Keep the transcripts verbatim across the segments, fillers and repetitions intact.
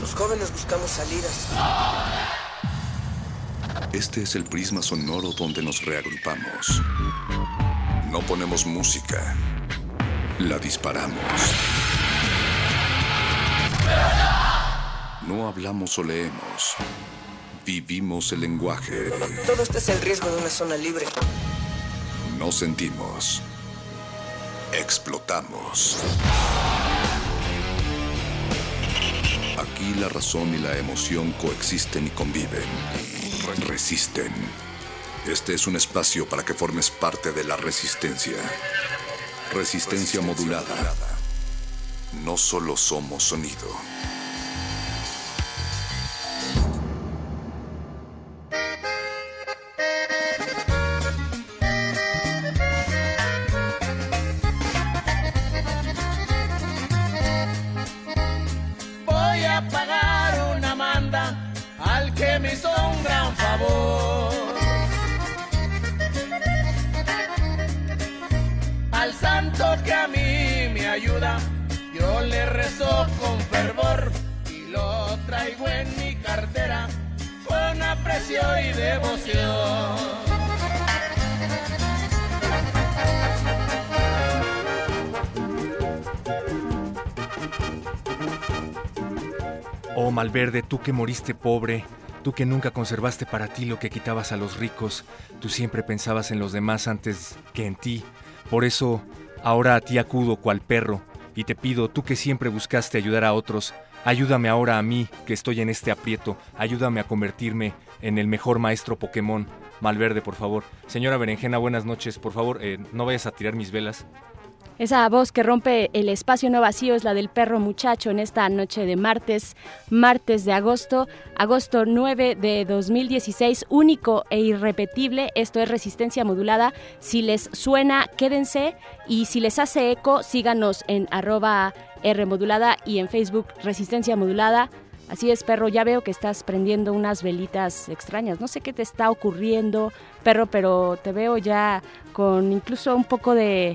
Los jóvenes buscamos salidas. Este es el prisma sonoro donde nos reagrupamos. No ponemos música, la disparamos. No hablamos o leemos, vivimos el lenguaje. Todo esto es el riesgo de una zona libre. No sentimos, explotamos. Aquí la razón y la emoción coexisten y conviven. Resisten. Este es un espacio para que formes parte de la resistencia. Resistencia modulada. No solo somos sonido. Voy a pagar una manda al que me hizo un gran favor. Al santo que a mí me ayuda, yo le rezo con fervor y lo traigo en mi cartera con aprecio y devoción. Oh Malverde, tú que moriste pobre, tú que nunca conservaste para ti lo que quitabas a los ricos, tú siempre pensabas en los demás antes que en ti. Por eso, ahora a ti acudo cual perro, y te pido, tú que siempre buscaste ayudar a otros, ayúdame ahora a mí, que estoy en este aprieto, ayúdame a convertirme en el mejor maestro Pokémon. Malverde, por favor. Señora Berenjena, buenas noches, por favor, eh, no vayas a tirar mis velas. Esa voz que rompe el espacio no vacío es la del perro muchacho en esta noche de martes, martes de agosto, agosto nueve de dos mil dieciséis, único e irrepetible. Esto es Resistencia Modulada. Si les suena, quédense, y si les hace eco, síganos en arroba Rmodulada y en Facebook Resistencia Modulada. Así es, perro, ya veo que estás prendiendo unas velitas extrañas. No sé qué te está ocurriendo, perro, pero te veo ya con incluso un poco de...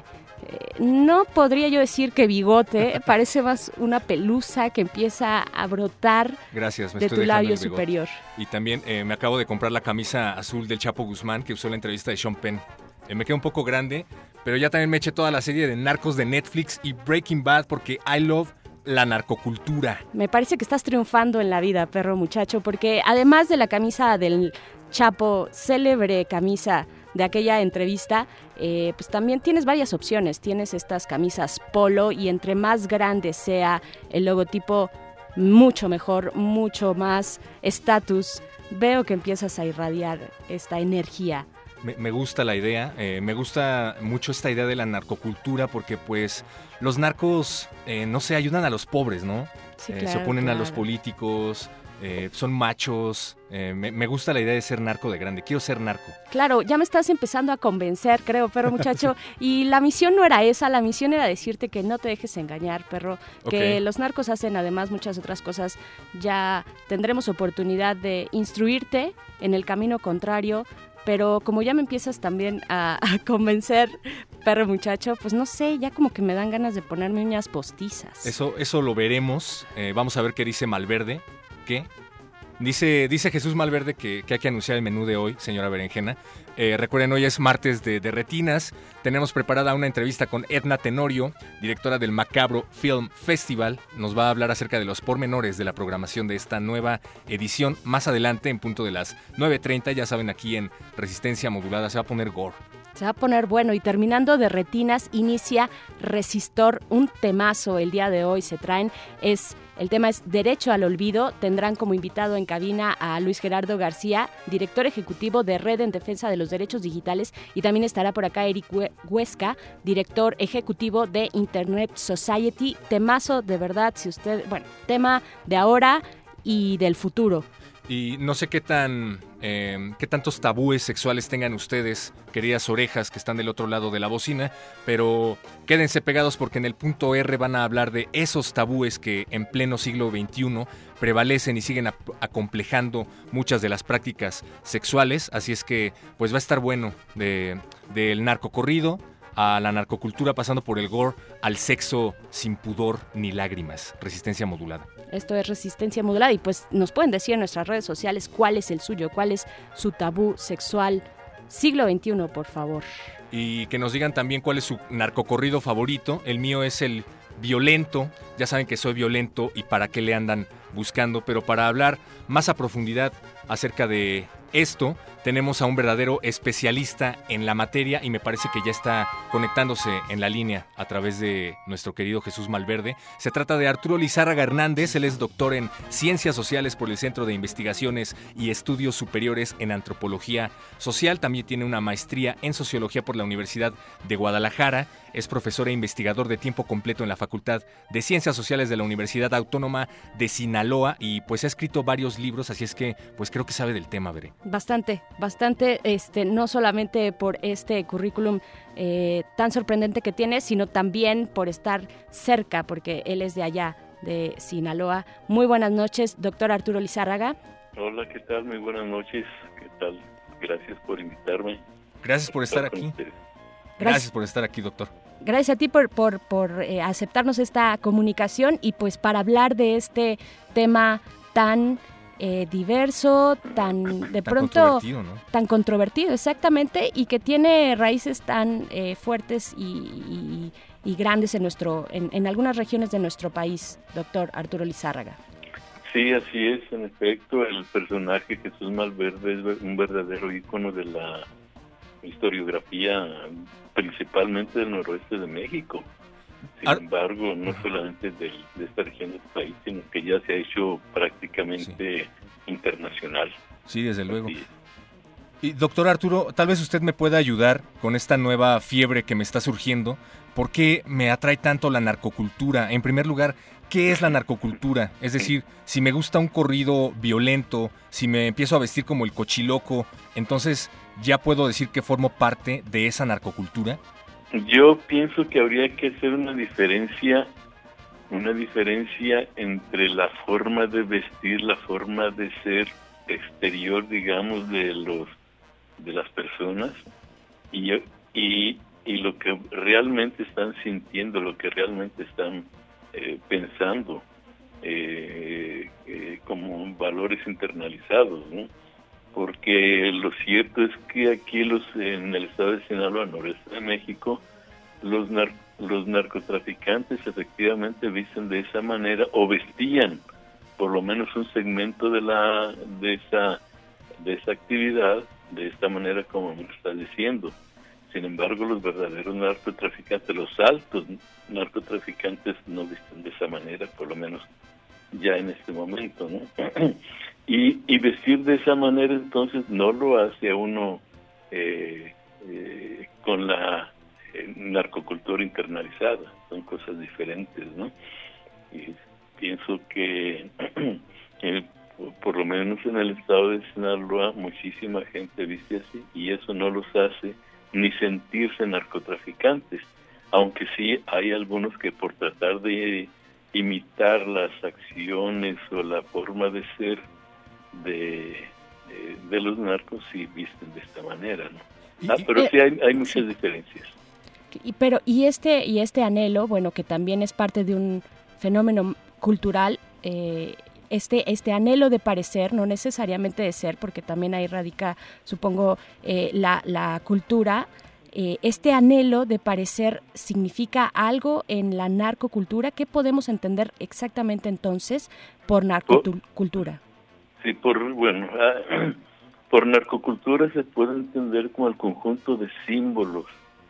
No podría yo decir que bigote, parece más una pelusa que empieza a brotar. Gracias, me de estoy tu labio el superior. Y también eh, me acabo de comprar la camisa azul del Chapo Guzmán que usó en la entrevista de Sean Penn. Eh, me queda un poco grande, pero ya también me eché toda la serie de Narcos de Netflix y Breaking Bad porque I love la narcocultura. Me parece que estás triunfando en la vida, perro muchacho, porque además de la camisa del Chapo, célebre camisa de aquella entrevista, eh, pues también tienes varias opciones. Tienes estas camisas polo y entre más grande sea el logotipo, mucho mejor, mucho más estatus. Veo que empiezas a irradiar esta energía. Me, me gusta la idea, eh, me gusta mucho esta idea de la narcocultura porque pues los narcos, eh, no sé, ayudan a los pobres, ¿no? Sí, eh, claro, se oponen claro. a los políticos, eh, son machos, eh, me, me gusta la idea de ser narco de grande, quiero ser narco. Claro, ya me estás empezando a convencer, creo, perro muchacho, y la misión no era esa, la misión era decirte que no te dejes engañar, perro, que Okay. los narcos hacen además muchas otras cosas. Ya tendremos oportunidad de instruirte en el camino contrario, pero como ya me empiezas también a, a convencer, perro muchacho, pues no sé, ya como que me dan ganas de ponerme uñas postizas. Eso, eso lo veremos, eh, vamos a ver qué dice Malverde, ¿qué? Dice, dice Jesús Malverde que, que hay que anunciar el menú de hoy, señora Berenjena. Eh, recuerden, hoy es martes de, de retinas. Tenemos preparada una entrevista con Edna Tenorio, directora del Macabro Film Festival. Nos va a hablar acerca de los pormenores de la programación de esta nueva edición. Más adelante, en punto de las nueve treinta, ya saben, aquí en Resistencia Modulada se va a poner gore. Se va a poner bueno, y terminando de retinas, inicia Resistor, un temazo el día de hoy. Se traen, es el tema es Derecho al Olvido. Tendrán como invitado en cabina a Luis Gerardo García, director ejecutivo de Red en Defensa de los Derechos Digitales, y también estará por acá Eric Huesca, director ejecutivo de Internet Society. Temazo, de verdad, si usted, bueno, tema de ahora y del futuro. Y no sé qué tan eh, qué tantos tabúes sexuales tengan ustedes, queridas orejas que están del otro lado de la bocina, pero quédense pegados porque en el punto R van a hablar de esos tabúes que en pleno siglo veintiuno prevalecen y siguen ap- acomplejando muchas de las prácticas sexuales. Así es que pues va a estar bueno de, del narcocorrido, a la narcocultura, pasando por el gore, al sexo sin pudor ni lágrimas. Resistencia modulada. Esto es Resistencia Modulada y pues nos pueden decir en nuestras redes sociales cuál es el suyo, cuál es su tabú sexual siglo veintiuno, por favor. Y que nos digan también cuál es su narcocorrido favorito. El mío es el violento. Ya saben que soy violento y para qué le andan buscando, pero para hablar más a profundidad acerca de esto, tenemos a un verdadero especialista en la materia y me parece que ya está conectándose en la línea a través de nuestro querido Jesús Malverde. Se trata de Arturo Lizárraga Hernández. Él es doctor en Ciencias Sociales por el Centro de Investigaciones y Estudios Superiores en Antropología Social. También tiene una maestría en Sociología por la Universidad de Guadalajara. Es profesor e investigador de tiempo completo en la Facultad de Ciencias Sociales de la Universidad Autónoma de Sinaloa y pues ha escrito varios libros, así es que pues creo que sabe del tema, Veré. Bastante, bastante, este, no solamente por este currículum eh, tan sorprendente que tiene, sino también por estar cerca, porque él es de allá, de Sinaloa. Muy buenas noches, doctor Arturo Lizárraga. Hola, ¿qué tal? Muy buenas noches. ¿Qué tal? Gracias por invitarme. Gracias por estar aquí. Gracias. Gracias por estar aquí, doctor. Gracias a ti por, por, por eh, aceptarnos esta comunicación y pues para hablar de este tema tan eh, diverso, tan de tan pronto controvertido, ¿no? tan controvertido, exactamente, y que tiene raíces tan eh, fuertes y, y, y grandes en nuestro, en, en algunas regiones de nuestro país, doctor Arturo Lizárraga. Sí, así es, en efecto, el personaje Jesús Malverde es un verdadero ícono de la historiografía, principalmente del noroeste de México. Sin Ar- embargo, no solamente de, de esta región del país, sino que ya se ha hecho prácticamente sí. internacional. Sí, desde luego. Y doctor Arturo, tal vez usted me pueda ayudar con esta nueva fiebre que me está surgiendo. ¿Por qué me atrae tanto la narcocultura? En primer lugar, ¿qué es la narcocultura? Es decir, si me gusta un corrido violento, si me empiezo a vestir como el cochiloco, entonces ¿ya puedo decir que formo parte de esa narcocultura? Yo pienso que habría que hacer una diferencia, una diferencia entre la forma de vestir, la forma de ser exterior, digamos, de los de las personas y, y, y lo que realmente están sintiendo, lo que realmente están eh, pensando eh, eh, como valores internalizados, ¿no? Porque lo cierto es que aquí los en el estado de Sinaloa, noreste de México, los nar- los narcotraficantes efectivamente visten de esa manera o vestían por lo menos un segmento de la de esa de esa actividad de esta manera como me lo está diciendo. Sin embargo, los verdaderos narcotraficantes, los altos narcotraficantes no visten de esa manera, por lo menos ya en este momento, ¿no? Y, y vestir de esa manera entonces no lo hace a uno eh, eh, con la eh, narcocultura internalizada, son cosas diferentes, ¿no? Y pienso que eh, por, por lo menos en el estado de Sinaloa muchísima gente viste así y eso no los hace ni sentirse narcotraficantes, aunque sí hay algunos que por tratar de imitar las acciones o la forma de ser de, de, de los narcos sí visten de esta manera, ¿no? Ah, pero sí hay, hay muchas sí. diferencias. Y, pero y este y este anhelo, bueno, que también es parte de un fenómeno cultural, eh, este este anhelo de parecer, no necesariamente de ser, porque también ahí radica, supongo, eh, la, la cultura. Eh, este anhelo de parecer significa algo en la narcocultura. ¿Qué podemos entender exactamente entonces por narcocultura? Sí, por bueno, uh, por narcocultura se puede entender como el conjunto de símbolos,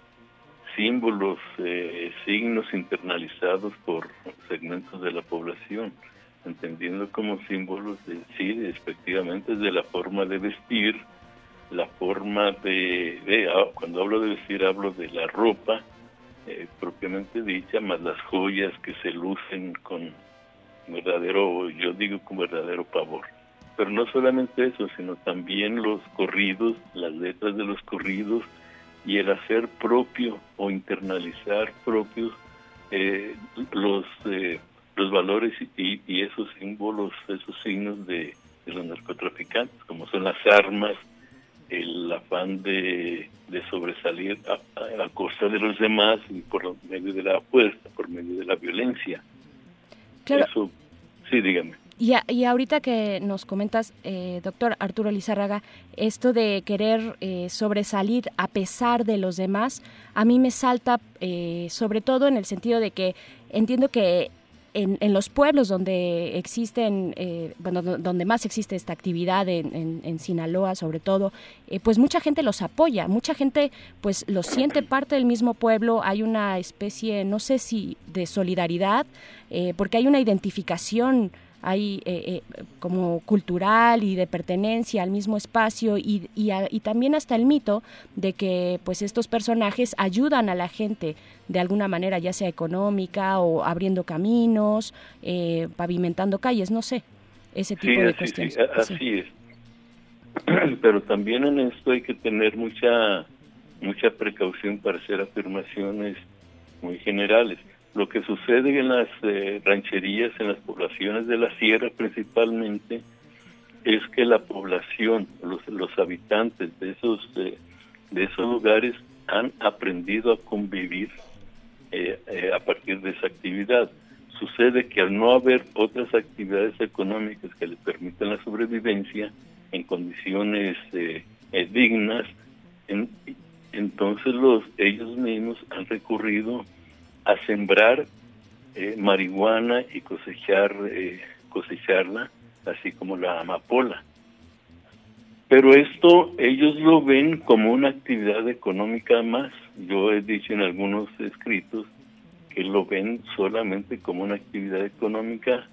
símbolos, eh, signos internalizados por segmentos de la población, entendiendo como símbolos de sí, efectivamente, de la forma de vestir, la forma de, de cuando hablo de vestir hablo de la ropa eh, propiamente dicha, más las joyas que se lucen con verdadero, yo digo con verdadero pavor. Pero no solamente eso, sino también los corridos, las letras de los corridos y el hacer propio o internalizar propios eh, los eh, los valores y, y esos símbolos, esos signos de, de los narcotraficantes, como son las armas, el afán de, de sobresalir a, a, a costa de los demás y por medio de la fuerza, por medio de la violencia. Claro. Eso, sí, dígame. Y, a, y ahorita que nos comentas, eh, doctor Arturo Lizárraga, esto de querer eh, sobresalir a pesar de los demás, a mí me salta eh, sobre todo en el sentido de que entiendo que en, en los pueblos donde existen, eh, bueno, donde más existe esta actividad, en, en, en Sinaloa sobre todo, eh, pues mucha gente los apoya, mucha gente pues los siente parte del mismo pueblo, hay una especie, no sé si de solidaridad, eh, porque hay una identificación hay eh, eh, como cultural y de pertenencia al mismo espacio y, y, a, y también hasta el mito de que pues estos personajes ayudan a la gente de alguna manera, ya sea económica o abriendo caminos, eh, pavimentando calles, no sé, ese tipo sí, de así, cuestiones. Sí, así sí. es. Pero también en esto hay que tener mucha mucha precaución para hacer afirmaciones muy generales. Lo que sucede en las eh, rancherías, en las poblaciones de la sierra principalmente, es que la población, los, los habitantes de esos eh, de esos lugares han aprendido a convivir eh, eh, a partir de esa actividad. Sucede que al no haber otras actividades económicas que les permitan la sobrevivencia en condiciones eh, eh, dignas, en, entonces los ellos mismos han recurrido a sembrar eh, marihuana y cosechar eh, cosecharla, así como la amapola. Pero esto ellos lo ven como una actividad económica más. Yo he dicho en algunos escritos que lo ven solamente como una actividad económica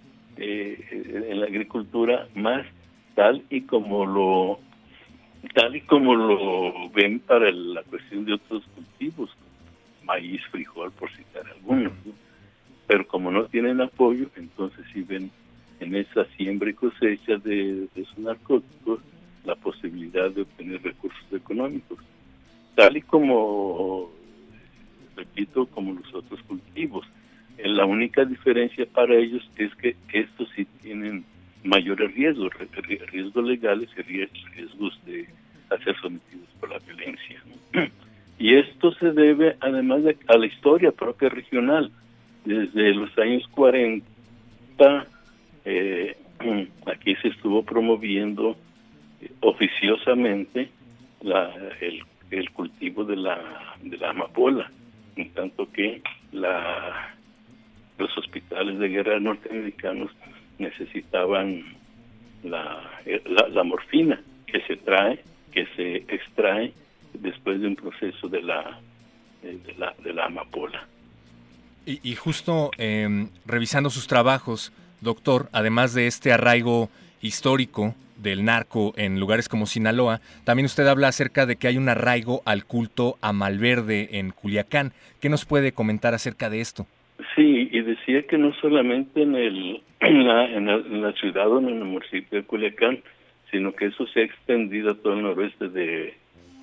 eh, en la agricultura más, tal y como lo tal y como lo ven para la cuestión de otros cultivos, maíz, frijol, por citar algunos, ¿no? Pero como no tienen apoyo, entonces sí ven en esa siembra y cosecha de, de esos narcóticos la posibilidad de obtener recursos económicos, tal y como, repito, como los otros cultivos. La única diferencia para ellos es que estos sí tienen mayores riesgos, riesgos legales y riesgos de ser sometidos por la violencia, ¿no? Y esto se debe además de, a la historia propia regional. Desde los años cuarenta, eh, aquí se estuvo promoviendo eh, oficiosamente la, el, el cultivo de la, de la amapola, en tanto que la, los hospitales de guerra norteamericanos necesitaban la, la, la morfina que se trae, que se extrae después de un proceso de la de la, de la amapola. Y, y justo eh, revisando sus trabajos, doctor, además de este arraigo histórico del narco en lugares como Sinaloa, también usted habla acerca de que hay un arraigo al culto a Malverde en Culiacán. ¿Qué nos puede comentar acerca de esto? Sí, y decía que no solamente en el en la, en la, en la ciudad o en el municipio de Culiacán, sino que eso se ha extendido a todo el noroeste de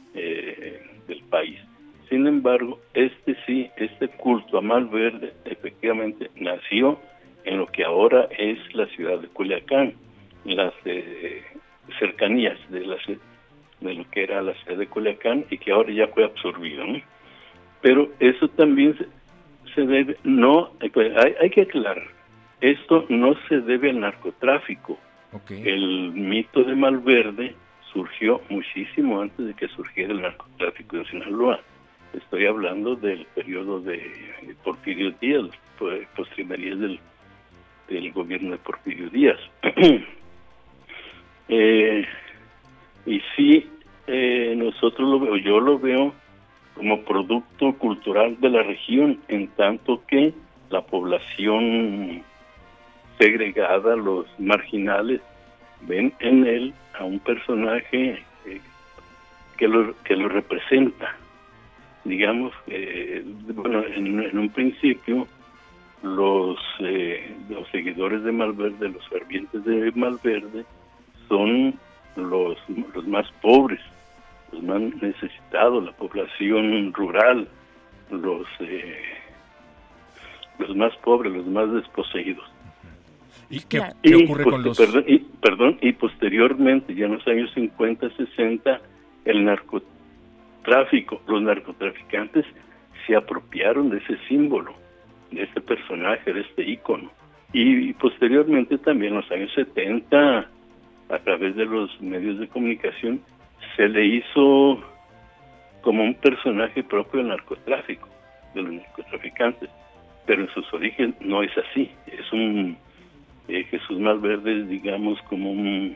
Eh, del país. Sin embargo, este sí, este culto a Malverde efectivamente nació en lo que ahora es la ciudad de Culiacán, las eh, cercanías de, la, de lo que era la ciudad de Culiacán y que ahora ya fue absorbido, ¿no? Pero eso también se, se debe, no, hay, hay que aclarar, esto no se debe al narcotráfico. Okay. El mito de Malverde surgió muchísimo antes de que surgiera el narcotráfico de Sinaloa. Estoy hablando del periodo de Porfirio Díaz, postrimerías del, del gobierno de Porfirio Díaz. eh, y sí, eh, nosotros lo veo, yo lo veo como producto cultural de la región, en tanto que la población segregada, los marginales, ven en él a un personaje eh, que lo que lo representa. Digamos, eh, bueno, en, en un principio los eh, los seguidores de Malverde, los fervientes de Malverde, son los los más pobres, los más necesitados, la población rural, los eh, los más pobres, los más desposeídos. ¿Y qué, qué ocurre y, con los...? Perdón y, perdón, y posteriormente, ya en los años cincuenta, sesenta, el narcotráfico, los narcotraficantes se apropiaron de ese símbolo, de este personaje, de este ícono. Y, y posteriormente también en los años setenta, a través de los medios de comunicación, se le hizo como un personaje propio del narcotráfico, de los narcotraficantes. Pero en sus orígenes no es así. Es un eh, Jesús Malverde es, digamos, como un,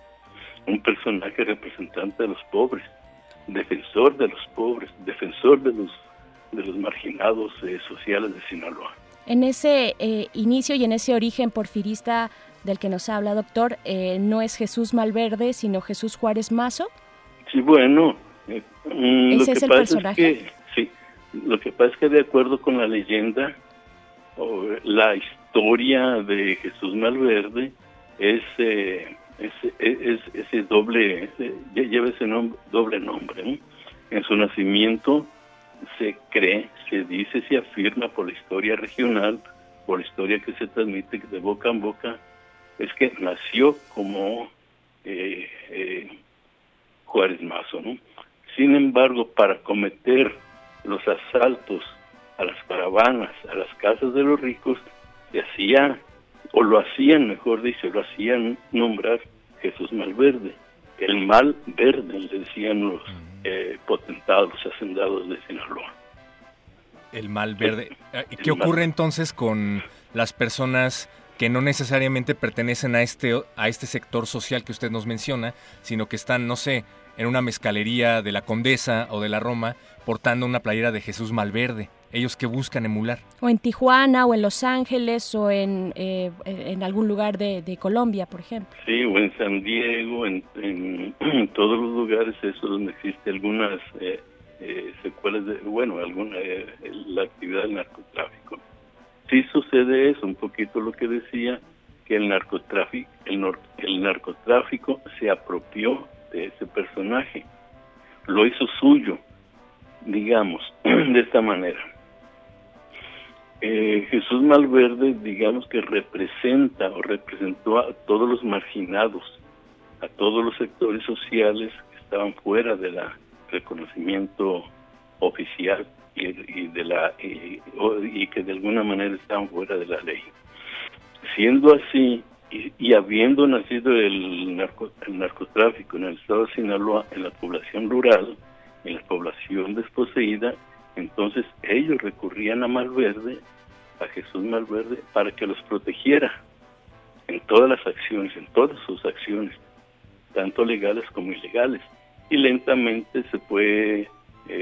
un personaje representante de los pobres, defensor de los pobres, defensor de los de los marginados eh, sociales de Sinaloa. En ese eh, inicio y en ese origen porfirista del que nos habla, doctor, eh, ¿no es Jesús Malverde, sino Jesús Juárez Mazo? Sí, bueno, eh, mm, ¿Ese lo que es el pasa personaje? es que, sí, lo que pasa es que de acuerdo con la leyenda, o la historia de Jesús Malverde es, eh, es, es, es ese doble, ese, lleva ese nombre, doble nombre, ¿no? En su nacimiento se cree, se dice, se afirma por la historia regional, por la historia que se transmite de boca en boca, es que nació como eh, eh, Juárez Mazo, ¿no? Sin embargo, para cometer los asaltos a las caravanas, a las casas de los ricos, se hacía, o lo hacían, mejor dicho, lo hacían nombrar Jesús Malverde, el mal verde, le decían los eh, potentados, los hacendados de Sinaloa. El mal verde. ¿Qué ocurre entonces con las personas que no necesariamente pertenecen a este, a este sector social que usted nos menciona, sino que están, no sé, en una mezcalería de la Condesa o de la Roma, portando una playera de Jesús Malverde? ¿Ellos qué buscan emular? O en Tijuana, o en Los Ángeles, o en, eh, en algún lugar de, de Colombia, por ejemplo. Sí, o en San Diego, en, en, en todos los lugares eso donde existe algunas eh, eh, secuelas de, bueno, alguna eh, la actividad del narcotráfico. Sí sucede eso, un poquito lo que decía, que el narcotráfico, el, nor, el narcotráfico se apropió de ese personaje, lo hizo suyo, digamos, de esta manera. Eh, Jesús Malverde, digamos que representa o representó a todos los marginados, a todos los sectores sociales que estaban fuera del reconocimiento oficial y, y de la y, y que de alguna manera estaban fuera de la ley. Siendo así y, y habiendo nacido el, narco, el narcotráfico en el estado de Sinaloa, en la población rural, en la población desposeída, entonces ellos recurrían a Malverde, a Jesús Malverde, para que los protegiera en todas las acciones, en todas sus acciones, tanto legales como ilegales. Y lentamente se fue, eh,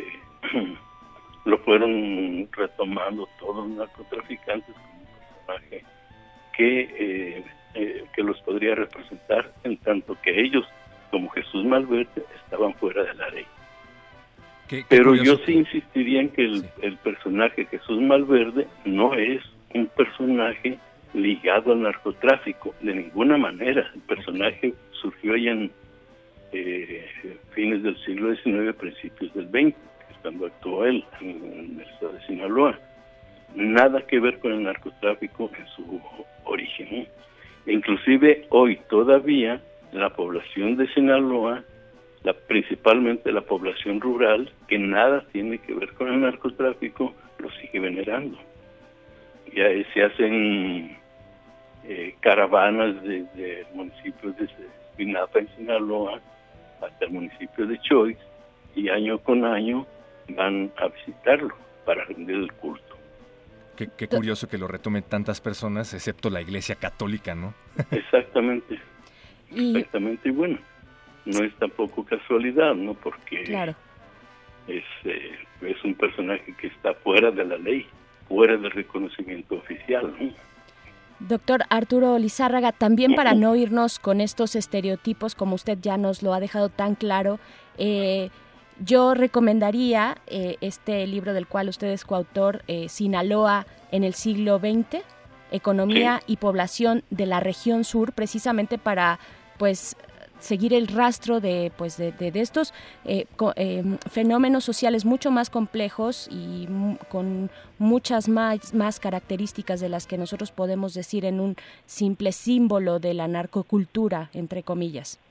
lo fueron retomando todos los narcotraficantes como un personaje que, eh, eh, que los podría representar, en tanto que ellos, como Jesús Malverde, estaban fuera de la ley. Qué, qué Pero curioso. yo sí insistiría en que el, sí. el personaje Jesús Malverde no es un personaje ligado al narcotráfico, de ninguna manera. El personaje surgió ya en eh, fines del siglo diecinueve, principios del veinte, que es cuando actuó él en el estado de Sinaloa. Nada que ver con el narcotráfico en su origen, ¿eh? Inclusive hoy todavía la población de Sinaloa, La, principalmente la población rural, que nada tiene que ver con el narcotráfico, lo sigue venerando. Ya se hacen eh, caravanas desde el municipio de Espinapa, en Sinaloa, hasta el municipio de Choix, y año con año van a visitarlo para rendir el culto. Qué, qué curioso que lo retomen tantas personas, excepto la Iglesia Católica, ¿no? Exactamente, exactamente, y bueno, no es tampoco casualidad, ¿no? Porque claro. es, eh, es un personaje que está fuera de la ley, fuera del reconocimiento oficial, ¿no? Doctor Arturo Lizárraga, también para no irnos con estos estereotipos, como usted ya nos lo ha dejado tan claro, eh, yo recomendaría eh, este libro del cual usted es coautor, eh, Sinaloa en el siglo veinte, Economía sí. y Población de la Región Sur, precisamente para, pues, seguir el rastro de pues de, de, de estos eh, co, eh, fenómenos sociales mucho más complejos y m- con muchas más, más características de las que nosotros podemos decir en un simple símbolo de la narcocultura, entre comillas.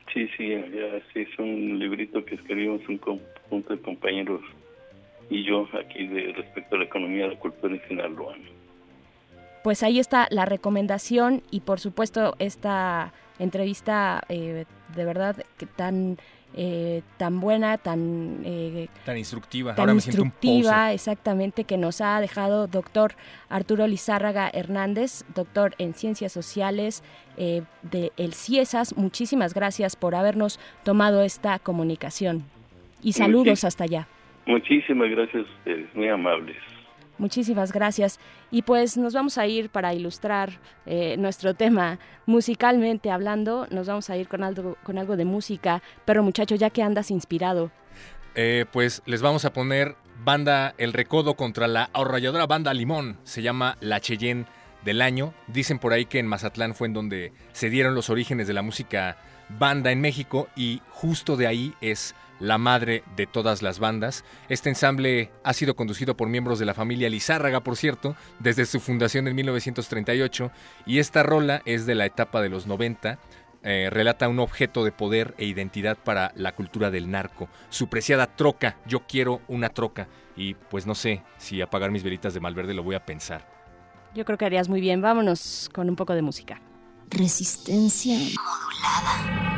Sí, sí, ya, sí, es un librito que escribimos un conjunto de compañeros y yo aquí de respecto a la economía de la cultura en Sinaloa. Pues ahí está la recomendación y por supuesto esta entrevista eh, de verdad que tan eh, tan buena, tan eh, tan instructiva, tan ahora instructiva, me siento un poser. Exactamente, que nos ha dejado doctor Arturo Lizárraga Hernández, doctor en Ciencias Sociales eh, de el CIESAS. Muchísimas gracias por habernos tomado esta comunicación y saludos Muchis- hasta allá. Muchísimas gracias a ustedes, muy amables. Muchísimas gracias. Y pues nos vamos a ir para ilustrar eh, nuestro tema musicalmente hablando. Nos vamos a ir con algo, con algo de música. Pero muchacho, ya que andas inspirado. Eh, pues les vamos a poner banda El Recodo contra la arrolladora banda Limón. Se llama La Cheyenne del año. Dicen por ahí que en Mazatlán fue en donde se dieron los orígenes de la música banda en México y justo de ahí es la madre de todas las bandas. Este ensamble ha sido conducido por miembros de la familia Lizárraga, por cierto, desde su fundación en mil novecientos treinta y ocho, y esta rola es de la etapa de los noventa. Eh, relata un objeto de poder e identidad para la cultura del narco. Su preciada troca, yo quiero una troca. Y pues no sé si apagar mis velitas de Malverde lo voy a pensar. Yo creo que harías muy bien. Vámonos con un poco de música. Resistencia modulada.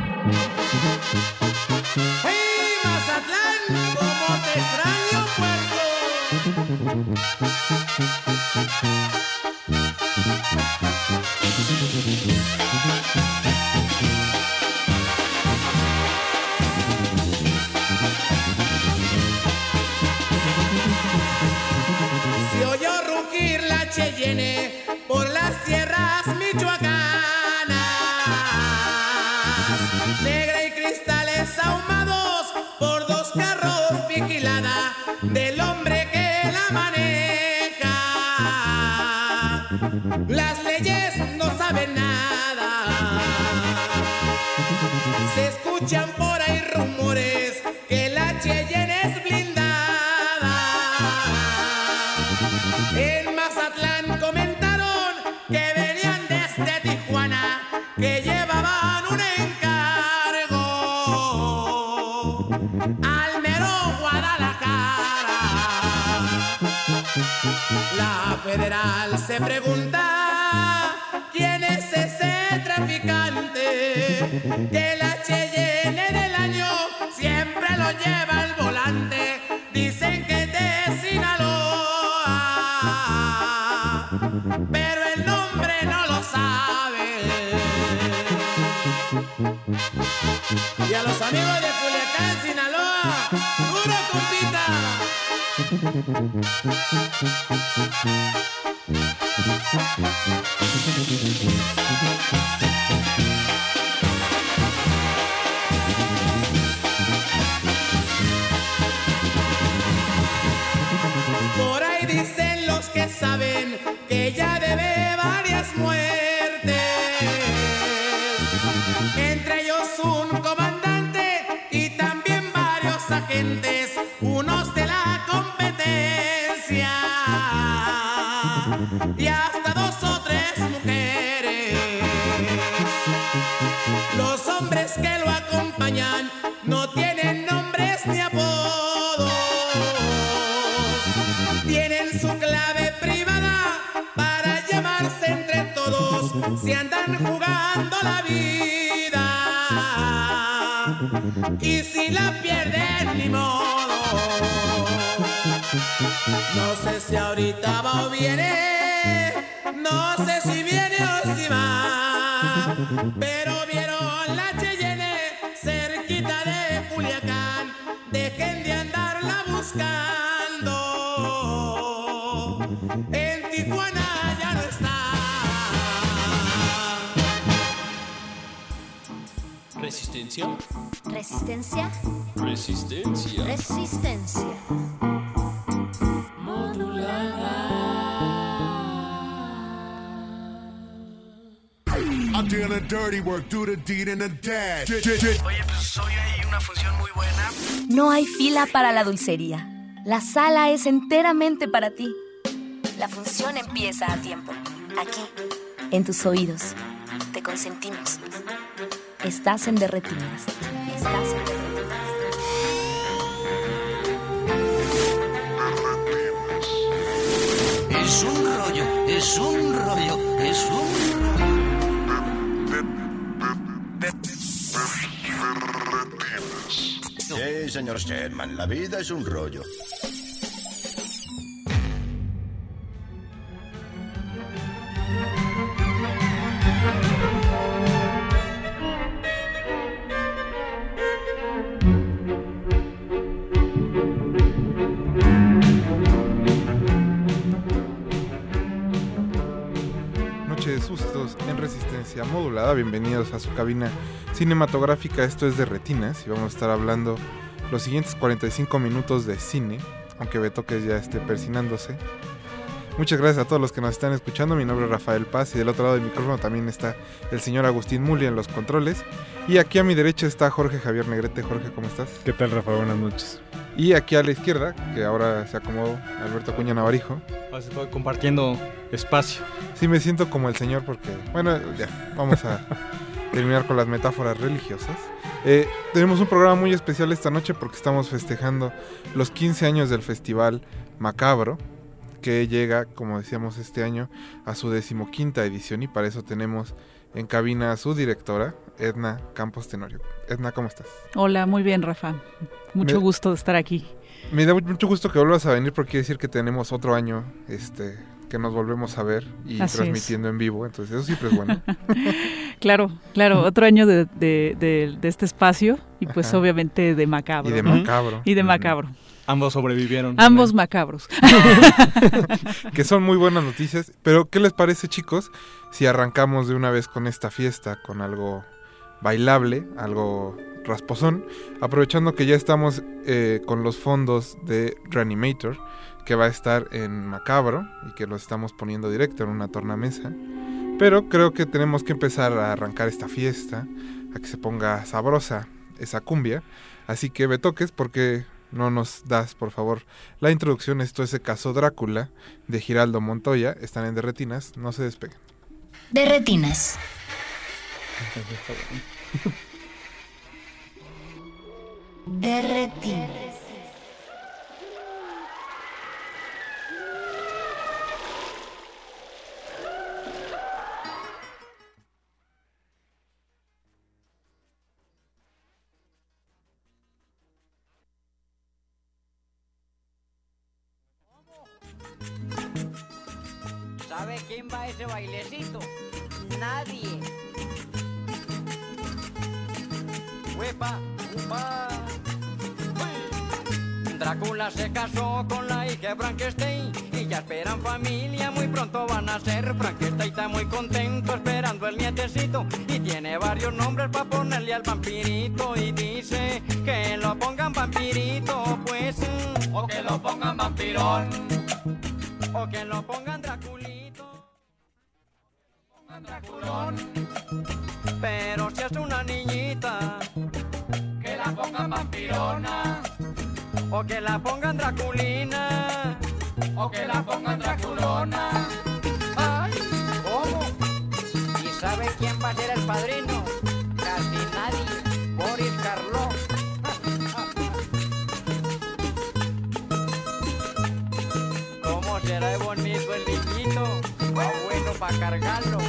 ¡Hey, Mazatlán! ¡Cómo te extraño, puerco! Se oyó rugir la Cheyenne por las tierras michoacanas, negra y cristales ahumados por dos carros vigilada del hombre que la maneja. Las leyes no saben nada, se escuchan por ahí rumores que la Cheyenne es blindada. En Mazatlán comentaron que venían desde Tijuana, que llevaban un encargo al mero Guadalajara. La federal se pregunta quién es ese traficante que la Cheyenne del año siempre lo lleva al volante. Dicen que de Sinaloa, pero el nombre no lo sabe. Y a los amigos de Culiacán, Sinaloa, duro compita. Por ahí dicen los que saben que ya debe varias muertes, entre ellos un comandante y también varios agentes, unos de la competencia y hasta dos o tres mujeres. Los hombres que lo acompañan no tienen nombres ni apodos, tienen su clave privada para llamarse entre todos si andan jugando la vida, y si la pierden ni modo. No sé si ahorita va o viene, no sé si viene o si va, pero vieron la Cheyenne cerquita de Culiacán. Dejen de andarla buscando, en Tijuana ya no está. Resistencia. Resistencia. Resistencia. Resistencia. I'm doing the dirty work, do the deed and the dash. Oye, pues hoy hay una función muy buena. No hay fila para la dulcería. La sala es enteramente para ti. La función empieza a tiempo. Aquí, en tus oídos. Te consentimos. Estás en Derretinas. Estás en Derretinas. Es un rollo, es un rollo, es un rollo. Sí, señor Sherman, la vida es un rollo. Sustos en resistencia modulada, bienvenidos a su cabina cinematográfica. Esto es Derretinas y vamos a estar hablando los siguientes cuarenta y cinco minutos de cine, aunque Betoques ya esté persinándose. Muchas gracias a todos los que nos están escuchando. Mi nombre es Rafael Paz y del otro lado del micrófono también está el señor Agustín Muli en los controles. Y aquí a mi derecha está Jorge Javier Negrete. Jorge, ¿cómo estás? ¿Qué tal, Rafa? Buenas noches. Y aquí a la izquierda, que ahora se acomodó, Alberto Acuña Navarijo. Ahora se estoy compartiendo espacio. Sí, me siento como el señor porque, bueno, ya, vamos a terminar con las metáforas religiosas. Eh, tenemos un programa muy especial esta noche porque estamos festejando los quince años del Festival Macabro, que llega, como decíamos, este año a su decimoquinta edición, y para eso tenemos en cabina a su directora, Edna Campos Tenorio. Edna, ¿cómo estás? Hola, muy bien, Rafa. Mucho me, gusto de estar aquí. Me da mucho gusto que vuelvas a venir porque quiere decir que tenemos otro año este, que nos volvemos a ver y Así transmitiendo es. en vivo, entonces eso siempre es bueno. Claro, claro, otro año de, de, de, de este espacio y pues Ajá. obviamente de macabro. Y de macabro. Y de macabro. Ambos sobrevivieron. Ambos macabros. Que son muy buenas noticias. Pero, ¿qué les parece, chicos, si arrancamos de una vez con esta fiesta, con algo bailable, algo rasposón, aprovechando que ya estamos eh, con los fondos de Reanimator, que va a estar en Macabro y que los estamos poniendo directo en una tornamesa. Pero creo que tenemos que empezar a arrancar esta fiesta, a que se ponga sabrosa esa cumbia. Así que, Betoques, porque no nos das, por favor, la introducción. Esto es el caso Drácula de Giraldo Montoya. Están en Derretinas, no se despeguen. Derretinas. Derretinas. ¿Sabe quién va a ese bailecito? Nadie. ¡Huepa! ¡Upa! ¡Uy! Drácula se casó con la hija de Frankenstein y ya esperan familia, muy pronto van a ser. Frankenstein está muy contento esperando el nietecito y tiene varios nombres para ponerle al vampirito y dice que lo pongan vampirito, pues, o que lo pongan vampirón, o que lo pongan Draculito, pongan Draculón. Pero si es una niñita, que la pongan vampirona, o que la pongan Draculina, o que la pongan Draculona. Ay, ¿cómo? ¿Y sabe quién va a ser el padrino? Casi nadie, Boris Karloff. ¿Cómo será de bonito el niñito? Va bueno para cargarlo.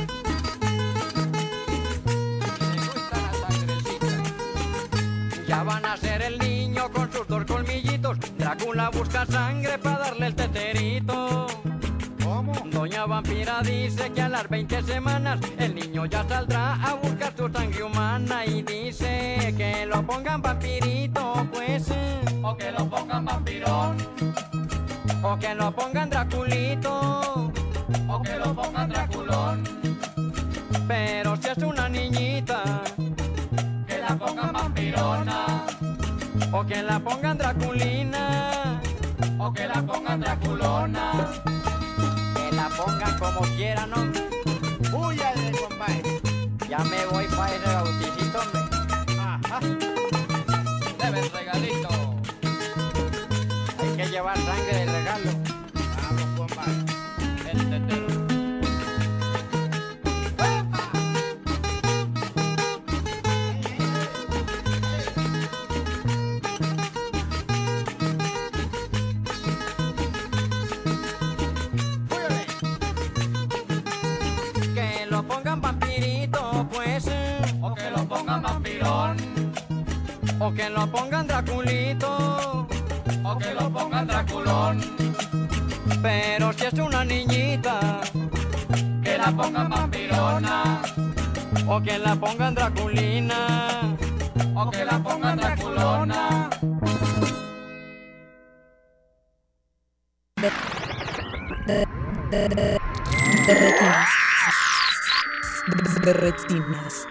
Ya van a ser el niño con sus dos colmillitos. Drácula busca sangre para darle el teterito. ¿Cómo? Doña Vampira dice que a las veinte semanas el niño ya saldrá a buscar su sangre humana y dice que lo pongan vampirito, pues, o que lo pongan vampirón, o que lo pongan Draculito, o que lo pongan Draculón. Pero si es una niñita, que la pongan vampirona, o que la pongan Draculina, o que la pongan Draculona. Que la pongan como quieran, hombre. ¡Úyale, compadre! Ya me voy para ese bauticito, hombre. Ajá. Debe el regalito. Hay que llevar sangre de regalo. Vamos, compadre. El tetero. o que lo pongan Draculito, o que lo pongan Draculón. Pero si es una niñita, que la pongan Vampirona, o que la pongan Draculina, o que la pongan Draculona. De, de, de, de, de retinas. De retinas.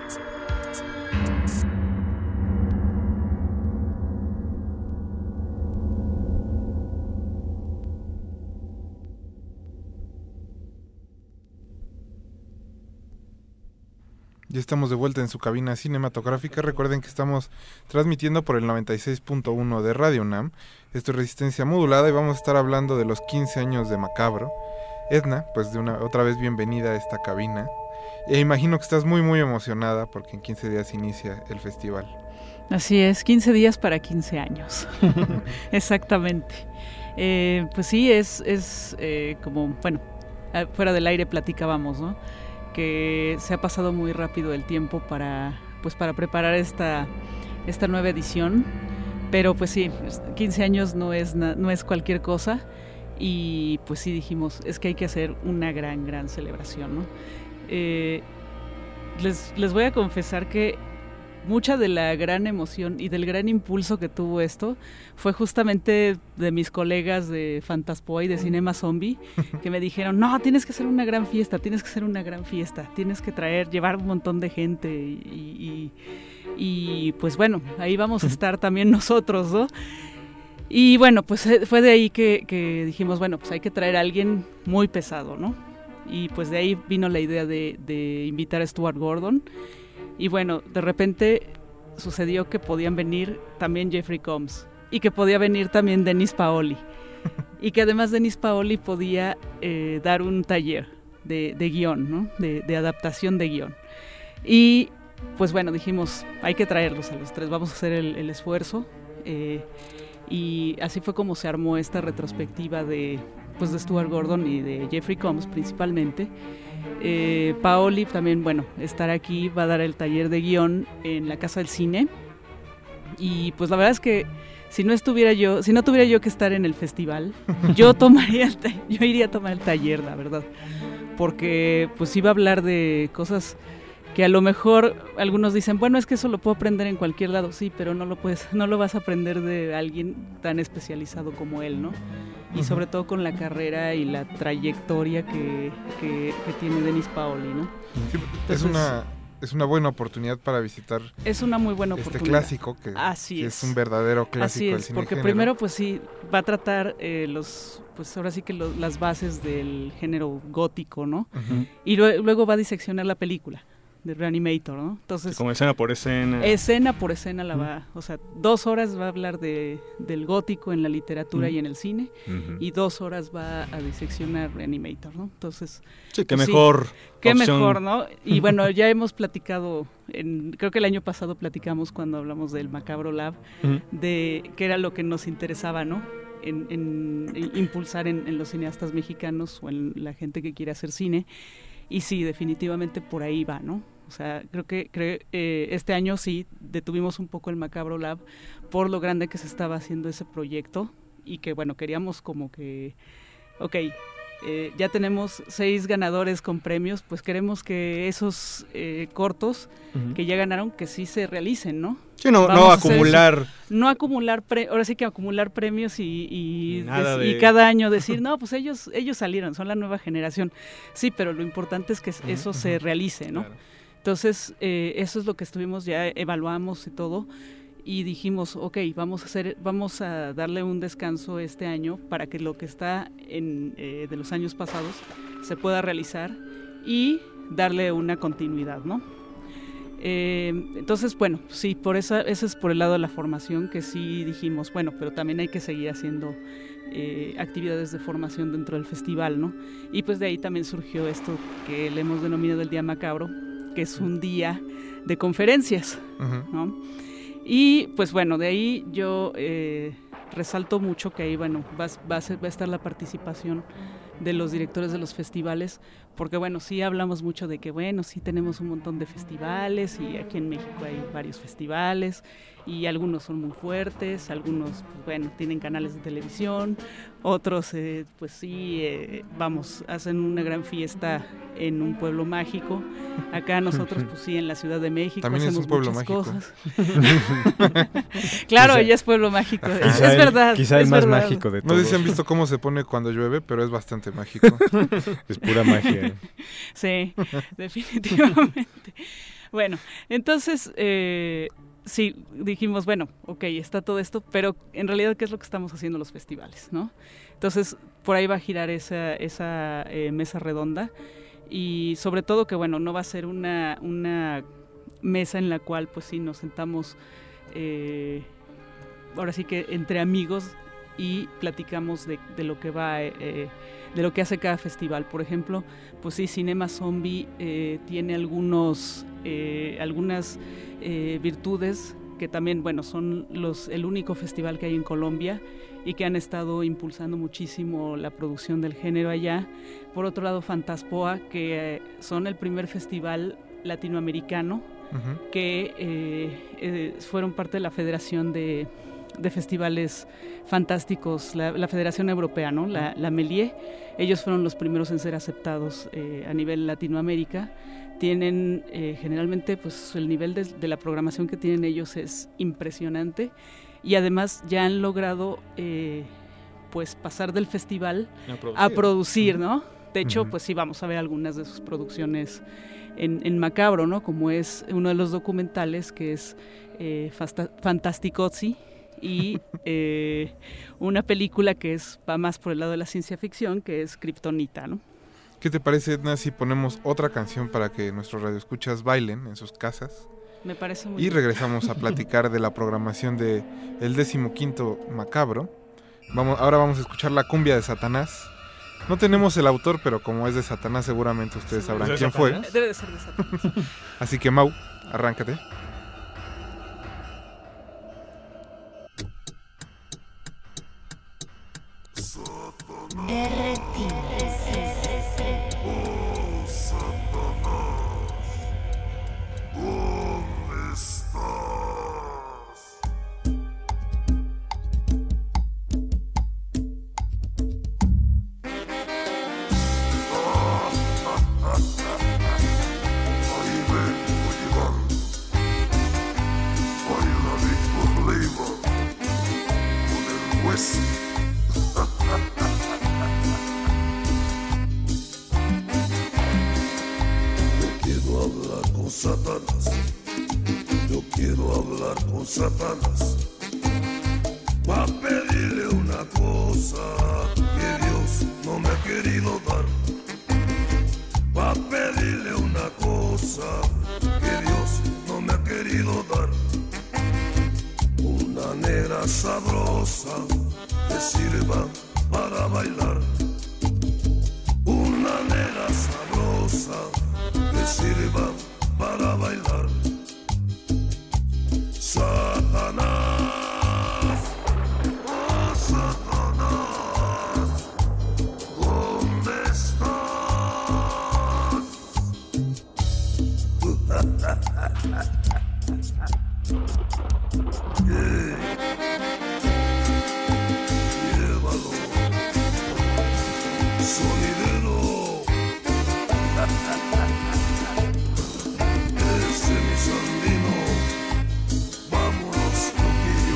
Ya estamos de vuelta en su cabina cinematográfica. Recuerden que estamos transmitiendo por el noventa y seis punto uno de Radio UNAM. Esto es Resistencia Modulada y vamos a estar hablando de los quince años de Macabro. Edna, pues de una otra vez bienvenida a esta cabina. E imagino que estás muy muy emocionada porque en quince días inicia el festival. Así es, quince días para quince años. Exactamente. Eh, pues sí, es, es eh, como, bueno, fuera del aire platicábamos, ¿no? Que se ha pasado muy rápido el tiempo para, pues para preparar esta, esta nueva edición, pero pues sí, quince años no es, no es cualquier cosa y pues sí dijimos, es que hay que hacer una gran, gran celebración, ¿no? Eh, les, les voy a confesar que mucha de la gran emoción y del gran impulso que tuvo esto fue justamente de mis colegas de Fantaspoa y de Cinema Zombie, que me dijeron, no, tienes que hacer una gran fiesta, tienes que hacer una gran fiesta, tienes que traer, llevar un montón de gente y, y, y pues bueno, ahí vamos a estar también nosotros, ¿no? Y bueno, pues fue de ahí que, que dijimos, bueno, pues hay que traer a alguien muy pesado, ¿no? Y pues de ahí vino la idea de, de invitar a Stuart Gordon. Y bueno, de repente sucedió que podían venir también Jeffrey Combs y que podía venir también Denis Paoli y que además Denis Paoli podía eh, dar un taller de, de guión, ¿no? de, de adaptación de guión. Y pues bueno, dijimos, hay que traerlos a los tres, vamos a hacer el, el esfuerzo. Eh, y así fue como se armó esta retrospectiva de, pues, de Stuart Gordon y de Jeffrey Combs principalmente. Eh, Paoli también, bueno, estará aquí, va a dar el taller de guión en la Casa del Cine y pues la verdad es que si no estuviera yo, si no tuviera yo que estar en el festival, yo tomaría el ta- yo iría a tomar el taller, la verdad, porque pues iba a hablar de cosas que a lo mejor algunos dicen, bueno, es que eso lo puedo aprender en cualquier lado, sí, pero no lo puedes, no lo vas a aprender de alguien tan especializado como él, ¿no? Y uh-huh. sobre todo con la carrera y la trayectoria que, que, que tiene Denis Paoli, ¿no? Sí, Entonces, es una es una buena oportunidad para visitar. Es una muy buena este oportunidad. clásico que, Así que es. es un verdadero clásico Así del es, cine porque género. primero pues sí va a tratar eh, los pues ahora sí que lo, las bases del género gótico, ¿no? Uh-huh. Y lo, luego va a diseccionar la película de Reanimator, ¿no? Entonces, sí, como escena por escena. Escena por escena la va, o sea, dos horas va a hablar de del gótico en la literatura uh-huh. y en el cine, uh-huh. y dos horas va a diseccionar Reanimator, ¿no? Entonces, sí, qué mejor. Sí, qué opción. mejor, ¿no? Y bueno, ya hemos platicado, en, creo que el año pasado platicamos cuando hablamos del Macabro Lab, uh-huh. de qué era lo que nos interesaba, ¿no? En, en, en impulsar en, en los cineastas mexicanos o en la gente que quiere hacer cine. Y sí, definitivamente por ahí va, ¿no? O sea, creo que creo, eh, este año sí detuvimos un poco el Macabro Lab por lo grande que se estaba haciendo ese proyecto y que, bueno, queríamos como que, ok, eh, ya tenemos seis ganadores con premios, pues queremos que esos eh, cortos uh-huh. que ya ganaron, que sí se realicen, ¿no? Sí, no, no acumular. No acumular, pre, ahora sí que acumular premios y, y, Nada des, de... y cada año decir, no, pues ellos ellos salieron, son la nueva generación. Sí, pero lo importante es que uh-huh, eso uh-huh. se realice, ¿no? Claro. Entonces, eh, eso es lo que estuvimos, ya evaluamos y todo, y dijimos, ok, vamos a hacer, vamos a darle un descanso este año para que lo que está en, eh, de los años pasados se pueda realizar y darle una continuidad, ¿no? Eh, entonces, bueno, sí, por esa, ese es por el lado de la formación, que sí dijimos, bueno, pero también hay que seguir haciendo eh, actividades de formación dentro del festival, ¿no? Y pues de ahí también surgió esto que le hemos denominado el Día Macabro, que es un día de conferencias, uh-huh. ¿no? Y pues bueno, de ahí yo eh, resalto mucho que ahí, bueno, va, va, a ser, va a estar la participación de los directores de los festivales, porque bueno, sí hablamos mucho de que bueno, sí tenemos un montón de festivales y aquí en México hay varios festivales y algunos son muy fuertes, algunos pues, bueno, tienen canales de televisión, otros eh, pues sí, eh, vamos, hacen una gran fiesta en un pueblo mágico. Acá nosotros pues sí, en la Ciudad de México también hacemos es un pueblo muchas mágico. Cosas. Claro, ella es pueblo mágico, es, quizá es el, verdad. Quizá es el más verdad. mágico de todos. No sé si han visto cómo se pone cuando llueve, pero es bastante mágico. Es pura magia. Sí, definitivamente. Bueno, entonces, eh, sí, dijimos, bueno, ok, está todo esto, pero en realidad, ¿qué es lo que estamos haciendo los festivales, no? Entonces, por ahí va a girar esa, esa eh, mesa redonda y sobre todo que, bueno, no va a ser una, una mesa en la cual, pues sí, nos sentamos, eh, ahora sí que entre amigos y platicamos de, de lo que va, eh, de lo que hace cada festival. Por ejemplo, pues sí, Cinema Zombie eh, tiene algunos, eh, algunas eh, virtudes que también, bueno, son los, el único festival que hay en Colombia y que han estado impulsando muchísimo la producción del género allá. Por otro lado, Fantaspoa, que eh, son el primer festival latinoamericano uh-huh. que eh, eh, fueron parte de la Federación de, de Festivales Fantásticos, la, la Federación Europea, ¿no? La, la MELIE. Ellos fueron los primeros en ser aceptados eh, a nivel Latinoamérica. Tienen eh, generalmente, pues el nivel de, de la programación que tienen ellos es impresionante y además ya han logrado eh, pues pasar del festival a producir, a producir ¿no? De hecho, uh-huh. pues sí, vamos a ver algunas de sus producciones en, en Macabro, ¿no? Como es uno de los documentales que es eh, Fantasticozzi y eh, una película que es va más por el lado de la ciencia ficción, que es Kryptonita, ¿no? ¿Qué te parece, Edna, si ponemos otra canción para que nuestros radioescuchas bailen en sus casas? Me parece muy Y bien. regresamos a platicar de la programación de el decimoquinto Macabro. Vamos, ahora vamos a escuchar la cumbia de Satanás. No tenemos el autor, pero como es de Satanás, seguramente ustedes sabrán quién fue. Debe de ser de Satanás. Así que, Mau, arráncate. Oh, Satanás, ¿dónde estás? Ahí vengo llegando, bailadito Leiva, con el hueso. Hablar con Satanás, yo quiero hablar con Satanás, pa' pedirle una cosa que Dios no me ha querido dar, pa' pedirle una cosa que Dios no me ha querido dar, una negra sabrosa que sirva para bailar, una negra sabrosa que sirva para bailar. Satanás, oh Satanás, ¿dónde estás? Yeah. Llévalo, sonidero. Ese mi sandino, vámonos loquillo.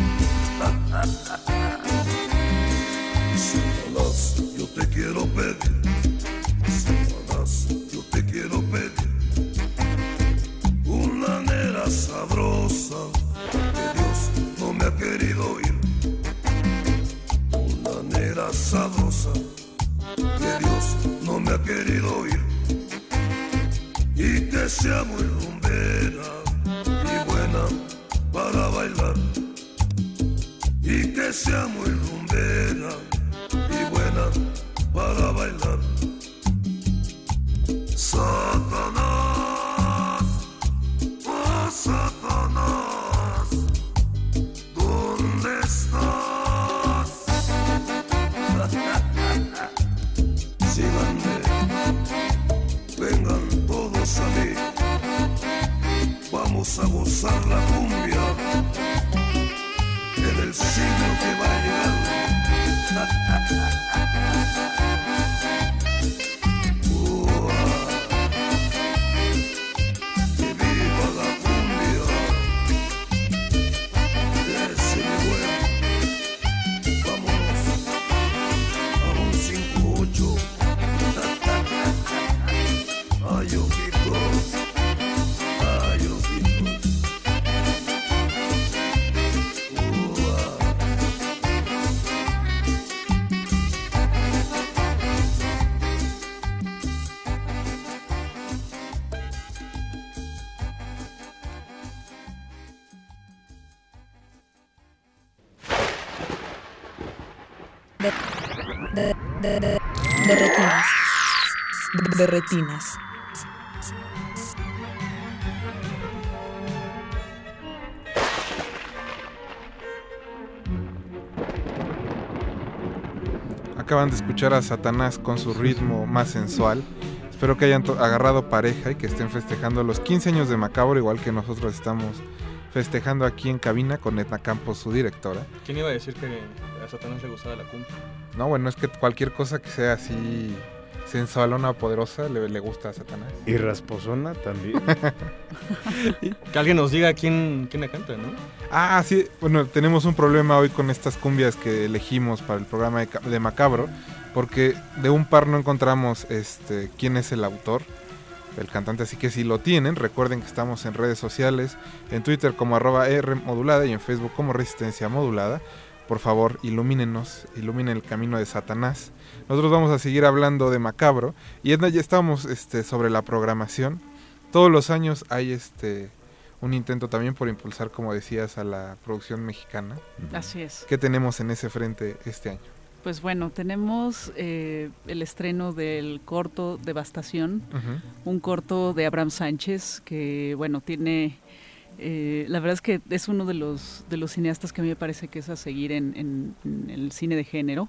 Satanás, yo te quiero pedir, Satanás, yo te quiero pedir una nera sabrosa que Dios no me ha querido oír, una nera sabrosa que Dios no me ha querido oír, y que sea muy rumbera y buena para bailar, y que sea muy rumbera y buena para bailar. Satanás, oh Satanás, ¿dónde estás? Síganme. Vamos a gozar la cumbia en el siglo que va a llegar. Que viva la cumbia. Ese mi güey. Vámonos a un cinco ocho. Ay, ojitos. Ay, ojitos. De, de, de, de, de retinas. De retinas. Acaban de escuchar a Satanás con su ritmo más sensual. Espero que hayan to- agarrado pareja y que estén festejando los quince años de Macabro, igual que nosotros estamos festejando aquí en cabina con Edna Campos, su directora. ¿Quién iba a decir que a Satanás le gustaba la cumbia? No, bueno, es que cualquier cosa que sea así sensualona o poderosa le, le gusta a Satanás. Y rasposona también. Que alguien nos diga quién, quién la canta, ¿no? Ah, sí, bueno, tenemos un problema hoy con estas cumbias que elegimos para el programa de, de Macabro, porque de un par no encontramos este quién es el autor, el cantante, así que si lo tienen, recuerden que estamos en redes sociales, en Twitter como arroba R modulada y en Facebook como Resistencia Modulada. Por favor, ilumínenos, iluminen el camino de Satanás. Nosotros vamos a seguir hablando de Macabro. Y Edna, ya estamos este, sobre la programación. Todos los años hay este un intento también por impulsar, como decías, a la producción mexicana. Así es. ¿Qué tenemos en ese frente este año? Pues bueno, tenemos eh, el estreno del corto Devastación, uh-huh. un corto de Abraham Sánchez que, bueno, tiene... Eh, la verdad es que es uno de los de los cineastas que a mí me parece que es a seguir en, en, en el cine de género.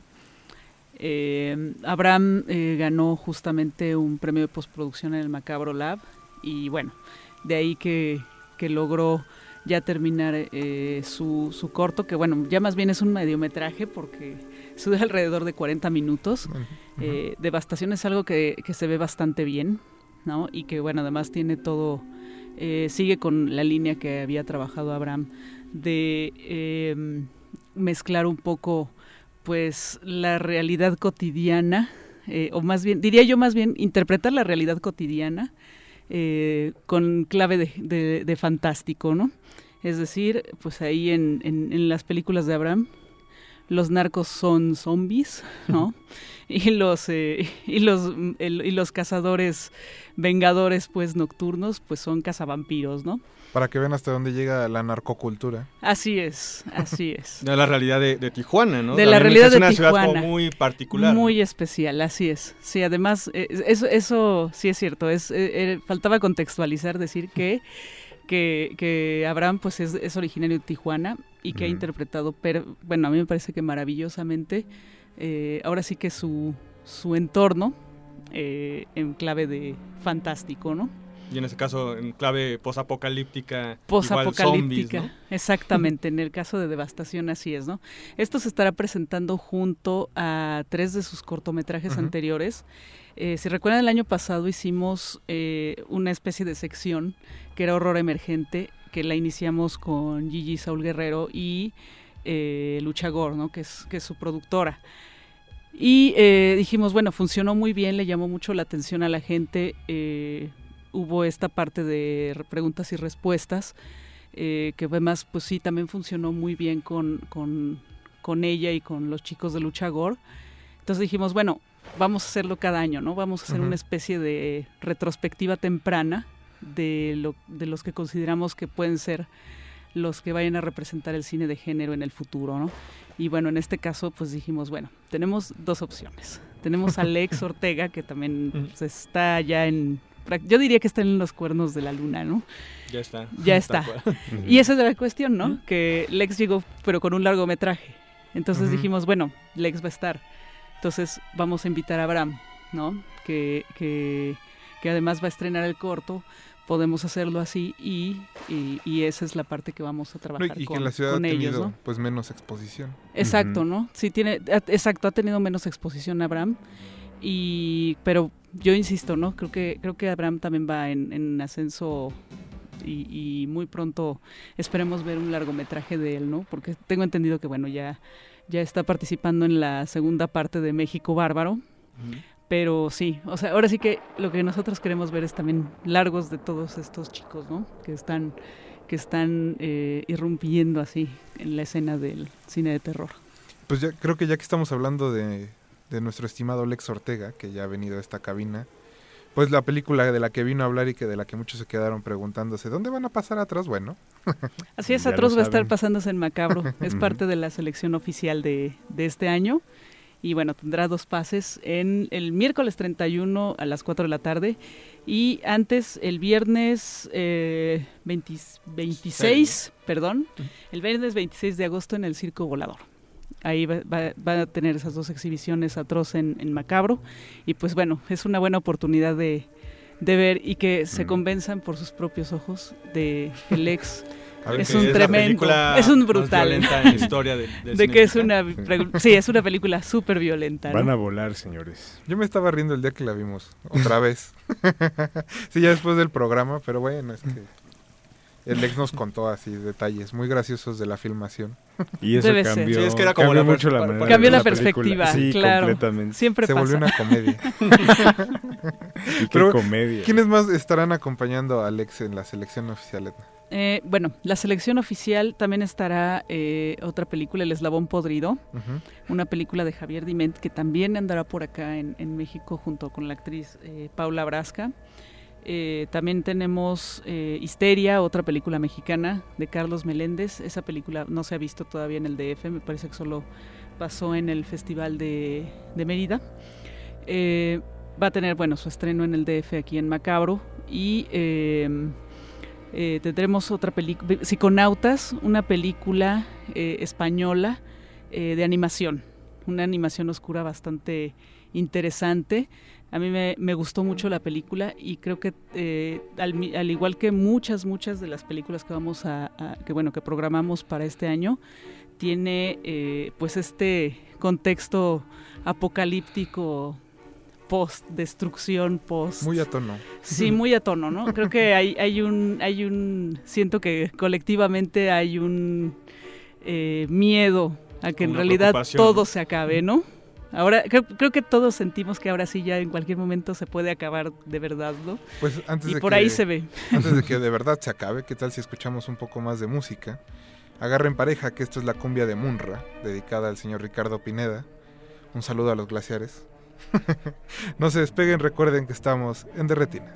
Eh, Abraham eh, ganó justamente un premio de postproducción en el Macabro Lab y bueno, de ahí que, que logró ya terminar eh, su, su corto, que bueno, ya más bien es un mediometraje porque dura alrededor de cuarenta minutos. Uh-huh. Eh, Devastación es algo que, que se ve bastante bien, ¿no? Y que bueno, además tiene todo... Eh, sigue con la línea que había trabajado Abraham de eh, mezclar un poco pues la realidad cotidiana eh, o más bien, diría yo más bien interpretar la realidad cotidiana eh, con clave de, de, de fantástico, ¿no? Es decir, pues ahí en, en, en las películas de Abraham los narcos son zombies, ¿no? y los eh, y los el, y los cazadores vengadores pues nocturnos pues son cazavampiros, ¿no? Para que vean hasta dónde llega la narcocultura. Así es, así es. De la realidad de, de Tijuana, ¿no? De También la realidad de Tijuana. Es una Tijuana. ciudad como muy particular. Muy ¿no? especial, así es. Sí, además, eh, eso, eso sí es cierto. Es, eh, eh, faltaba contextualizar, decir que que, que Abraham pues es, es originario de Tijuana y que uh-huh. ha interpretado, per, bueno, a mí me parece que maravillosamente, eh, ahora sí que su, su entorno eh, en clave de fantástico, ¿no? Y en ese caso, en clave posapocalíptica, posapocalíptica, igual zombies, ¿no? Exactamente, en el caso de Devastación así es, ¿no? Esto se estará presentando junto a tres de sus cortometrajes uh-huh. anteriores. Eh, si recuerdan, el año pasado hicimos eh, una especie de sección que era Horror Emergente, que la iniciamos con Gigi Saúl Guerrero y eh, Lucha Gore, ¿no? que, es, que es su productora. Y eh, dijimos, bueno, funcionó muy bien, le llamó mucho la atención a la gente, eh, hubo esta parte de preguntas y respuestas, eh, que además, pues sí, también funcionó muy bien con, con, con ella y con los chicos de Lucha Gore. Entonces dijimos, bueno, vamos a hacerlo cada año, ¿no? Vamos a hacer uh-huh. una especie de retrospectiva temprana de, lo, de los que consideramos que pueden ser los que vayan a representar el cine de género en el futuro, ¿no? Y bueno, en este caso, pues dijimos, bueno, tenemos dos opciones. Tenemos a Lex Ortega, que también pues, está ya en... Yo diría que está en los cuernos de la luna, ¿no? Ya está. Ya está. Y esa es la cuestión, ¿no? Uh-huh. Que Lex llegó, pero con un largometraje. Entonces uh-huh. dijimos, bueno, Lex va a estar. Entonces vamos a invitar a Abraham, ¿no? Que, que, que además va a estrenar el corto, podemos hacerlo así y, y, y esa es la parte que vamos a trabajar no, y con, que la ciudad con ha tenido, ellos, ¿no? Pues menos exposición. Exacto, Uh-huh. ¿no? Sí tiene, ha, exacto, ha tenido menos exposición Abraham, y pero yo insisto, ¿no? Creo que creo que Abraham también va en, en ascenso y, y muy pronto esperemos ver un largometraje de él, ¿no? Porque tengo entendido que bueno ya ya está participando en la segunda parte de México Bárbaro. Uh-huh. Pero sí, o sea, ahora sí que lo que nosotros queremos ver es también largos de todos estos chicos, ¿no? Que están, que están eh, irrumpiendo así en la escena del cine de terror. Pues ya creo que ya que estamos hablando de, de nuestro estimado Lex Ortega, que ya ha venido a esta cabina, pues la película de la que vino a hablar y que de la que muchos se quedaron preguntándose, ¿dónde van a pasar Atroz? Bueno. Así es, Atroz va a estar pasándose en Macabro, es parte de la selección oficial de, de este año. Y bueno, tendrá dos pases en el miércoles treinta y uno a las cuatro de la tarde y antes el viernes eh, veinte, veintiséis, sí. perdón, el viernes veintiséis de agosto en el Circo Volador. Ahí va, va, va a tener esas dos exhibiciones Atroz en, en Macabro y pues bueno, es una buena oportunidad de, de ver y que se convenzan por sus propios ojos de que Lex... Es un es tremendo, es un brutal. En la historia del, del de que es una, sí, es una película súper violenta. Van ¿no? a volar, señores. Yo me estaba riendo el día que la vimos, otra vez. Sí, ya después del programa, pero bueno, es que el ex nos contó así detalles muy graciosos de la filmación. Y eso Debe cambió, sí, es que era como cambió la mucho la manera cambió de la, la perspectiva, sí, claro. completamente. Siempre Se pasa. volvió una comedia. Y qué pero, comedia. ¿quiénes más estarán acompañando a Alex en la selección oficial, Edna? Eh, bueno, la selección oficial también estará eh, otra película, El Eslabón Podrido, uh-huh. una película de Javier Diment que también andará por acá en, en México junto con la actriz eh, Paula Brasca. Eh, también tenemos eh, Histeria, otra película mexicana de Carlos Meléndez. Esa película no se ha visto todavía en el D F, me parece que solo pasó en el Festival de, de Mérida. Eh, va a tener, bueno, su estreno en el D F aquí en Macabro y... Eh, Eh, tendremos otra película, Psiconautas, una película eh, española eh, de animación, una animación oscura bastante interesante. A mí me, me gustó mucho la película y creo que eh, al, al igual que muchas, muchas de las películas que vamos a, a que bueno, que programamos para este año, tiene eh, pues este contexto apocalíptico, post destrucción, post muy a tono. Sí, muy a tono, ¿no? Creo que hay hay un hay un siento que colectivamente hay un eh, miedo a que en realidad todo se acabe, ¿no? Ahora creo, creo que todos sentimos que ahora sí ya en cualquier momento se puede acabar de verdad, ¿no? Pues antes y de por que, ahí se ve. Antes de que de verdad se acabe, ¿qué tal si escuchamos un poco más de música? Agarren pareja, que esto es la cumbia de Munra, dedicada al señor Ricardo Pineda. Un saludo a los glaciares. No se despeguen, recuerden que estamos en De Retinas.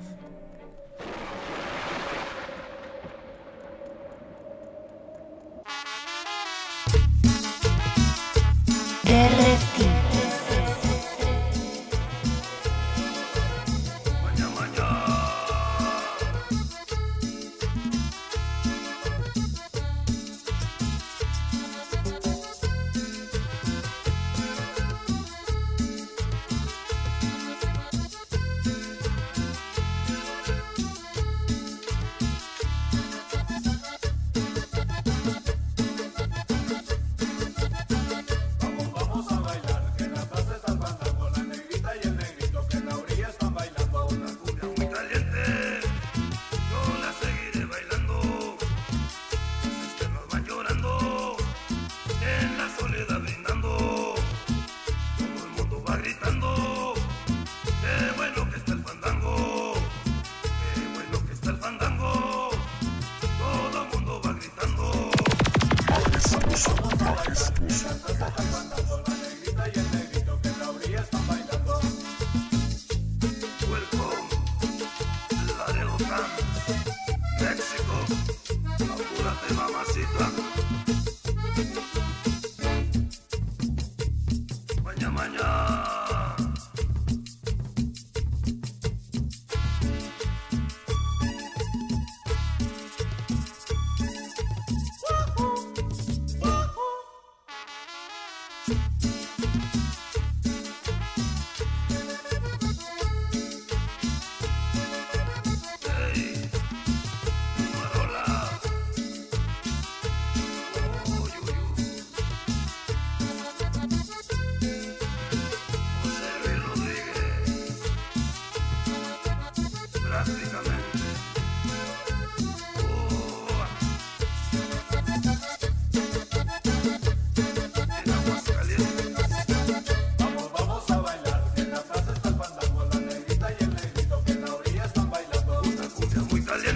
De Retinas.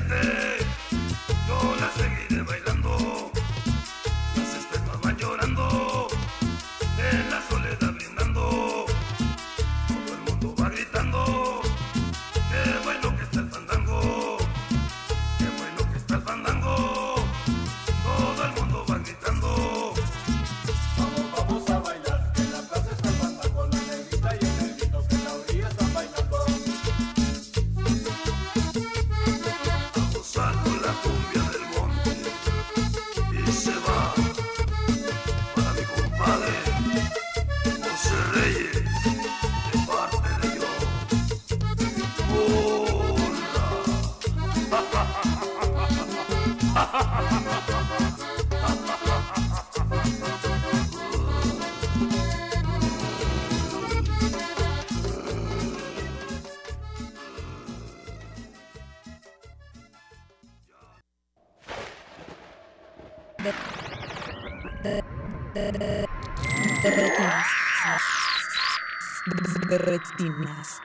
gente, yo la seguiré bailando. Las espermas van llorando, en la soledad brindando. Todo el mundo va gritando, qué bueno que está el fandango, qué bueno que está el fandango. Todo el mundo va gritando. Vamos, vamos a bailar, que en la plaza está el fandango, la negrita y el negrito que en la orilla están bailando. Vamos a con la cumbia del monte y se va para mi compadre José Reyes, de parte de yo. De retinas. De retinas.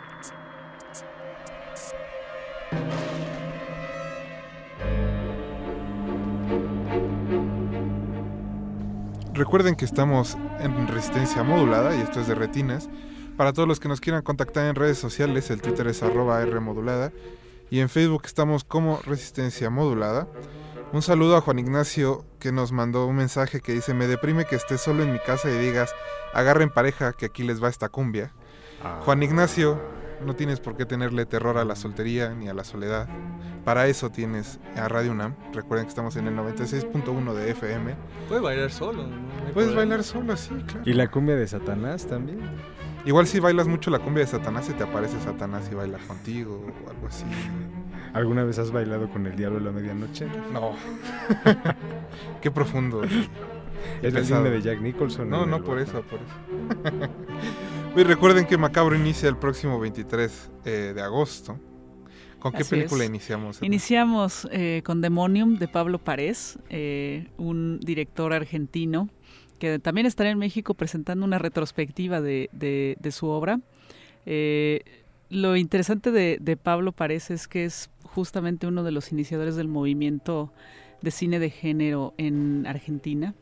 Recuerden que estamos en resistencia modulada y esto es de Retinas. Para todos los que nos quieran contactar en redes sociales, el Twitter es arroba Rmodulada y en Facebook estamos como Resistencia Modulada. Un saludo a Juan Ignacio que nos mandó un mensaje que dice: me deprime que estés solo en mi casa y digas agarren pareja que aquí les va esta cumbia. Ah. Juan Ignacio, no tienes por qué tenerle terror a la soltería ni a la soledad. Para eso tienes a Radio UNAM. Recuerden que estamos en el noventa y seis punto uno de F M. Puedes bailar solo, ¿no? No Puedes problema. bailar solo, sí, claro. ¿Y la cumbia de Satanás también? Igual si bailas mucho la cumbia de Satanás, se te aparece Satanás y baila contigo o algo así. ¿Alguna vez has bailado con el diablo a la medianoche? No. Qué profundo. ¿Es la cine de Jack Nicholson? No, no, por eso, por eso. Y recuerden que Macabro inicia el próximo veintitrés eh, de agosto. ¿Con qué Así película es. iniciamos? Edna? Iniciamos eh, con Demonium de Pablo Parés, eh, un director argentino que también estará en México presentando una retrospectiva de, de, de su obra. Eh, lo interesante de, de Pablo Parés es que es justamente uno de los iniciadores del movimiento de cine de género en Argentina.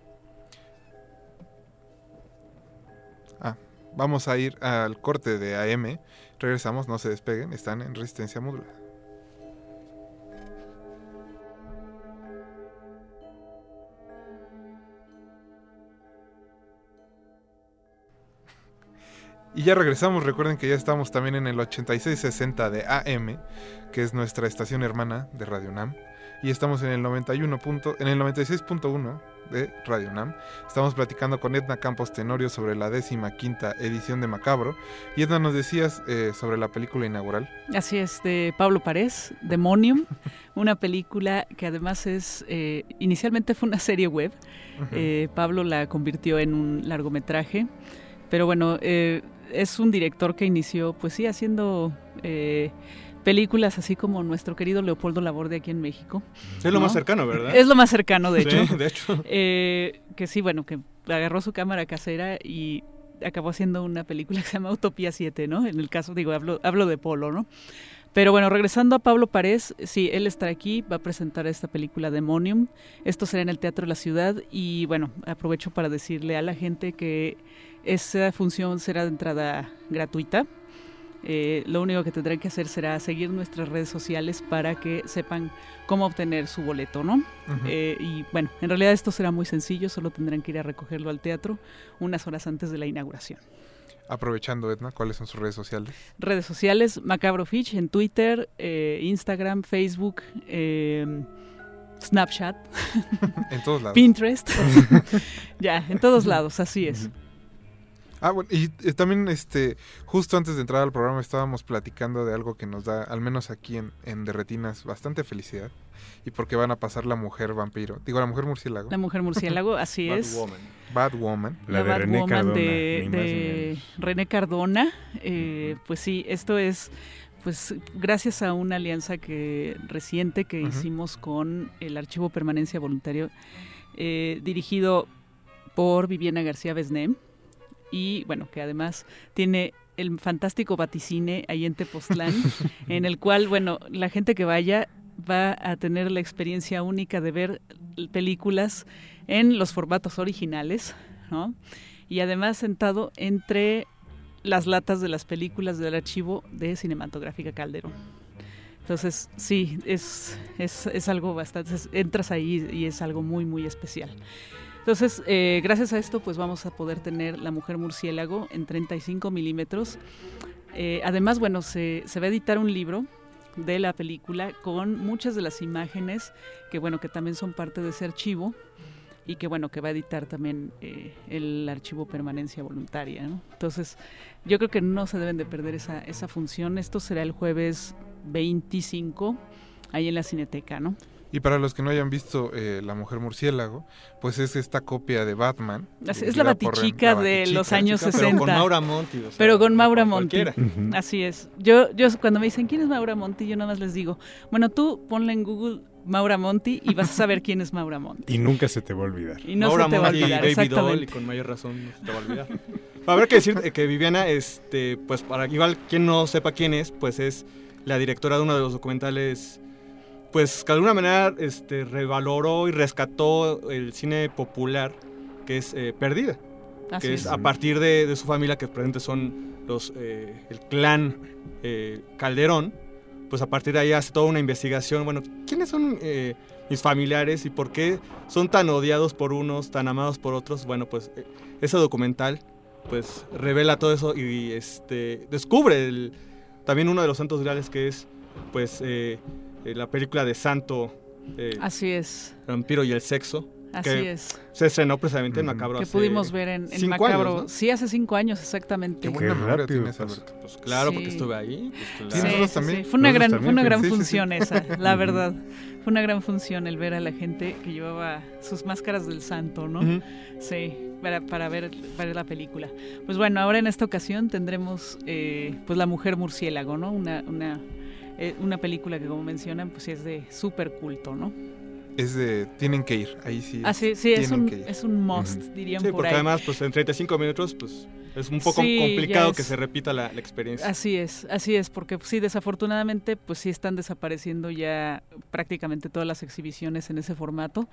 Ah, vamos a ir al corte de A M. Regresamos, no se despeguen, están en Resistencia Modulada. Y ya regresamos, recuerden que ya estamos también en el ochenta y seis sesenta de A M, que es nuestra estación hermana de Radio UNAM, y estamos en el noventa y uno punto, en el noventa y seis punto uno de Radio UNAM. Estamos platicando con Edna Campos Tenorio sobre la décima quinta edición de Macabro, y Edna, nos decías eh, sobre la película inaugural. Así es, de Pablo Parés, Demonium, una película que además es, eh, inicialmente fue una serie web, uh-huh. eh, Pablo la convirtió en un largometraje, pero bueno, eh, es un director que inició, pues sí, haciendo eh, películas así como nuestro querido Leopoldo Laborde aquí en México. Es ¿no? lo más cercano, ¿verdad? Es lo más cercano, de hecho. Sí, de hecho. Eh, que sí, bueno, que agarró su cámara casera y acabó haciendo una película que se llama Utopía siete, ¿no? En el caso, digo, hablo, hablo de Polo, ¿no? Pero bueno, regresando a Pablo Parés, sí, él estará aquí, va a presentar esta película Demonium. Esto será en el Teatro de la Ciudad y bueno, aprovecho para decirle a la gente que esa función será de entrada gratuita. Eh, lo único que tendrán que hacer será seguir nuestras redes sociales para que sepan cómo obtener su boleto, ¿no? Uh-huh. Eh, y bueno, en realidad esto será muy sencillo, solo tendrán que ir a recogerlo al teatro unas horas antes de la inauguración. Aprovechando, Edna, ¿cuáles son sus redes sociales? Redes sociales, Macabro Fitch en Twitter, eh, Instagram, Facebook, eh, Snapchat, en todos lados. Pinterest, ya, en todos lados, así es. Ah, bueno, y eh, también este, justo antes de entrar al programa estábamos platicando de algo que nos da, al menos aquí en, en De Retinas, bastante felicidad. Y porque van a pasar La Mujer Vampiro. Digo, La Mujer Murciélago. La Mujer Murciélago, así Bad es. Woman. Bad Woman. La, La de Bad René Woman Cardona, de, de René Cardona. Eh, pues sí, esto es pues gracias a una alianza que reciente que uh-huh. hicimos con el Archivo Permanencia Voluntario, eh, dirigido por Viviana García Besnem. Y bueno, que además tiene el fantástico Baticine ahí en Tepoztlán, en el cual, bueno, la gente que vaya va a tener la experiencia única de ver películas en los formatos originales, ¿no? Y además sentado entre las latas de las películas del archivo de Cinematográfica Calderón. Entonces, sí, es, es, es algo bastante, es, entras ahí y es algo muy, muy especial. Entonces, eh, gracias a esto, pues vamos a poder tener La Mujer Murciélago en treinta y cinco milímetros. Eh, además, bueno, se, se va a editar un libro de la película con muchas de las imágenes que, bueno, que también son parte de ese archivo y que, bueno, que va a editar también eh, el archivo Permanencia Voluntaria, ¿no? Entonces, yo creo que no se deben de perder esa, esa función. Esto será el jueves veinticinco, ahí en la Cineteca, ¿no? Y para los que no hayan visto eh, La Mujer Murciélago, pues es esta copia de Batman. Es, es la Batichica de Batichica, los años chica, sesenta. Pero con Maura Monti. O sea, pero con Maura Monti. Uh-huh. Así es. Yo, yo cuando me dicen, ¿quién es Maura Monti? Yo nada más les digo, bueno, tú ponle en Google Maura Monti y vas a saber quién es Maura Monti. Y nunca se te va a olvidar. Y no Maura se te Monti va a olvidar, y Baby exactamente. Doll, y con mayor razón no se te va a olvidar. Habrá que decir que Viviana, este, pues para igual quien no sepa quién es, pues es la directora de uno de los documentales, pues que de alguna manera este, revaloró y rescató el cine popular, que es eh, Perdida. Así que es. es a partir de, de su familia, que presente son los eh, el clan eh, Calderón, pues a partir de ahí hace toda una investigación, bueno, ¿quiénes son eh, mis familiares y por qué son tan odiados por unos, tan amados por otros? Bueno, pues eh, ese documental pues revela todo eso y este descubre el, también uno de los santos griales, que es pues eh, eh, la película de Santo eh, Así es. El vampiro y el sexo. Así que es. Se estrenó precisamente en Macabro. Que hace pudimos ver en, en cinco Macabro. años, ¿no? Sí, hace cinco años exactamente. Qué buena memoria tienes, Alberto. Pues claro, Sí. porque estuve ahí. Pues, Sí, claro. nosotros Sí, también. sí. Fue una Nosotros gran, también, fue una gran sí, sí, sí. función esa, la verdad. Fue una gran función el ver a la gente que llevaba sus máscaras del santo, ¿no? Ujú. Sí, para, para ver, para ver la película. Pues bueno, ahora en esta ocasión tendremos eh, pues La Mujer Murciélago, ¿no? Una, una, eh, una película que, como mencionan, pues es de súper culto, ¿no? Es de, tienen que ir, ahí sí. Ah, sí, sí, es tienen un, que ir. es un must, dirían Sí, por porque ahí. además pues en treinta y cinco minutos pues es un poco Sí, complicado ya que es- se repita la, la experiencia. Así es, así es, porque sí, desafortunadamente, pues sí están desapareciendo ya prácticamente todas las exhibiciones en ese formato.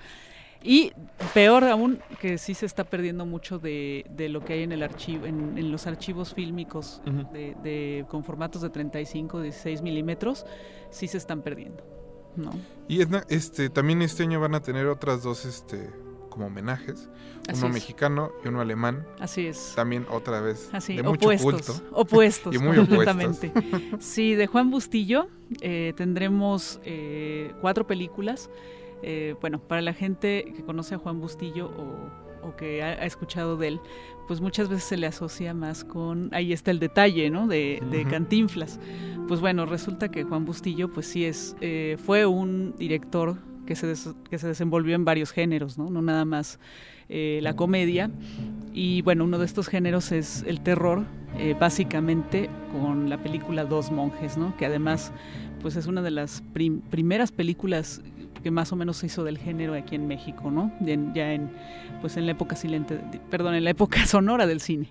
Y peor aún, que sí se está perdiendo mucho de, de lo que hay en el archivo, en, en los archivos fílmicos Ujú. de, de, con formatos de treinta y cinco, dieciséis milímetros, sí se están perdiendo, ¿no? Y Edna, este, también este año van a tener otras dos, este, como homenajes. Así Uno es. mexicano y uno alemán. Así es. También otra vez Así, de mucho opuestos, culto. opuestos, y muy completamente. opuestos. Sí, de Juan Bustillo eh, tendremos eh, cuatro películas. Eh, bueno, para la gente que conoce a Juan Bustillo o, o que ha, ha escuchado de él, pues muchas veces se le asocia más con, ahí está el detalle, ¿no? De, de Ujú. Cantinflas. Pues bueno, resulta que Juan Bustillo, pues sí es, eh, fue un director que se, des- que se desenvolvió en varios géneros, ¿no? No nada más eh, la comedia. Y bueno, uno de estos géneros es el terror, eh, básicamente con la película Dos monjes, ¿no? Que además pues es una de las prim- primeras películas que más o menos se hizo del género aquí en México, ¿no? En- ya en pues en la época silente, perdón, en la época sonora del cine.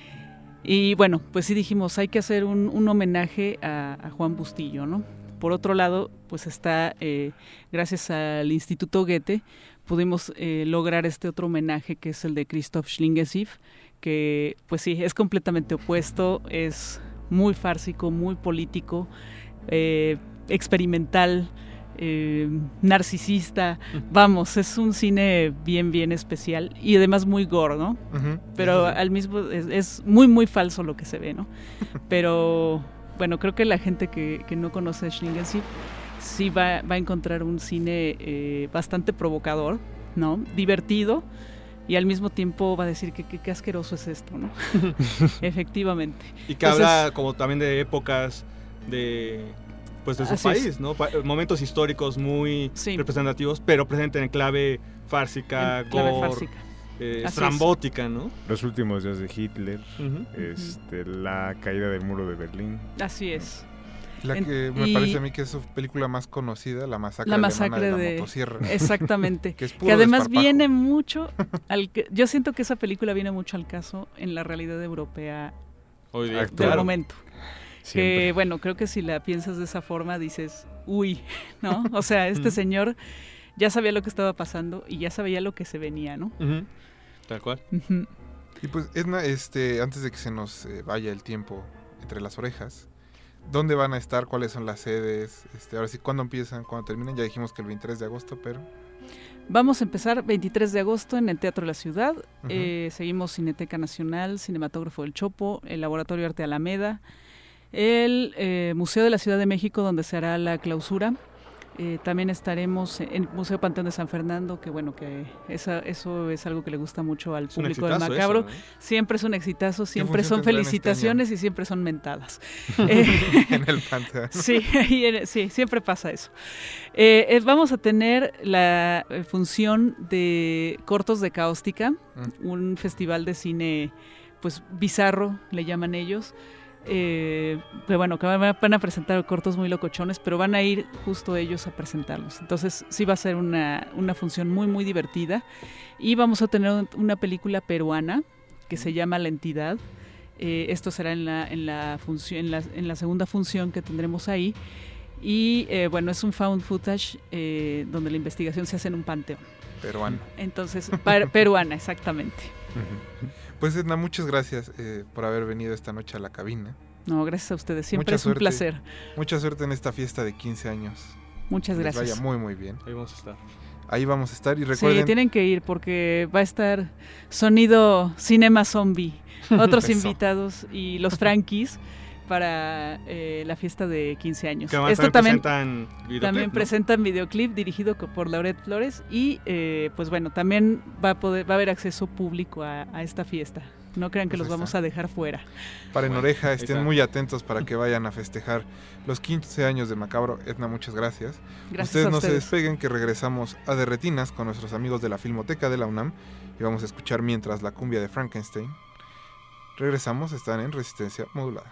Y bueno, pues sí dijimos, hay que hacer un, un homenaje a, a Juan Bustillo, ¿no? Por otro lado, pues está, eh, gracias al Instituto Goethe, pudimos eh, lograr este otro homenaje que es el de Christoph Schlingensief, que pues sí, es completamente opuesto, es muy fársico, muy político, eh, experimental, eh, narcisista, vamos, es un cine bien, bien especial y además muy gore, ¿no? Ujú. Pero Sí, sí, sí. al mismo, es, es muy, muy falso lo que se ve, ¿no? Pero bueno, creo que la gente que, que no conoce a Schlingensief sí va, va a encontrar un cine eh, bastante provocador, ¿no? Divertido. Y al mismo tiempo va a decir que qué asqueroso es esto, ¿no? Efectivamente. Y que Entonces, habla como también de épocas de pues de su Así es. país, ¿no? Pa- momentos históricos muy representativos, pero presente en clave fársica, En clave gore, fársica. eh, Así es. estrambótica, ¿no? Los últimos días de Hitler, Ujú. este, la caída del muro de Berlín. Así es. La En- que me y- parece a mí que es su película más conocida, La masacre, La alemana masacre de la de, motosierra. exactamente, que es que puro además desparpajo. viene mucho al que, yo siento que esa película viene mucho al caso en la realidad europea Hoy día. del Claro. momento. Que Siempre. bueno, creo que si la piensas de esa forma dices, uy, ¿no? O sea, este señor ya sabía lo que estaba pasando y ya sabía lo que se venía, ¿no? Uh-huh. Tal cual. Uh-huh. Y pues, Edna, este, antes de que se nos eh, vaya el tiempo entre las orejas, ¿dónde van a estar? ¿Cuáles son las sedes? Este, ahora sí, ¿cuándo empiezan? ¿Cuándo terminan? Ya dijimos que el veintitrés de agosto, pero... Vamos a empezar veintitrés de agosto en el Teatro de la Ciudad. Uh-huh. Eh, seguimos Cineteca Nacional, Cinematógrafo del Chopo, el Laboratorio Arte Alameda, el eh, Museo de la Ciudad de México, donde se hará la clausura. Eh, también estaremos en el Museo Panteón de San Fernando, que bueno, que esa, eso es algo que le gusta mucho al público del Macabro. Eso, ¿eh? Siempre es un exitazo, siempre son felicitaciones este y siempre son mentadas. En el Panteón. Sí, sí, siempre pasa eso. Eh, eh, vamos a tener la función de Cortos de Cáustica, mm. un festival de cine pues bizarro, le llaman ellos. Eh, pero bueno, que van a presentar cortos muy locochones, pero van a ir justo ellos a presentarlos. Entonces sí va a ser una, una función muy muy divertida. Y vamos a tener una película peruana que se llama La Entidad. Eh, esto será en la, en, la función, en, la, en la segunda función que tendremos ahí. Y eh, bueno, es un found footage eh, donde la investigación se hace en un panteón. Peruano. Entonces, per, peruana, exactamente. Pues Edna, muchas gracias eh, por haber venido esta noche a la cabina. No, gracias a ustedes, siempre mucha es suerte, un placer. Mucha suerte en esta fiesta de quince años. Muchas gracias. Les vaya muy muy bien. Ahí vamos a estar. Ahí vamos a estar y recuerden... Sí, tienen que ir porque va a estar Sonido Cinema Zombie, otros invitados y los Frankies para eh, la fiesta de quince años. Que Esto también presentan videoclip, también ¿no? presentan videoclip dirigido por Lauret Flores y eh, pues bueno, también va a poder va a haber acceso público a, a esta fiesta. No crean que pues los vamos a dejar fuera. Para en oreja, estén muy atentos para que vayan a festejar los quince años de Macabro. Edna, muchas gracias. Gracias ustedes a no ustedes. se despeguen, que regresamos a De Retinas con nuestros amigos de la Filmoteca de la UNAM y vamos a escuchar mientras la cumbia de Frankenstein. Regresamos, están en Resistencia Modulada.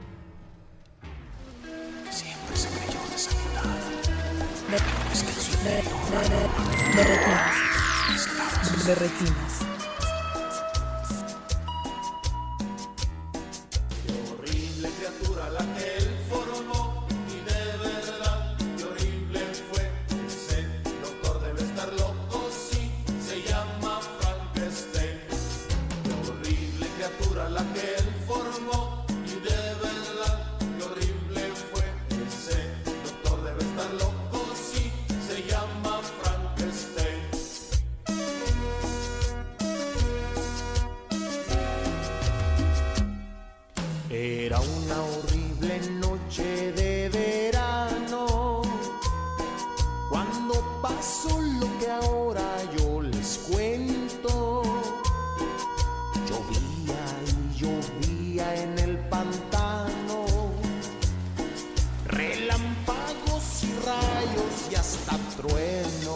Siempre se creyó deshabitada. De, de, de, de retinas. De retinas. Qué horrible criatura la que él formó, y de verdad, qué horrible fue. Ese doctor debe estar loco, sí, se llama Frankenstein. Qué horrible criatura la que él formó, y de verdad, qué horrible fue. Ese doctor debe estar loco, sí, se llama Frankenstein. Era una horrible noche de verano cuando pasó lo que ahora yo les cuento. Llovía y llovía en el pantano, relámpagos y rayos y hasta trueno.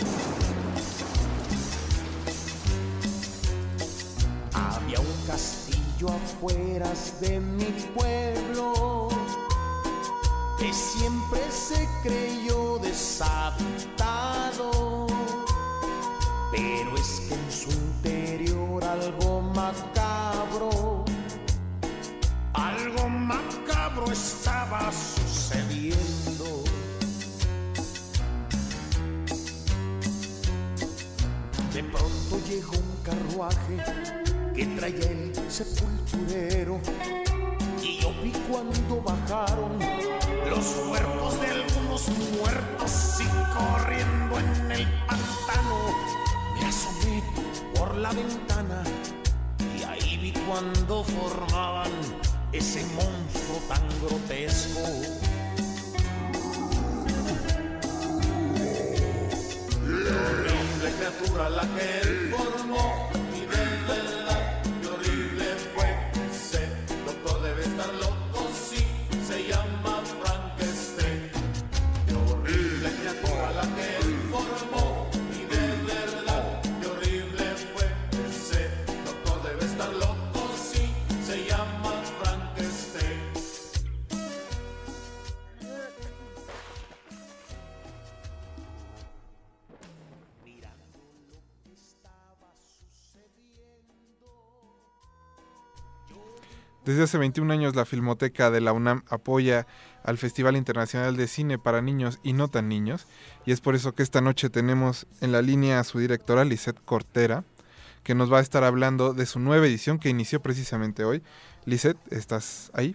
Había un castillo afuera de mi pueblo que siempre se creyó deshabitado, pero es que en su interior algo macabro, algo macabro estaba sucediendo. De pronto llegó un carruaje que traía el sepulturero, y yo vi cuando bajaron los cuerpos de algunos muertos y corriendo en el pantano me asomé por la ventana y ahí vi cuando formaban ese monstruo tan grotesco. La horrible criatura la que él formó, y de verdad qué horrible fue. Ese doctor debe estar loco, sí, se llama Frankenstein. Qué horrible criatura la que él formó, y de verdad qué horrible fue. Ese doctor debe estar loco, sí, se llama Frankenstein. Mirando lo que estaba Desde hace veintiún años la Filmoteca de la UNAM apoya al Festival Internacional de Cine para Niños y No Tan Niños, y es por eso que esta noche tenemos en la línea a su directora, Lisette Cortera, que nos va a estar hablando de su nueva edición que inició precisamente hoy. Lisette, ¿estás ahí?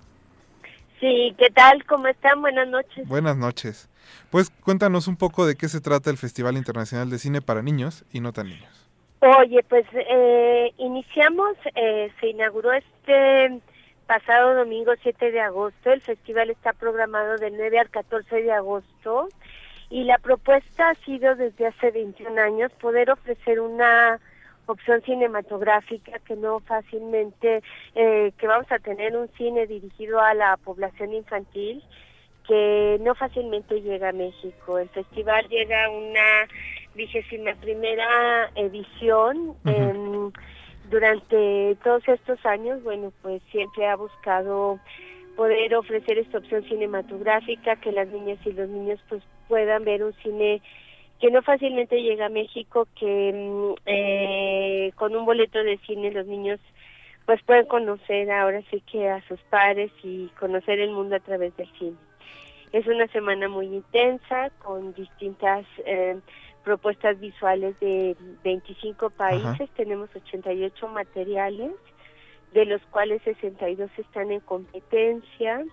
Sí, ¿qué tal? ¿Cómo están? Buenas noches. Buenas noches. Pues cuéntanos un poco de qué se trata el Festival Internacional de Cine para Niños y No Tan Niños. Oye, pues eh, iniciamos, eh, se inauguró este pasado domingo siete de agosto, el festival está programado del nueve al catorce de agosto y la propuesta ha sido desde hace veintiún años poder ofrecer una opción cinematográfica que no fácilmente, eh, que vamos a tener un cine dirigido a la población infantil que no fácilmente llega a México. El festival llega a una vigésima primera edición. Uh-huh. eh, durante todos estos años, bueno, pues siempre ha buscado poder ofrecer esta opción cinematográfica, que las niñas y los niños pues puedan ver un cine que no fácilmente llega a México, que eh, con un boleto de cine los niños pues pueden conocer ahora sí que a sus pares y conocer el mundo a través del cine. Es una semana muy intensa, con distintas eh, propuestas visuales de veinticinco países. Ajá. Tenemos ochenta y ocho materiales, de los cuales sesenta y dos están en competencia.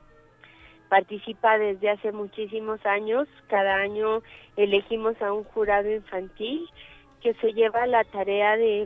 Participa desde hace muchísimos años. Cada año elegimos a un jurado infantil que se lleva la tarea de,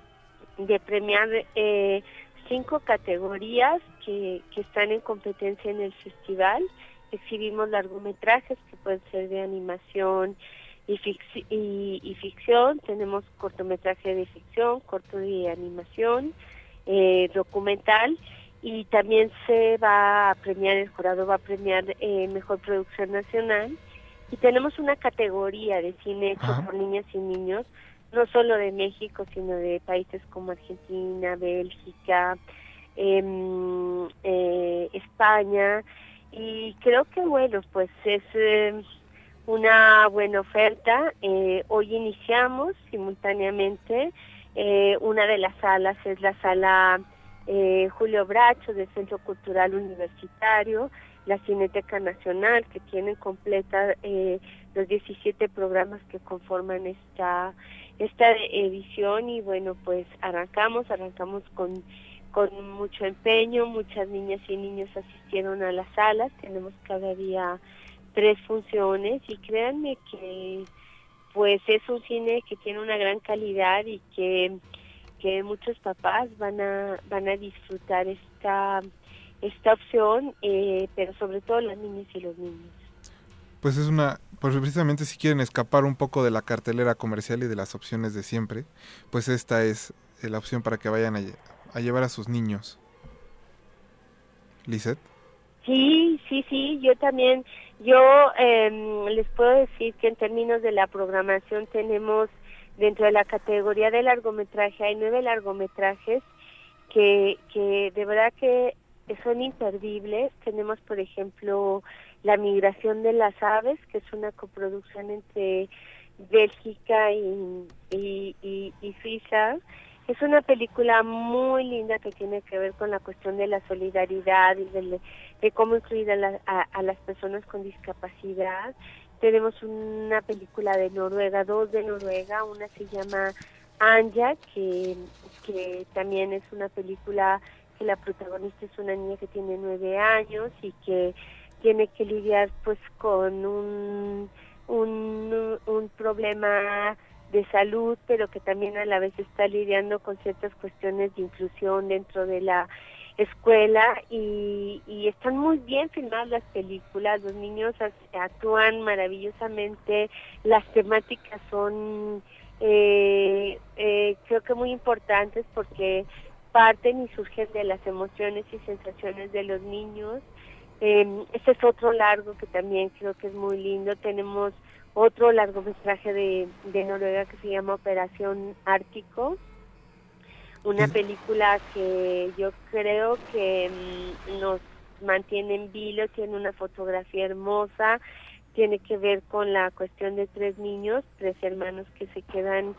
de premiar eh, cinco categorías que, que están en competencia en el festival. Exhibimos largometrajes que pueden ser de animación y, fic- y, y ficción. Tenemos cortometraje de ficción, corto de animación, eh, documental, y también se va a premiar, el jurado va a premiar eh, mejor producción nacional. Y tenemos una categoría de cine hecho Ajá. por niñas y niños, no solo de México, sino de países como Argentina, Bélgica, eh, eh, España. Y creo que, bueno, pues es eh, una buena oferta. Eh, hoy iniciamos simultáneamente. Eh, una de las salas es la sala eh, Julio Bracho del Centro Cultural Universitario, la Cineteca Nacional, que tienen completa eh, los diecisiete programas que conforman esta, esta edición. Y bueno, pues arrancamos, arrancamos con... con mucho empeño. Muchas niñas y niños asistieron a las salas, tenemos cada día tres funciones y créanme que pues es un cine que tiene una gran calidad y que, que muchos papás van a van a disfrutar esta esta opción, eh, pero sobre todo las niñas y los niños. Pues es una, pues precisamente si quieren escapar un poco de la cartelera comercial y de las opciones de siempre, pues esta es la opción para que vayan a a llevar a sus niños. ¿Lisette? Sí, sí, sí, yo también, yo eh, les puedo decir que en términos de la programación tenemos dentro de la categoría de largometraje, hay nueve largometrajes que, que de verdad que son imperdibles. Tenemos, por ejemplo, La migración de las aves, que es una coproducción entre Bélgica y, y, y, y Suiza. Es una película muy linda que tiene que ver con la cuestión de la solidaridad y de, de cómo incluir a, la, a, a las personas con discapacidad. Tenemos una película de Noruega, dos de Noruega, una se llama Anja, que, que también es una película que la protagonista es una niña que tiene nueve años y que tiene que lidiar pues con un, un, un problema de salud, pero que también a la vez está lidiando con ciertas cuestiones de inclusión dentro de la escuela y, y están muy bien filmadas las películas, los niños actúan maravillosamente, las temáticas son eh, eh, creo que muy importantes porque parten y surgen de las emociones y sensaciones de los niños. Eh, este es otro largo que también creo que es muy lindo. Tenemos otro largometraje de, de Noruega que se llama Operación Ártico, una película que yo creo que mmm, nos mantiene en vilo, tiene una fotografía hermosa, tiene que ver con la cuestión de tres niños, tres hermanos que se quedan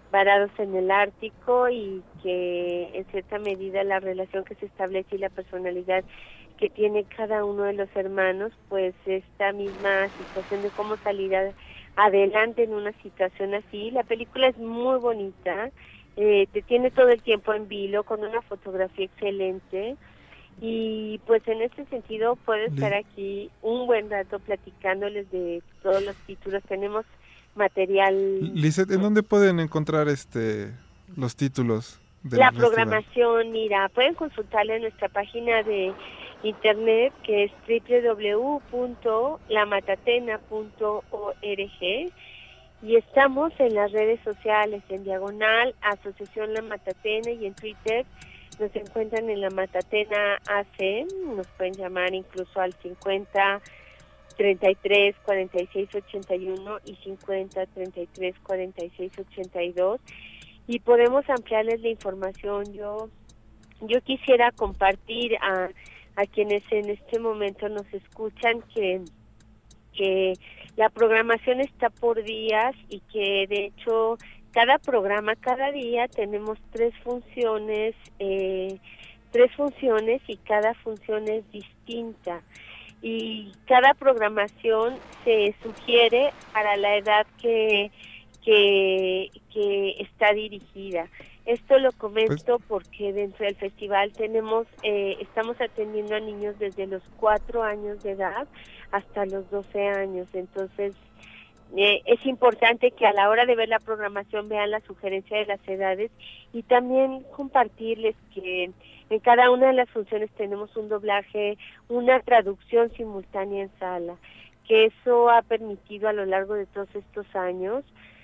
varados en el Ártico, y que en cierta medida la relación que se establece y la personalidad que tiene cada uno de los hermanos, pues esta misma situación de cómo salir a, adelante en una situación así. La película es muy bonita, eh, te tiene todo el tiempo en vilo, con una fotografía excelente, y pues en ese sentido puedo estar aquí un buen rato platicándoles de todos los títulos. Tenemos material. Lisette, ¿en dónde pueden encontrar este los títulos del La festival? programación, mira, pueden consultarla en nuestra página de internet, que es doble u doble u doble u punto la matatena punto org, y estamos en las redes sociales, en diagonal Asociación La Matatena, y en Twitter nos encuentran en La Matatena A C. Nos pueden llamar incluso al cincuenta treinta y tres cuarenta y seis ochenta y uno y cincuenta treinta y tres cuarenta y seis ochenta y dos, y podemos ampliarles la información. Yo yo quisiera compartir a, a quienes en este momento nos escuchan que que la programación está por días, y que de hecho cada programa, cada día tenemos tres funciones, eh, tres funciones y cada función es distinta. Y cada programación se sugiere para la edad que, que, que está dirigida. Esto lo comento porque dentro del festival tenemos, eh, estamos atendiendo a niños desde los cuatro años de edad hasta los doce años. Entonces, eh, es importante que a la hora de ver la programación vean la sugerencia de las edades, y también compartirles que en cada una de las funciones tenemos un doblaje, una traducción simultánea en sala, que eso ha permitido a lo largo de todos estos años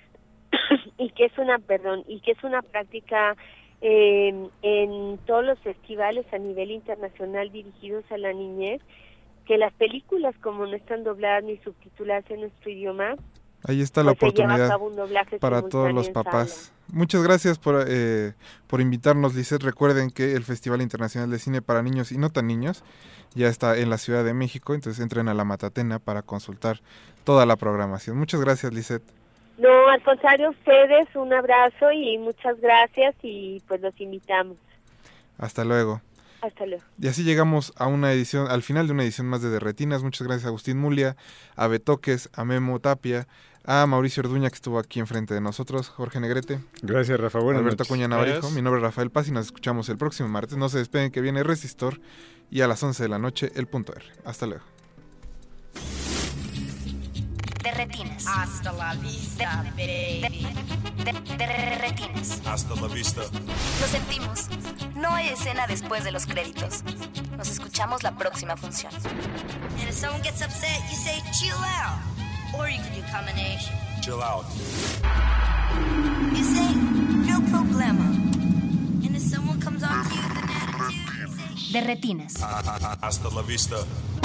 y que es una, perdón, y que es una práctica eh, en todos los festivales a nivel internacional dirigidos a la niñez, que las películas, como no están dobladas ni subtituladas en nuestro idioma, ahí está la pues se lleva a oportunidad cabo un doblaje para todos simultáneo los en papás. sala. Muchas gracias por, eh, por invitarnos, Lisette. Recuerden que el Festival Internacional de Cine para Niños y No Tan Niños ya está en la Ciudad de México, entonces entren a La Matatena para consultar toda la programación. Muchas gracias, Lisette. No, al contrario, ustedes, un abrazo y muchas gracias, y pues los invitamos. Hasta luego. Hasta luego. Y así llegamos a una edición, al final de una edición más de De Retinas. Muchas gracias a Agustín Mulia, a Betoques, a Memo Tapia, a Mauricio Orduña, que estuvo aquí enfrente de nosotros, Jorge Negrete. Gracias, Rafa. Buenas Alberto noches. Acuña Navarijo. Gracias. Mi nombre es Rafael Paz y nos escuchamos el próximo martes. No se despeguen, que viene Resistor, y a las once de la noche el Punto R. Hasta luego. De Retinas. Hasta la vista, baby. De, de, de Retinas. Hasta la vista. Lo sentimos. No hay escena después de los créditos. Nos escuchamos la próxima función. And if someone gets upset, you say chill out. Or you can do combination. Chill out. You say no problema. And if someone comes on to you with an attitude, you say De Retinas. Hasta la vista.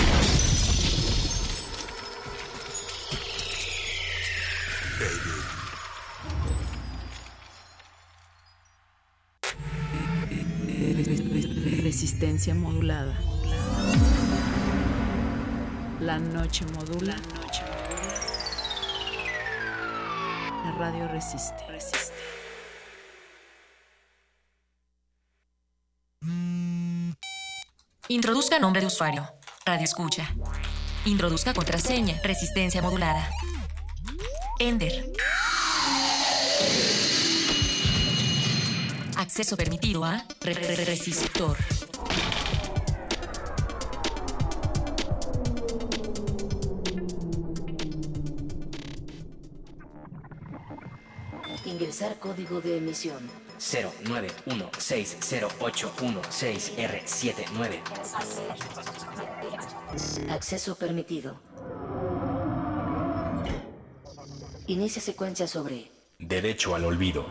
Resistencia modulada. La noche modula. La noche modula. La radio resiste. Resiste. Introduzca nombre de usuario. Radio escucha. Introduzca contraseña. Resistencia modulada. Ender. Acceso permitido a re re re resistor. Ingresar código de emisión. cero nueve uno seis cero ocho uno seis R siete nueve. Acceso permitido. Inicia secuencia sobre Derecho al olvido.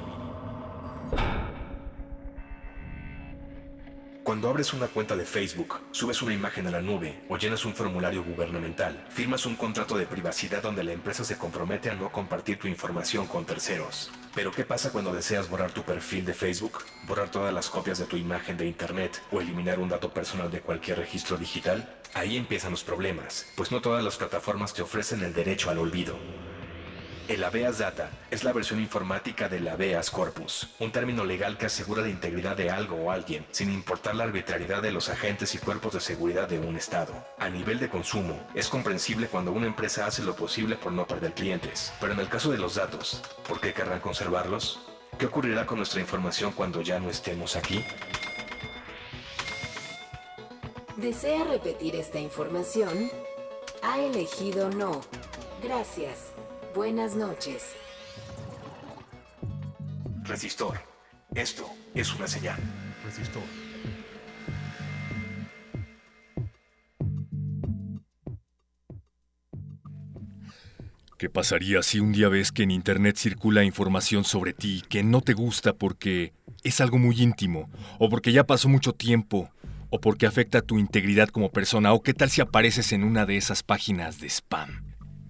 Cuando abres una cuenta de Facebook, subes una imagen a la nube o llenas un formulario gubernamental, firmas un contrato de privacidad donde la empresa se compromete a no compartir tu información con terceros. Pero ¿qué pasa cuando deseas borrar tu perfil de Facebook, borrar todas las copias de tu imagen de internet o eliminar un dato personal de cualquier registro digital? Ahí empiezan los problemas, pues no todas las plataformas te ofrecen el derecho al olvido. El habeas data es la versión informática del habeas corpus, un término legal que asegura la integridad de algo o alguien, sin importar la arbitrariedad de los agentes y cuerpos de seguridad de un estado. A nivel de consumo, es comprensible cuando una empresa hace lo posible por no perder clientes, pero en el caso de los datos, ¿por qué querrán conservarlos? ¿Qué ocurrirá con nuestra información cuando ya no estemos aquí? ¿Desea repetir esta información? Ha elegido no. Gracias. Buenas noches. Resistor. Esto es una señal. Resistor. ¿Qué pasaría si un día ves que en internet circula información sobre ti que no te gusta porque es algo muy íntimo, o porque ya pasó mucho tiempo, o porque afecta tu integridad como persona, o qué tal si apareces en una de esas páginas de spam?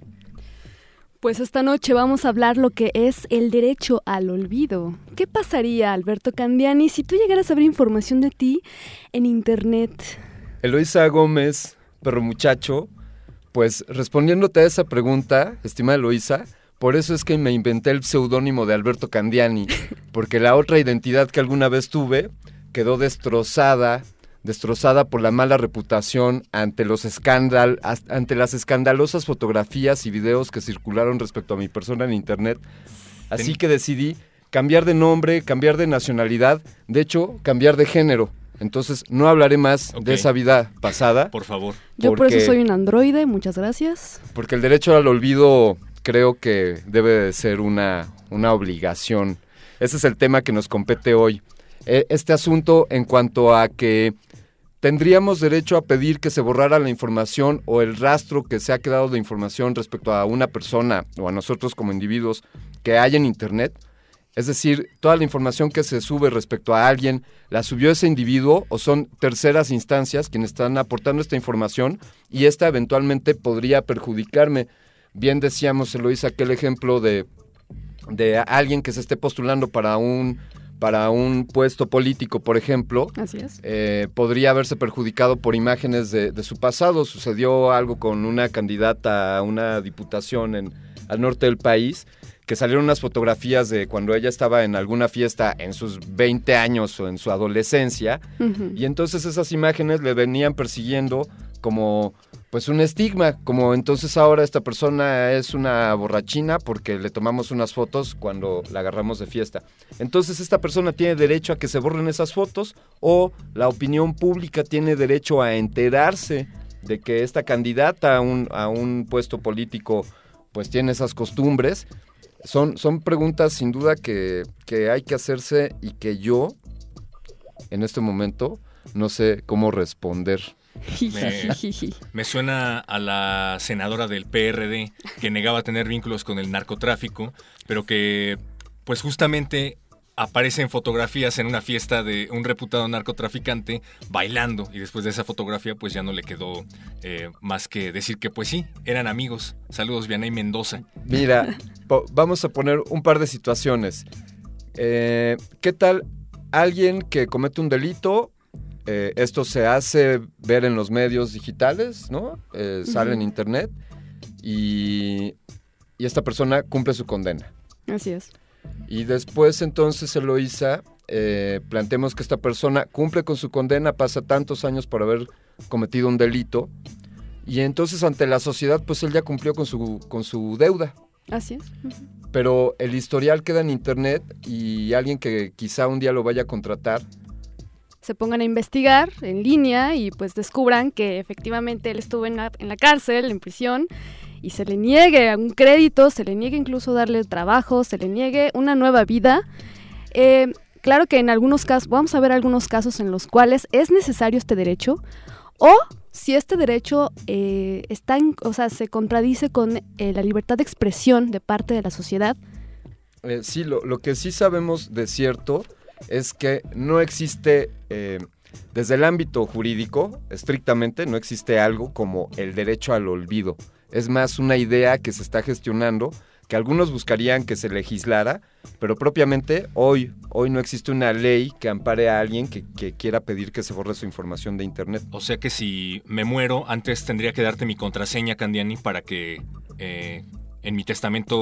Pues esta noche vamos a hablar lo que es el derecho al olvido. ¿Qué pasaría, Alberto Candiani, si tú llegaras a ver información de ti en internet? Eloísa Gómez, perro muchacho, pues respondiéndote a esa pregunta, estimada Eloísa, por eso es que me inventé el seudónimo de Alberto Candiani, porque la otra identidad que alguna vez tuve quedó destrozada, destrozada por la mala reputación ante los escándal, ante las escandalosas fotografías y videos que circularon respecto a mi persona en internet. Así que decidí cambiar de nombre, cambiar de nacionalidad, de hecho, cambiar de género. Entonces, no hablaré más okay. de esa vida pasada. Por favor. Yo porque, por eso soy un androide, muchas gracias. Porque el derecho al olvido creo que debe de ser una, una obligación. Ese es el tema que nos compete hoy. Este asunto en cuanto a que tendríamos derecho a pedir que se borrara la información o el rastro que se ha quedado de información respecto a una persona o a nosotros como individuos que hay en internet. Es decir, toda la información que se sube respecto a alguien, ¿la subió ese individuo o son terceras instancias quienes están aportando esta información y esta eventualmente podría perjudicarme? Bien decíamos, Eloísa, aquel ejemplo de, de alguien que se esté postulando para un... para un puesto político, por ejemplo, así es. Eh, podría haberse perjudicado por imágenes de, de su pasado. Sucedió algo con una candidata a una diputación en, al norte del país, que salieron unas fotografías de cuando ella estaba en alguna fiesta en sus veinte años o en su adolescencia, uh-huh. y entonces esas imágenes le venían persiguiendo como pues un estigma, como entonces ahora esta persona es una borrachina porque le tomamos unas fotos cuando la agarramos de fiesta. Entonces esta persona tiene derecho a que se borren esas fotos o la opinión pública tiene derecho a enterarse de que esta candidata a un, a un puesto político pues tiene esas costumbres. Son, son preguntas sin duda que, que hay que hacerse y que yo en este momento no sé cómo responder. Me, me suena a la senadora del P R D que negaba tener vínculos con el narcotráfico, pero que pues justamente aparece en fotografías en una fiesta de un reputado narcotraficante bailando, y después de esa fotografía pues ya no le quedó eh, más que decir que pues sí, eran amigos. Saludos, Vianey Mendoza. Mira, po- vamos a poner un par de situaciones. Eh, ¿Qué tal alguien que comete un delito? Eh, esto se hace ver en los medios digitales, ¿no? Eh, sale uh-huh. en internet y, y esta persona cumple su condena. Así es. Y después entonces, Eloísa, eh, planteemos que esta persona cumple con su condena, pasa tantos años por haber cometido un delito y entonces ante la sociedad pues él ya cumplió con su, con su deuda. Así es. Uh-huh. Pero el historial queda en internet y alguien que quizá un día lo vaya a contratar se pongan a investigar en línea y pues descubran que efectivamente él estuvo en la, en la cárcel, en prisión, y se le niegue un crédito, se le niegue incluso darle trabajo, se le niegue una nueva vida. Eh, claro que en algunos casos, vamos a ver algunos casos en los cuales es necesario este derecho, o si este derecho eh, está en, o sea, se contradice con eh, la libertad de expresión de parte de la sociedad. Eh, sí, lo, lo que sí sabemos de cierto es que no existe, eh, desde el ámbito jurídico, estrictamente, no existe algo como el derecho al olvido. Es más una idea que se está gestionando, que algunos buscarían que se legislara, pero propiamente hoy, hoy no existe una ley que ampare a alguien que, que quiera pedir que se borre su información de internet. O sea que si me muero, antes tendría que darte mi contraseña, Candiani, para que eh, en mi testamento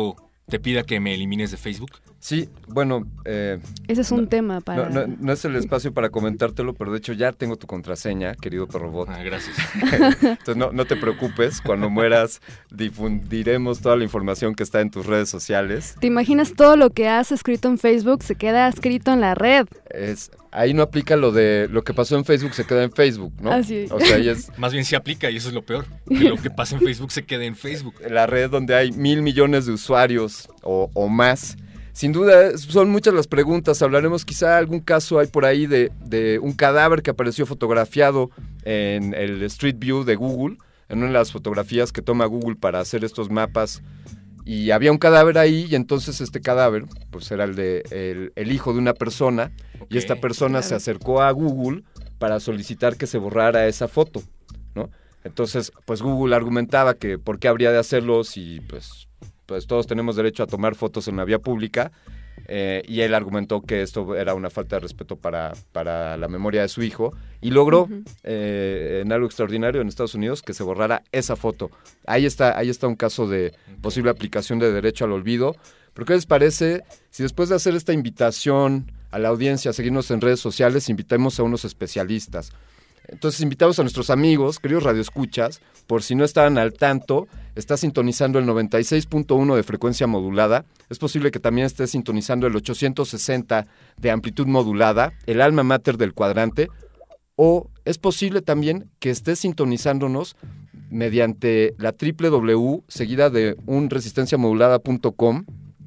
te pida que me elimines de Facebook? Sí, bueno... Eh, Ese es un no, tema para... No, no, no es el espacio para comentártelo, pero de hecho ya tengo tu contraseña, querido perrobot. Ah, gracias. Entonces no, no te preocupes, cuando mueras difundiremos toda la información que está en tus redes sociales. ¿Te imaginas todo lo que has escrito en Facebook se queda escrito en la red? Es, ahí no aplica lo de lo que pasó en Facebook se queda en Facebook, ¿no? Así. O sea, ahí es... Más bien sí aplica y eso es lo peor, que lo que pasa en Facebook se quede en Facebook. La red donde hay mil millones de usuarios o, o más. Sin duda, son muchas las preguntas. Hablaremos quizá algún caso hay por ahí de, de un cadáver que apareció fotografiado en el Street View de Google, en una de las fotografías que toma Google para hacer estos mapas. Y había un cadáver ahí y entonces este cadáver pues era el, de, el, el hijo de una persona. Okay. Y esta persona claro. se acercó a Google para solicitar que se borrara esa foto, ¿no? Entonces, pues Google argumentaba que por qué habría de hacerlo si pues... pues todos tenemos derecho a tomar fotos en la vía pública, eh, y él argumentó que esto era una falta de respeto para, para la memoria de su hijo, y logró, uh-huh. eh, en algo extraordinario en Estados Unidos, que se borrara esa foto. Ahí está, ahí está un caso de posible aplicación de derecho al olvido. ¿Pero qué les parece si después de hacer esta invitación a la audiencia a seguirnos en redes sociales, invitamos a unos especialistas? Entonces invitamos a nuestros amigos, queridos radioescuchas, por si no estaban al tanto, está sintonizando el noventa y seis punto uno de frecuencia modulada, es posible que también esté sintonizando el ochocientos sesenta de amplitud modulada, el alma mater del cuadrante, o es posible también que esté sintonizándonos mediante la doble u doble u doble u seguida de un resistencia modulada punto com,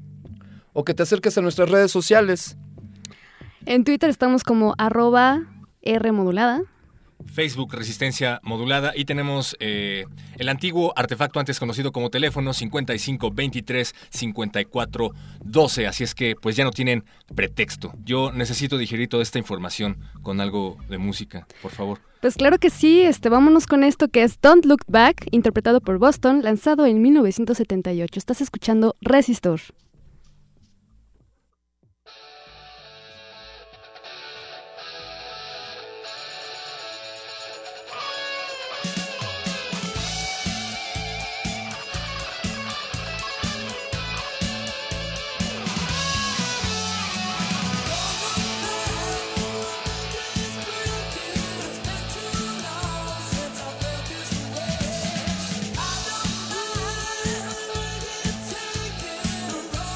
o que te acerques a nuestras redes sociales. En Twitter estamos como arroba Rmodulada. Facebook Resistencia Modulada y tenemos eh, el antiguo artefacto antes conocido como teléfono cincuenta y cinco veintitrés cincuenta y cuatro doce, así es que pues ya no tienen pretexto. Yo necesito digerir toda esta información con algo de música, por favor. Pues claro que sí, este, vámonos con esto que es Don't Look Back, interpretado por Boston, lanzado en mil novecientos setenta y ocho. Estás escuchando Resistor. Take it around.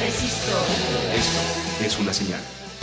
Resistor. Esto es una señal.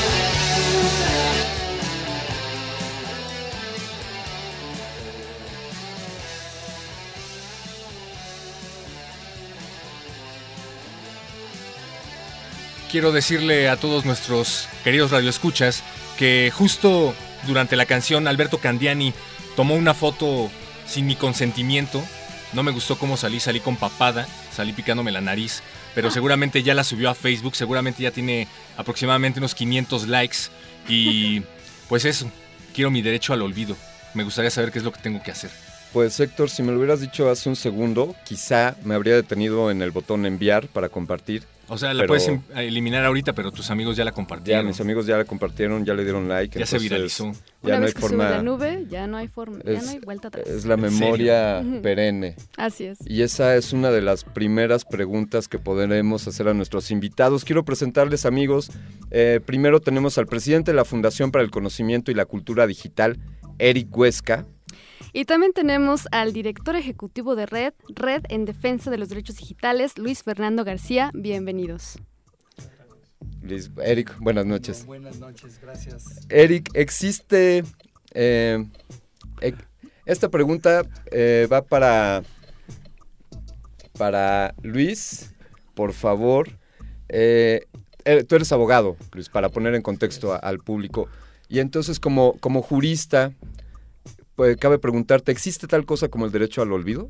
Quiero decirle a todos nuestros queridos radioescuchas que justo durante la canción Alberto Candiani tomó una foto sin mi consentimiento. No me gustó cómo salí, salí con papada, salí picándome la nariz, pero seguramente ya la subió a Facebook, seguramente ya tiene aproximadamente unos quinientos likes y pues eso, quiero mi derecho al olvido. Me gustaría saber qué es lo que tengo que hacer. Pues Héctor, si me lo hubieras dicho hace un segundo, quizá me habría detenido en el botón enviar para compartir. O sea, la pero puedes eliminar ahorita, pero tus amigos ya la compartieron. Ya, mis amigos ya la compartieron, ya le dieron like. Ya se viralizó. Ya Una no vez hay que forma. sube la nube, ya no hay forma, es, ya no hay vuelta atrás. Es la memoria perenne. Así es. Y esa es una de las primeras preguntas que podremos hacer a nuestros invitados. Quiero presentarles, amigos. Eh, primero tenemos al presidente de la Fundación para el Conocimiento y la Cultura Digital, Eric Huesca. Y también tenemos al director ejecutivo de Red, Red en Defensa de los Derechos Digitales, Luis Fernando García. Bienvenidos. Luis, Eric, buenas noches. Buenas noches, gracias. Eric, existe... Eh, eh, esta pregunta eh, va para, para Luis, por favor. Eh, eh, tú eres abogado, Luis, para poner en contexto a, al público. Y entonces, como, como jurista, pues, cabe preguntarte, ¿existe tal cosa como el derecho al olvido?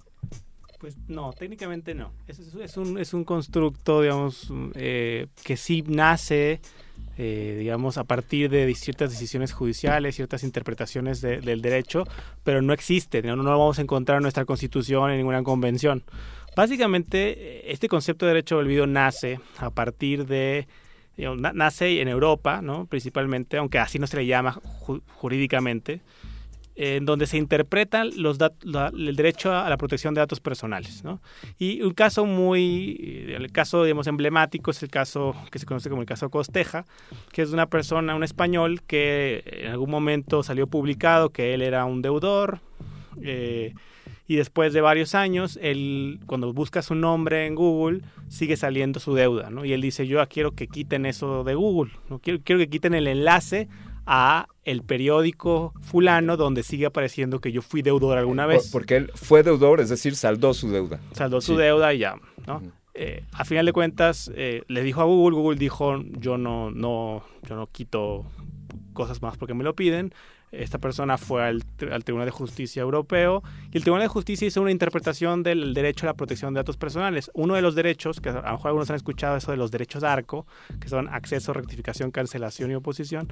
Pues no, técnicamente no. Es, es, es, un, es un constructo, digamos, eh, que sí nace, eh, digamos, a partir de ciertas decisiones judiciales, ciertas interpretaciones de, del derecho, pero no existe, no, no lo vamos a encontrar en nuestra Constitución, en ninguna convención. Básicamente, este concepto de derecho al olvido nace a partir de... Digamos, na, nace en Europa, ¿no? Principalmente, aunque así no se le llama ju, jurídicamente, en donde se interpretan los dat- la, el derecho a la protección de datos personales, ¿no? Y un caso muy, el caso digamos emblemático es el caso que se conoce como el caso Costeja, que es de una persona, un español que en algún momento salió publicado que él era un deudor, eh, y después de varios años, él, cuando busca su nombre en Google, sigue saliendo su deuda, ¿no? Y él dice, yo quiero que quiten eso de Google, ¿no? quiero, quiero que quiten el enlace a el periódico fulano donde sigue apareciendo que yo fui deudor alguna vez. Porque él fue deudor, es decir, saldó su deuda. Saldó su sí. deuda y ya, ¿no? Uh-huh. Eh, a final de cuentas, eh, le dijo a Google, Google dijo, yo no, no, yo no quito cosas más porque me lo piden. Esta persona fue al, al Tribunal de Justicia Europeo y el Tribunal de Justicia hizo una interpretación del derecho a la protección de datos personales. Uno de los derechos, que a lo mejor algunos han escuchado eso de los derechos ARCO, que son acceso, rectificación, cancelación y oposición.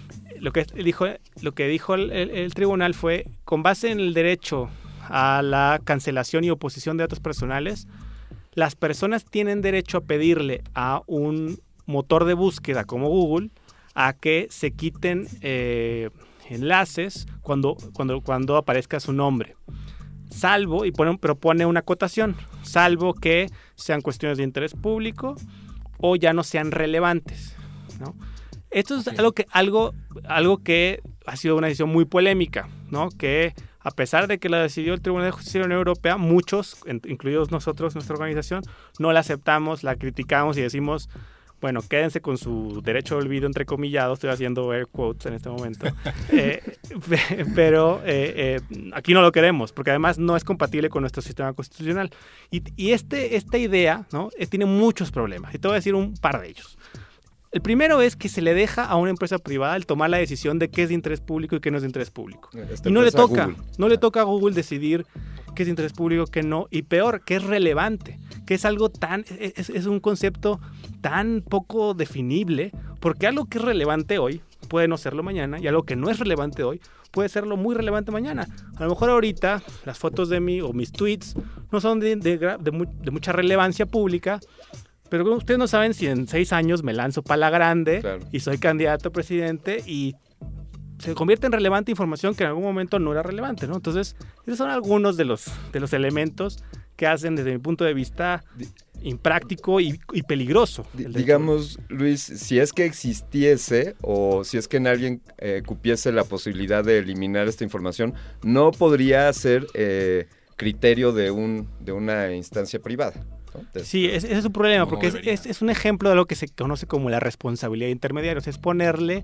Lo que dijo, lo que dijo el, el, el tribunal fue, con base en el derecho a la cancelación y oposición de datos personales, las personas tienen derecho a pedirle a un motor de búsqueda como Google a que se quiten eh, enlaces cuando, cuando, cuando aparezca su nombre, salvo, y pone, propone una acotación, salvo que sean cuestiones de interés público o ya no sean relevantes, ¿no? Esto es okay. algo, que, algo, algo que ha sido una decisión muy polémica, ¿no? Que a pesar de que la decidió el Tribunal de Justicia de la Unión Europea, muchos, incluidos nosotros, nuestra organización, no la aceptamos, la criticamos y decimos, bueno, quédense con su derecho de olvido, entrecomillado, estoy haciendo air quotes en este momento, eh, pero eh, eh, aquí no lo queremos, porque además no es compatible con nuestro sistema constitucional. Y, y este, esta idea, ¿no? eh, tiene muchos problemas, y te voy a decir un par de ellos. El primero es que se le deja a una empresa privada el tomar la decisión de qué es de interés público y qué no es de interés público. Esta y no le toca, Google. no le toca a Google decidir qué es de interés público, qué no, y peor, qué es relevante, que es algo tan, es, es un concepto tan poco definible, porque algo que es relevante hoy puede no serlo mañana, y algo que no es relevante hoy puede serlo muy relevante mañana. A lo mejor ahorita las fotos de mí o mis tweets no son de, de, de, de, de mucha relevancia pública, pero ustedes no saben si en seis años me lanzo para la grande claro. y soy candidato a presidente y se convierte en relevante información que en algún momento no era relevante, ¿no? Entonces, esos son algunos de los, de los elementos que hacen, desde mi punto de vista, impráctico y, y peligroso. Digamos, Luis, si es que existiese o si es que en alguien eh, cupiese la posibilidad de eliminar esta información, no podría ser eh, criterio de, un, de una instancia privada. ¿no? De, sí, ese es un problema, no porque es, es, es un ejemplo de lo que se conoce como la responsabilidad de intermediarios. Es ponerle,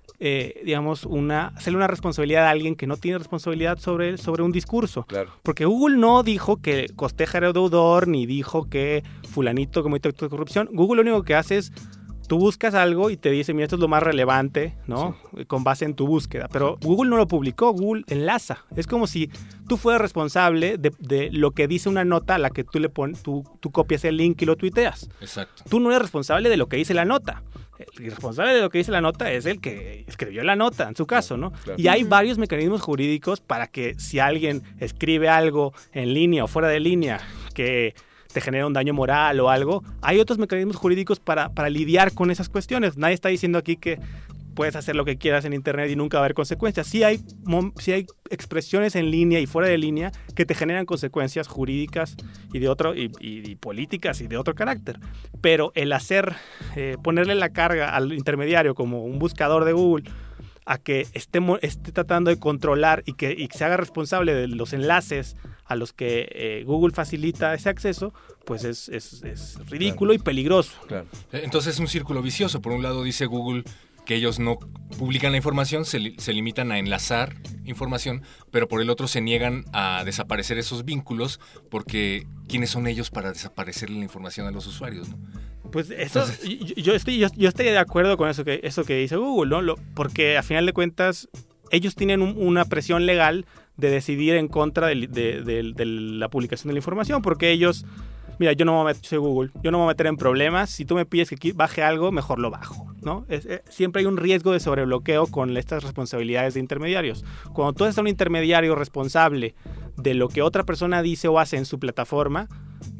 eh, digamos, una, hacerle una responsabilidad a alguien que no tiene responsabilidad sobre, sobre un discurso. Claro. Porque Google no dijo que Costeja era deudor, ni dijo que fulanito cometió actos de corrupción. Google lo único que hace es, tú buscas algo y te dice, mira, esto es lo más relevante, ¿no? Sí. Con base en tu búsqueda. Pero Google no lo publicó, Google enlaza. Es como si tú fueras responsable de, de lo que dice una nota a la que tú le pones, tú, tú copias el link y lo tuiteas. Exacto. Tú no eres responsable de lo que dice la nota. El responsable de lo que dice la nota es el que escribió la nota, en su caso, ¿no? Claro. Y hay varios mecanismos jurídicos para que si alguien escribe algo en línea o fuera de línea que te genera un daño moral o algo, hay otros mecanismos jurídicos para, para lidiar con esas cuestiones. Nadie está diciendo aquí que puedes hacer lo que quieras en internet y nunca va a haber consecuencias. Sí hay, sí hay expresiones en línea y fuera de línea que te generan consecuencias jurídicas y de otro y, y, y políticas y de otro carácter. Pero el hacer, eh, ponerle la carga al intermediario como un buscador de Google a que esté, esté tratando de controlar y que y se haga responsable de los enlaces a los que eh, Google facilita ese acceso, pues es, es, es ridículo, claro, y peligroso. Claro. Entonces es un círculo vicioso. Por un lado dice Google que ellos no publican la información, se, li- se limitan a enlazar información, pero por el otro se niegan a desaparecer esos vínculos porque ¿quiénes son ellos para desaparecer la información a los usuarios, ¿no? Pues eso, Entonces, yo, yo, estoy, yo, yo estoy de acuerdo con eso que, eso que dice Google, ¿no? Lo, porque a final de cuentas ellos tienen un, una presión legal de decidir en contra de, de, de, de la publicación de la información, porque ellos, mira, yo no me voy a meter, soy Google, yo no me voy a meter en problemas, si tú me pides que baje algo, mejor lo bajo, ¿no? Es, es, siempre hay un riesgo de sobrebloqueo con estas responsabilidades de intermediarios. Cuando tú eres un intermediario responsable de lo que otra persona dice o hace en su plataforma,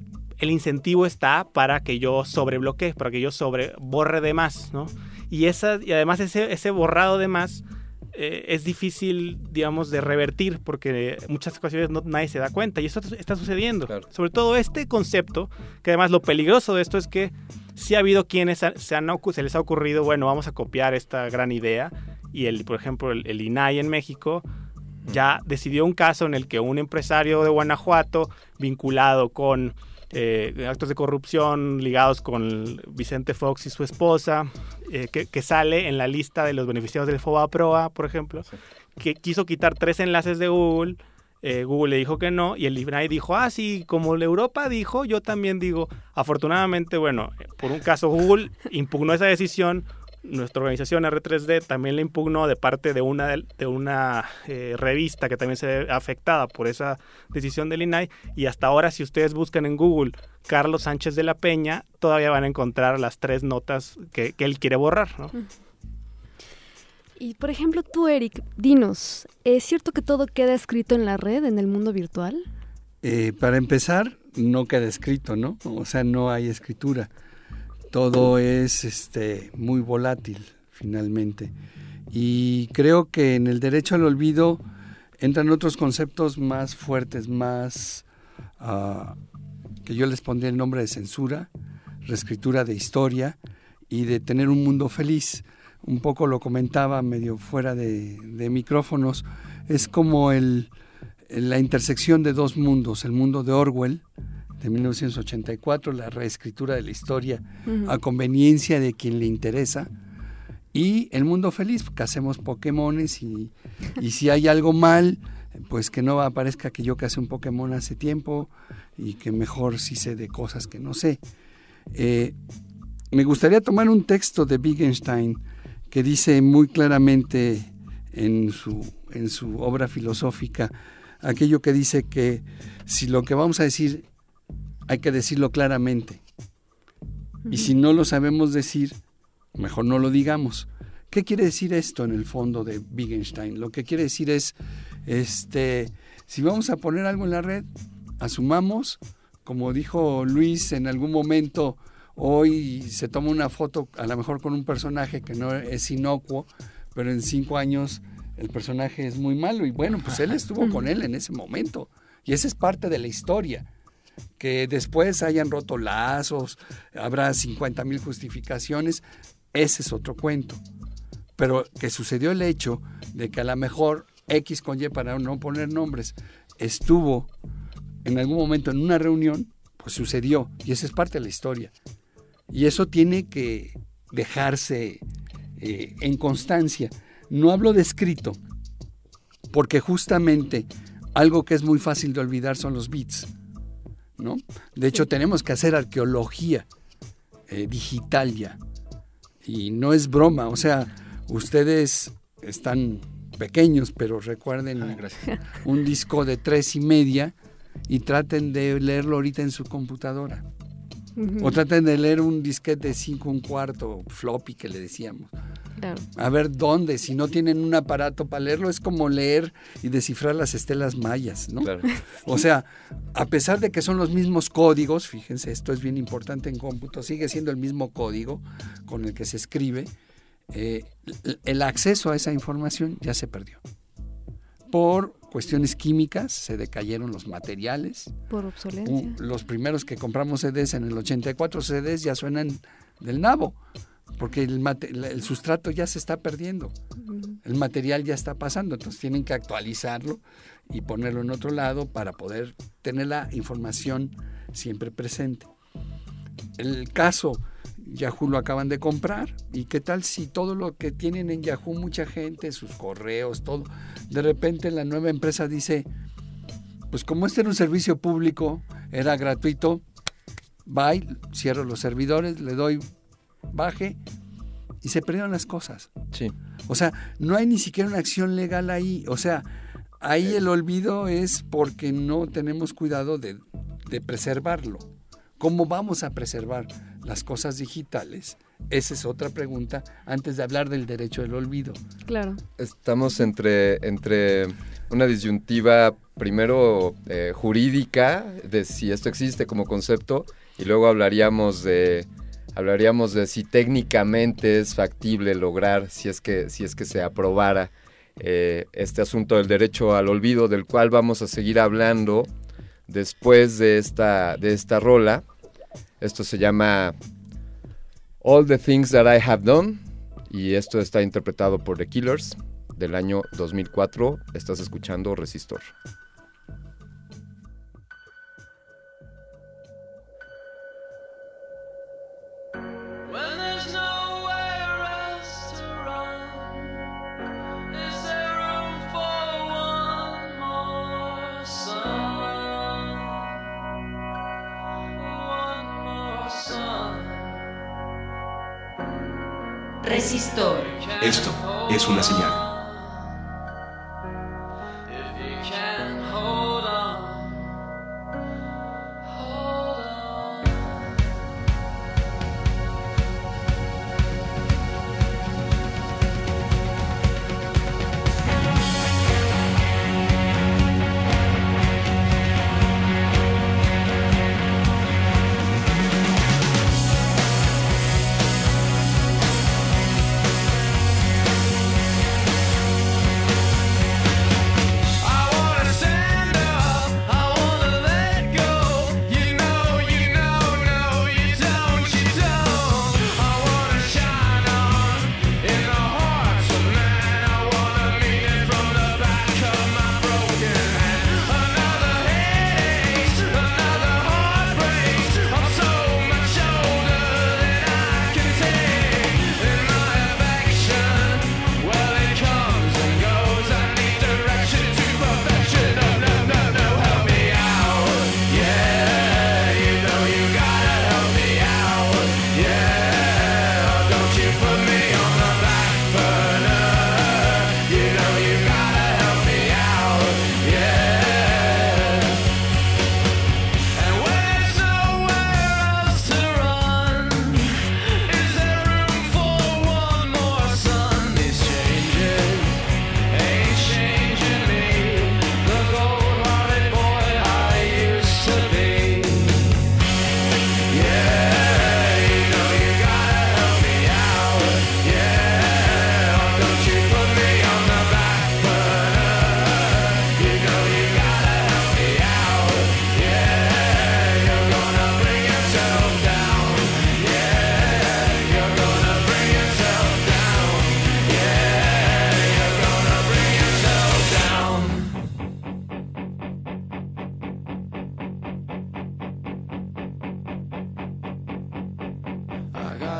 el incentivo está para que yo sobrebloquee, para que yo sobre borre de más, ¿no? Y, esa, y además ese, ese borrado de más eh, es difícil, digamos, de revertir porque en muchas ocasiones no, nadie se da cuenta y eso está sucediendo. Claro. Sobre todo este concepto, que además lo peligroso de esto es que sí ha habido quienes ha, se, han, se les ha ocurrido, bueno, vamos a copiar esta gran idea y, el, por ejemplo, el, el I N A I en México ya decidió un caso en el que un empresario de Guanajuato vinculado con Eh, actos de corrupción ligados con Vicente Fox y su esposa, eh, que, que sale en la lista de los beneficiados del FOBAPROA, por ejemplo, sí, que quiso quitar tres enlaces de Google, eh, Google le dijo que no, y el I N A I dijo, ah, sí, como la Europa dijo, yo también digo. Afortunadamente, bueno, por un caso Google impugnó esa decisión, nuestra organización R tres D también la impugnó de parte de una, de una eh, revista que también se ve afectada por esa decisión del I N A I, y hasta ahora si ustedes buscan en Google Carlos Sánchez de la Peña, todavía van a encontrar las tres notas que, que él quiere borrar, ¿no? Y por ejemplo tú, Eric, dinos, ¿es cierto que todo queda escrito en la red, en el mundo virtual? Eh, para empezar, no queda escrito, ¿no? O sea, no hay escritura. Todo es este, muy volátil, finalmente. Y creo que en el derecho al olvido entran otros conceptos más fuertes, más uh, que yo les pondría el nombre de censura, reescritura de historia y de tener un mundo feliz. Un poco lo comentaba medio fuera de, de micrófonos. Es como el, la intersección de dos mundos, el mundo de Orwell, de mil novecientos ochenta y cuatro, la reescritura de la historia uh-huh. a conveniencia de quien le interesa, y el mundo feliz, que hacemos Pokémones y, y si hay algo mal, pues que no aparezca que yo que hace un Pokémon hace tiempo y que mejor sí sé de cosas que no sé. Eh, me gustaría tomar un texto de Wittgenstein que dice muy claramente en su, en su obra filosófica aquello que dice que si lo que vamos a decir hay que decirlo claramente. Y si no lo sabemos decir, mejor no lo digamos. ¿Qué quiere decir esto en el fondo de Wittgenstein? Lo que quiere decir es, este, si vamos a poner algo en la red, asumamos, como dijo Luis en algún momento, hoy se toma una foto a lo mejor con un personaje que no es inocuo, pero en cinco años el personaje es muy malo y bueno, pues él estuvo con él en ese momento. Y esa es parte de la historia. Que después hayan roto lazos, habrá cincuenta mil justificaciones, ese es otro cuento. Pero que sucedió el hecho de que a lo mejor X con Y, para no poner nombres, estuvo en algún momento en una reunión pues sucedió, y esa es parte de la historia. Y eso tiene que dejarse eh, en constancia. No hablo de escrito, porque justamente algo que es muy fácil de olvidar son los bits, ¿no? De hecho, tenemos que hacer arqueología eh, digital ya. Y no es broma, o sea, ustedes están pequeños, pero recuerden Ay, un disco de tres y media y traten de leerlo ahorita en su computadora. Uh-huh. O traten de leer un disquete de cinco un cuarto, floppy que le decíamos. Claro. A ver dónde, si no tienen un aparato para leerlo, es como leer y descifrar las estelas mayas, ¿no? Claro. O sea, a pesar de que son los mismos códigos, fíjense, esto es bien importante en cómputo, sigue siendo el mismo código con el que se escribe, eh, el acceso a esa información ya se perdió. Por cuestiones químicas, se decayeron los materiales. Por obsolencia. Los primeros que compramos C Ds en el ochenta y cuatro, C Ds ya suenan del nabo, porque el, mate, el sustrato ya se está perdiendo, uh-huh. El material ya está pasando, entonces tienen que actualizarlo y ponerlo en otro lado para poder tener la información siempre presente. El caso, Yahoo lo acaban de comprar, y qué tal si todo lo que tienen en Yahoo, mucha gente, sus correos, todo, de repente la nueva empresa dice, pues como este era un servicio público, era gratuito, bye, cierro los servidores, le doy baje, y se perdieron las cosas. Sí. O sea, no hay ni siquiera una acción legal ahí. O sea, ahí el olvido es porque no tenemos cuidado de, de preservarlo. ¿Cómo vamos a preservar las cosas digitales? Esa es otra pregunta antes de hablar del derecho del olvido. Claro. Estamos entre, entre una disyuntiva primero eh, jurídica de si esto existe como concepto, y luego hablaríamos de hablaríamos de si técnicamente es factible lograr, si es que si es que se aprobara eh, este asunto del derecho al olvido, del cual vamos a seguir hablando después de esta de esta rola. Esto se llama All the Things That I Have Done, y esto está interpretado por The Killers del año dos mil cuatro. Estás escuchando Resistor. Resistor. Esto es una señal. Resistor.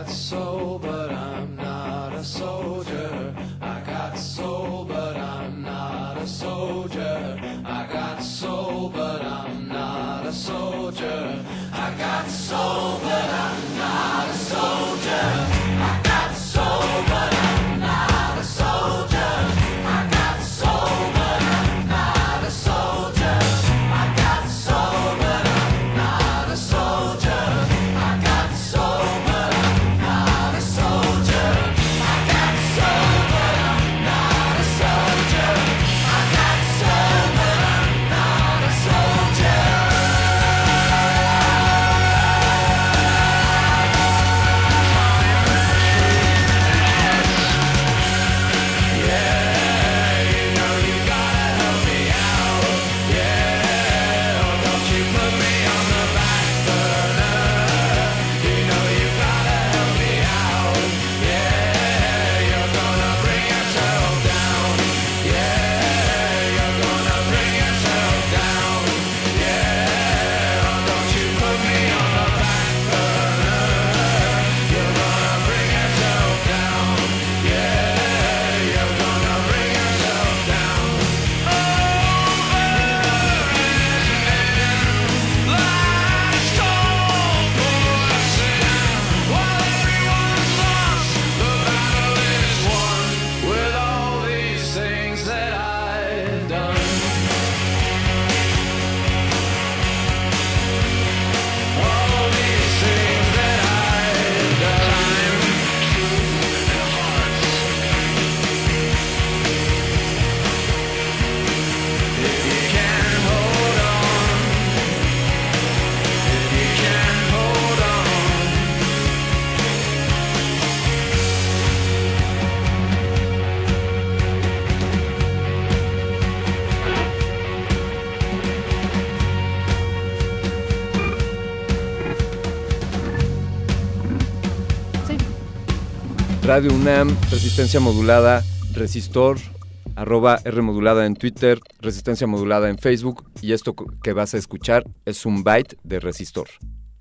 got soul, but I'm not a soldier. I got soul, but I'm not a soldier. I got soul, but I'm not a soldier. I got soul, but I'm not a soldier. I got soul, but I'm not a soldier. I got soul, but I'm not a soldier. I got soul, but I'm not a soldier. I got soul, but I'm not a soldier. I got soul, but I'm not a soldier. I got soul, but I'm not a soldier. With all these things that I've done, all these things that I've done, if you can hold on, if you can hold on. Radio UNAM, Resistencia Modulada, Resistor, arroba R Modulada en Twitter, Resistencia Modulada en Facebook, y esto que vas a escuchar es un byte de Resistor.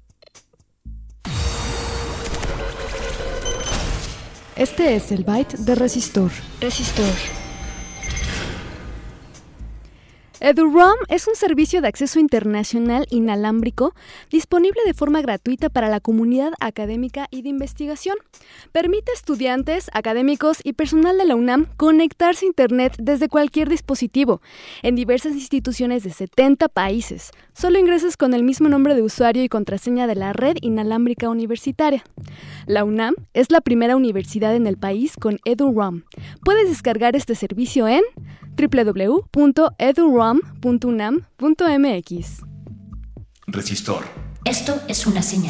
Este es el byte de Resistor. Resistor. EduROM es un servicio de acceso internacional inalámbrico disponible de forma gratuita para la comunidad académica y de investigación. Permite a estudiantes, académicos y personal de la UNAM conectarse a Internet desde cualquier dispositivo en diversas instituciones de setenta países. Solo ingresas con el mismo nombre de usuario y contraseña de la red inalámbrica universitaria. La UNAM es la primera universidad en el país con EduROM. Puedes descargar este servicio en doble u doble u doble u punto edurom punto unam punto m x. Resistor. Esto es una señal.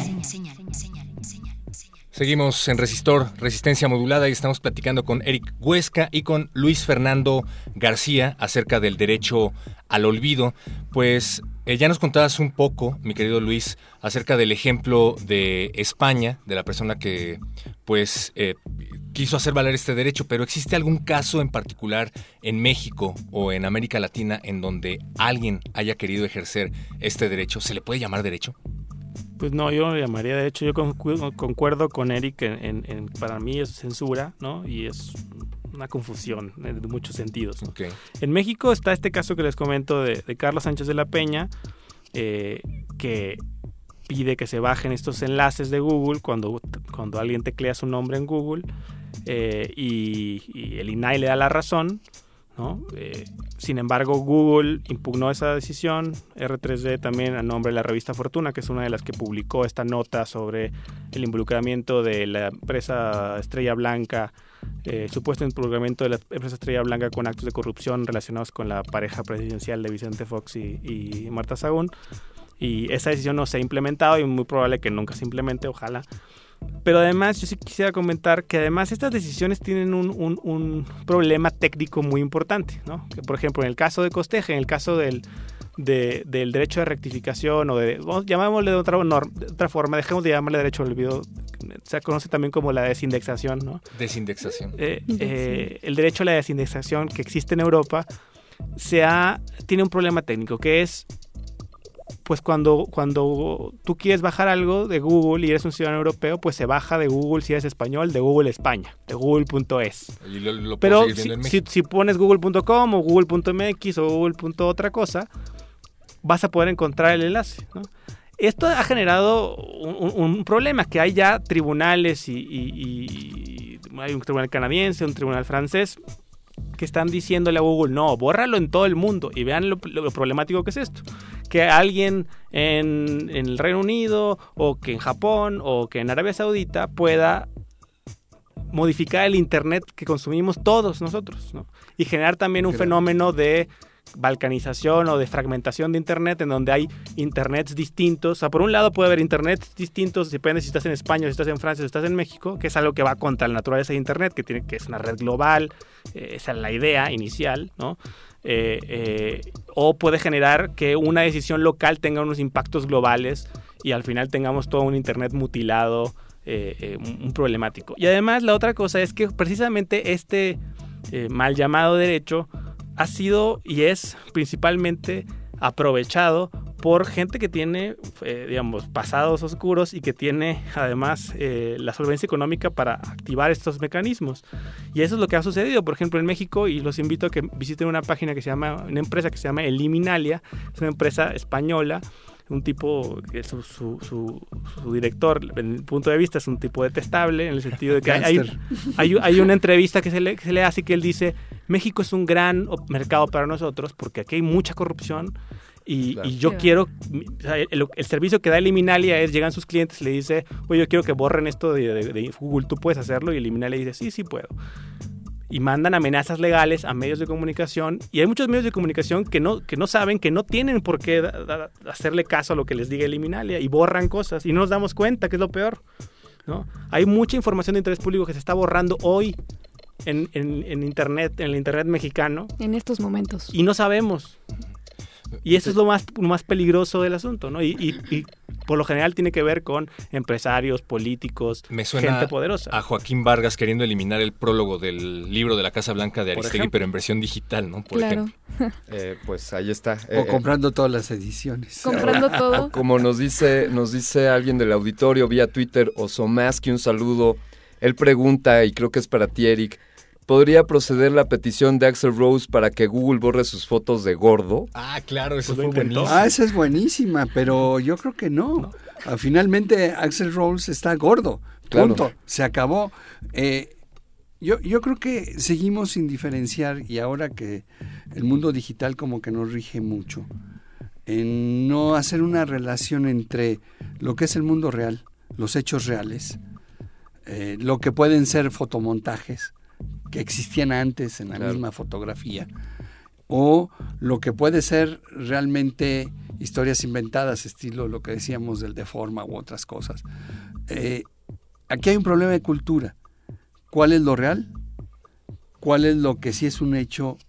Seguimos en Resistor, Resistencia Modulada, y estamos platicando con Eric Huesca y con Luis Fernando García acerca del derecho al olvido. Pues eh, ya nos contabas un poco, mi querido Luis, acerca del ejemplo de España, de la persona que pues eh, quiso hacer valer este derecho, pero ¿existe algún caso en particular en México o en América Latina en donde alguien haya querido ejercer este derecho? ¿Se le puede llamar derecho? Pues no, yo lo llamaría, de hecho, yo concu- concuerdo con Eric en, en, en para mí es censura, ¿no? Y es una confusión en muchos sentidos, ¿no? Okay. En México está este caso que les comento de, de Carlos Sánchez de la Peña, eh, que pide que se bajen estos enlaces de Google cuando, cuando alguien teclea su nombre en Google, eh, y, y el I N A I le da la razón, ¿no? Eh, sin embargo, Google impugnó esa decisión, R tres D también a nombre de la revista Fortuna, que es una de las que publicó esta nota sobre el involucramiento de la empresa Estrella Blanca, eh, supuesto involucramiento de la empresa Estrella Blanca con actos de corrupción relacionados con la pareja presidencial de Vicente Fox y, y Marta Sagún. Y esa decisión no se ha implementado y es muy probable que nunca se implemente, ojalá. Pero además yo sí quisiera comentar que además estas decisiones tienen un, un, un problema técnico muy importante, ¿no? Que por ejemplo en el caso de Costeje, en el caso del, de, del derecho de rectificación o de, vamos, llamémosle de otra, norma, de otra forma, dejemos de llamarle derecho al olvido, se conoce también como la desindexación, ¿no? Desindexación. Eh, eh, el derecho a la desindexación que existe en Europa se ha, tiene un problema técnico que es pues cuando, cuando tú quieres bajar algo de Google y eres un ciudadano europeo, pues se baja de Google si eres español, de Google España, de google punto es. Y lo, lo Pero seguir viendo si, en si, si pones google punto com o google punto m x o google. otra cosa, vas a poder encontrar el enlace, ¿no? Esto ha generado un, un, un problema, que hay ya tribunales y, y, y hay un tribunal canadiense, un tribunal francés, que están diciéndole a Google, no, bórralo en todo el mundo. Y vean lo, lo problemático que es esto. Que alguien en, en el Reino Unido, o que en Japón, o que en Arabia Saudita pueda modificar el Internet que consumimos todos nosotros, ¿no? Y generar también un fenómeno de balcanización o de fragmentación de Internet, en donde hay Internets distintos. O sea, por un lado puede haber Internets distintos, depende si estás en España, si estás en Francia, si estás en México, que es algo que va contra la naturaleza de Internet, que, tiene, que es una red global, eh, esa es la idea inicial, ¿no? Eh, eh, o puede generar que una decisión local tenga unos impactos globales y al final tengamos todo un Internet mutilado, eh, eh, un, un problemático. Y además la otra cosa es que precisamente este eh, mal llamado derecho ha sido y es principalmente aprovechado por gente que tiene, eh, digamos, pasados oscuros y que tiene además eh, la solvencia económica para activar estos mecanismos. Y eso es lo que ha sucedido, por ejemplo, en México, y los invito a que visiten una página que se llama, una empresa que se llama Eliminalia, es una empresa española, un tipo, que su, su, su, su director, en mi punto de vista, es un tipo detestable, en el sentido de que hay, hay, hay, hay una entrevista que se, le, que se le hace que él dice, México es un gran mercado para nosotros porque aquí hay mucha corrupción y, claro. y yo claro. quiero, o sea, el, el servicio que da Eliminalia es, llegan sus clientes y le dice, oye, yo quiero que borren esto de, de, de Google, ¿tú puedes hacerlo? Y Eliminalia dice, sí, sí puedo. Y mandan amenazas legales a medios de comunicación, y hay muchos medios de comunicación que no, que no saben, que no tienen por qué da, da, hacerle caso a lo que les diga Eliminalia, y borran cosas, y no nos damos cuenta, que es lo peor, ¿no? Hay mucha información de interés público que se está borrando hoy en, en, en Internet, en el Internet mexicano. En estos momentos. Y no sabemos. Y eso es lo más, lo más peligroso del asunto, ¿no? Y, y, y por lo general tiene que ver con empresarios, políticos, Me suena gente poderosa. A Joaquín Vargas queriendo eliminar el prólogo del libro de la Casa Blanca de Aristegui, ejemplo. pero en versión digital, ¿no? Por claro. ejemplo. Eh, pues ahí está. O eh, comprando todas las ediciones. Comprando todo. Como nos dice, nos dice alguien del auditorio vía Twitter, Osomaski, un saludo. Él pregunta, y creo que es para ti, Eric, ¿podría proceder la petición de Axl Rose para que Google borre sus fotos de gordo? Ah, claro, eso Pues fue buenísimo. Ah, esa es buenísima, pero yo creo que no. no. Ah, finalmente, Axl Rose está gordo. Punto. Claro. Se acabó. Eh, yo, yo creo que seguimos sin diferenciar, y ahora que el mundo digital como que nos rige mucho, en no hacer una relación entre lo que es el mundo real, los hechos reales, eh, lo que pueden ser fotomontajes, que existían antes en la claro. misma fotografía, o lo que puede ser realmente historias inventadas, estilo lo que decíamos del Deforma u otras cosas. Eh, aquí hay un problema de cultura. ¿Cuál es lo real? ¿Cuál es lo que sí es un hecho?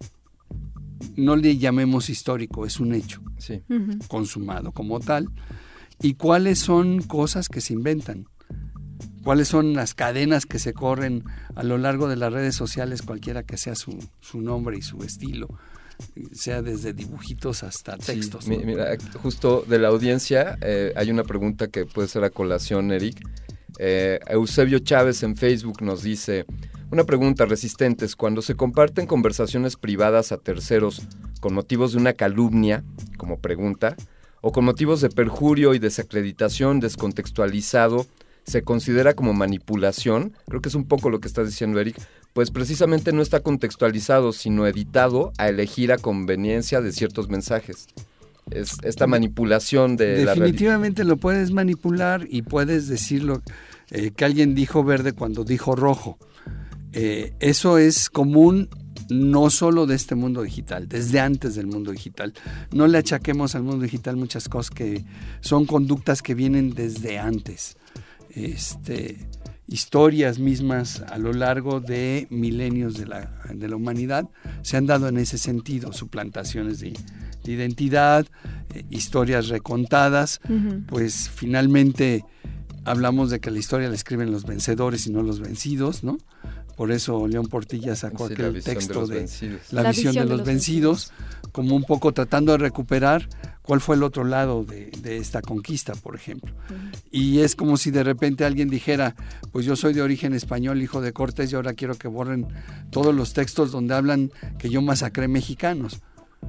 No le llamemos histórico, es un hecho sí. Uh-huh. consumado como tal. ¿Y cuáles son cosas que se inventan? ¿Cuáles son las cadenas que se corren a lo largo de las redes sociales, cualquiera que sea su, su nombre y su estilo? Sea desde dibujitos hasta textos. Sí, ¿no? Mira, justo de la audiencia eh, hay una pregunta que puede ser a colación, Eric. Eh, Eusebio Chávez en Facebook nos dice, una pregunta, resistentes, cuando se comparten conversaciones privadas a terceros con motivos de una calumnia, como pregunta, o con motivos de perjurio y desacreditación descontextualizado, ¿se considera como manipulación? Creo que es un poco lo que estás diciendo, Eric. Pues precisamente no está contextualizado, sino editado a elegir a conveniencia de ciertos mensajes. Es esta manipulación de la Definitivamente lo puedes manipular y puedes decirlo eh, que alguien dijo verde cuando dijo rojo. Eh, eso es común no solo de este mundo digital, desde antes del mundo digital. No le achaquemos al mundo digital muchas cosas que son conductas que vienen desde antes. Este, historias mismas a lo largo de milenios de la, de la humanidad se han dado en ese sentido, suplantaciones de, de identidad, eh, historias recontadas, uh-huh. pues finalmente hablamos de que la historia la escriben los vencedores y no los vencidos, ¿no? Por eso León Portilla sacó sí, aquel texto de, de la, la visión, visión de, de los, los vencidos, vencidos, como un poco tratando de recuperar ¿Cuál fue el otro lado de, de esta conquista, por ejemplo? Y es como si de repente alguien dijera, pues yo soy de origen español, hijo de Cortés, y ahora quiero que borren todos los textos donde hablan que yo masacré mexicanos.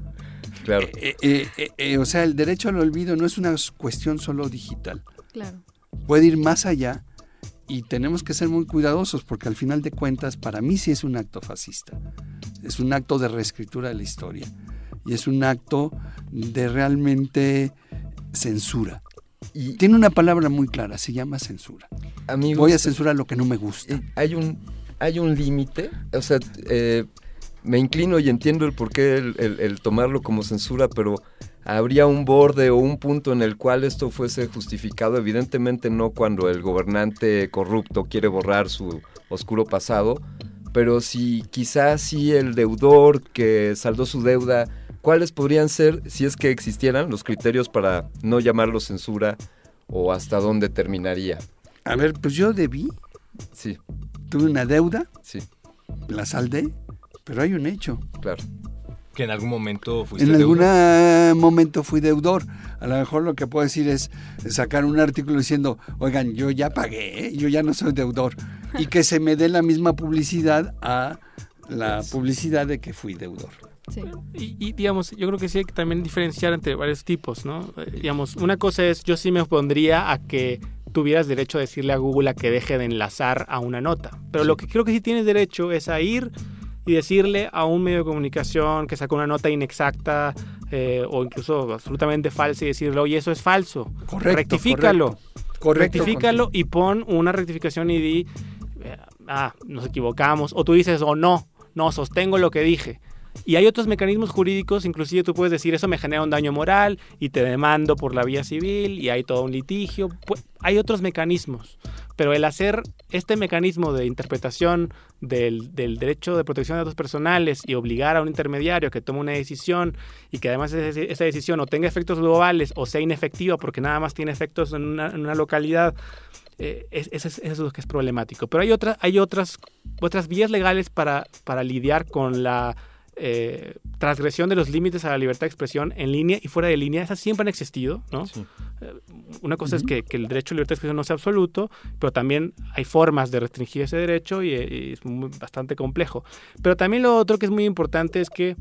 Claro. Eh, eh, eh, eh, o sea, el derecho al olvido no es una cuestión solo digital. Claro. Puede ir más allá y tenemos que ser muy cuidadosos porque al final de cuentas para mí sí es un acto fascista. Es un acto de reescritura de la historia. Y es un acto de realmente censura. Y tiene una palabra muy clara, se llama censura. Amigos, voy a censurar lo que no me gusta. Eh, hay un hay un límite, o sea, eh, me inclino y entiendo el porqué el, el, el tomarlo como censura, pero habría un borde o un punto en el cual esto fuese justificado, evidentemente no cuando el gobernante corrupto quiere borrar su oscuro pasado, pero si quizás sí el deudor que saldó su deuda, ¿cuáles podrían ser, si es que existieran, los criterios para no llamarlo censura o hasta dónde terminaría? A ver, pues yo debí. Sí. Tuve una deuda. Sí. La saldé, pero hay un hecho. Claro. Que en algún momento fuiste En algún deudor. momento fui deudor. A lo mejor lo que puedo decir es sacar un artículo diciendo, oigan, yo ya pagué, ¿eh? Yo ya no soy deudor. Y que se me dé la misma publicidad a la publicidad de que fui deudor. Sí. Y, y digamos, yo creo que sí hay que también diferenciar entre varios tipos, ¿no? Eh, digamos, una cosa es, yo sí me opondría a que tuvieras derecho a decirle a Google a que deje de enlazar a una nota. Pero sí. Lo que creo que sí tienes derecho es a ir y decirle a un medio de comunicación que sacó una nota inexacta eh, o incluso absolutamente falsa y decirle, oye, eso es falso. Correcto, rectifícalo. Correcto. Rectifícalo Correcto. Y pon una rectificación y di, eh, ah, nos equivocamos. O tú dices, o no, no, sostengo lo que dije. Y hay otros mecanismos jurídicos, inclusive tú puedes decir, eso me genera un daño moral y te demando por la vía civil y hay todo un litigio. Pues, hay otros mecanismos, pero el hacer este mecanismo de interpretación del, del derecho de protección de datos personales y obligar a un intermediario que tome una decisión y que además esa decisión o tenga efectos globales o sea inefectiva porque nada más tiene efectos en una, en una localidad, eh, es, es, es, eso es lo que es problemático. Pero hay, otra, hay otras, otras vías legales para, para lidiar con la Eh, transgresión de los límites a la libertad de expresión en línea y fuera de línea. Esas siempre han existido, ¿no? Sí. Eh, una cosa uh-huh. es que, que el derecho a la libertad de expresión no sea absoluto, pero también hay formas de restringir ese derecho y, y es muy, bastante complejo. Pero también lo otro que es muy importante es que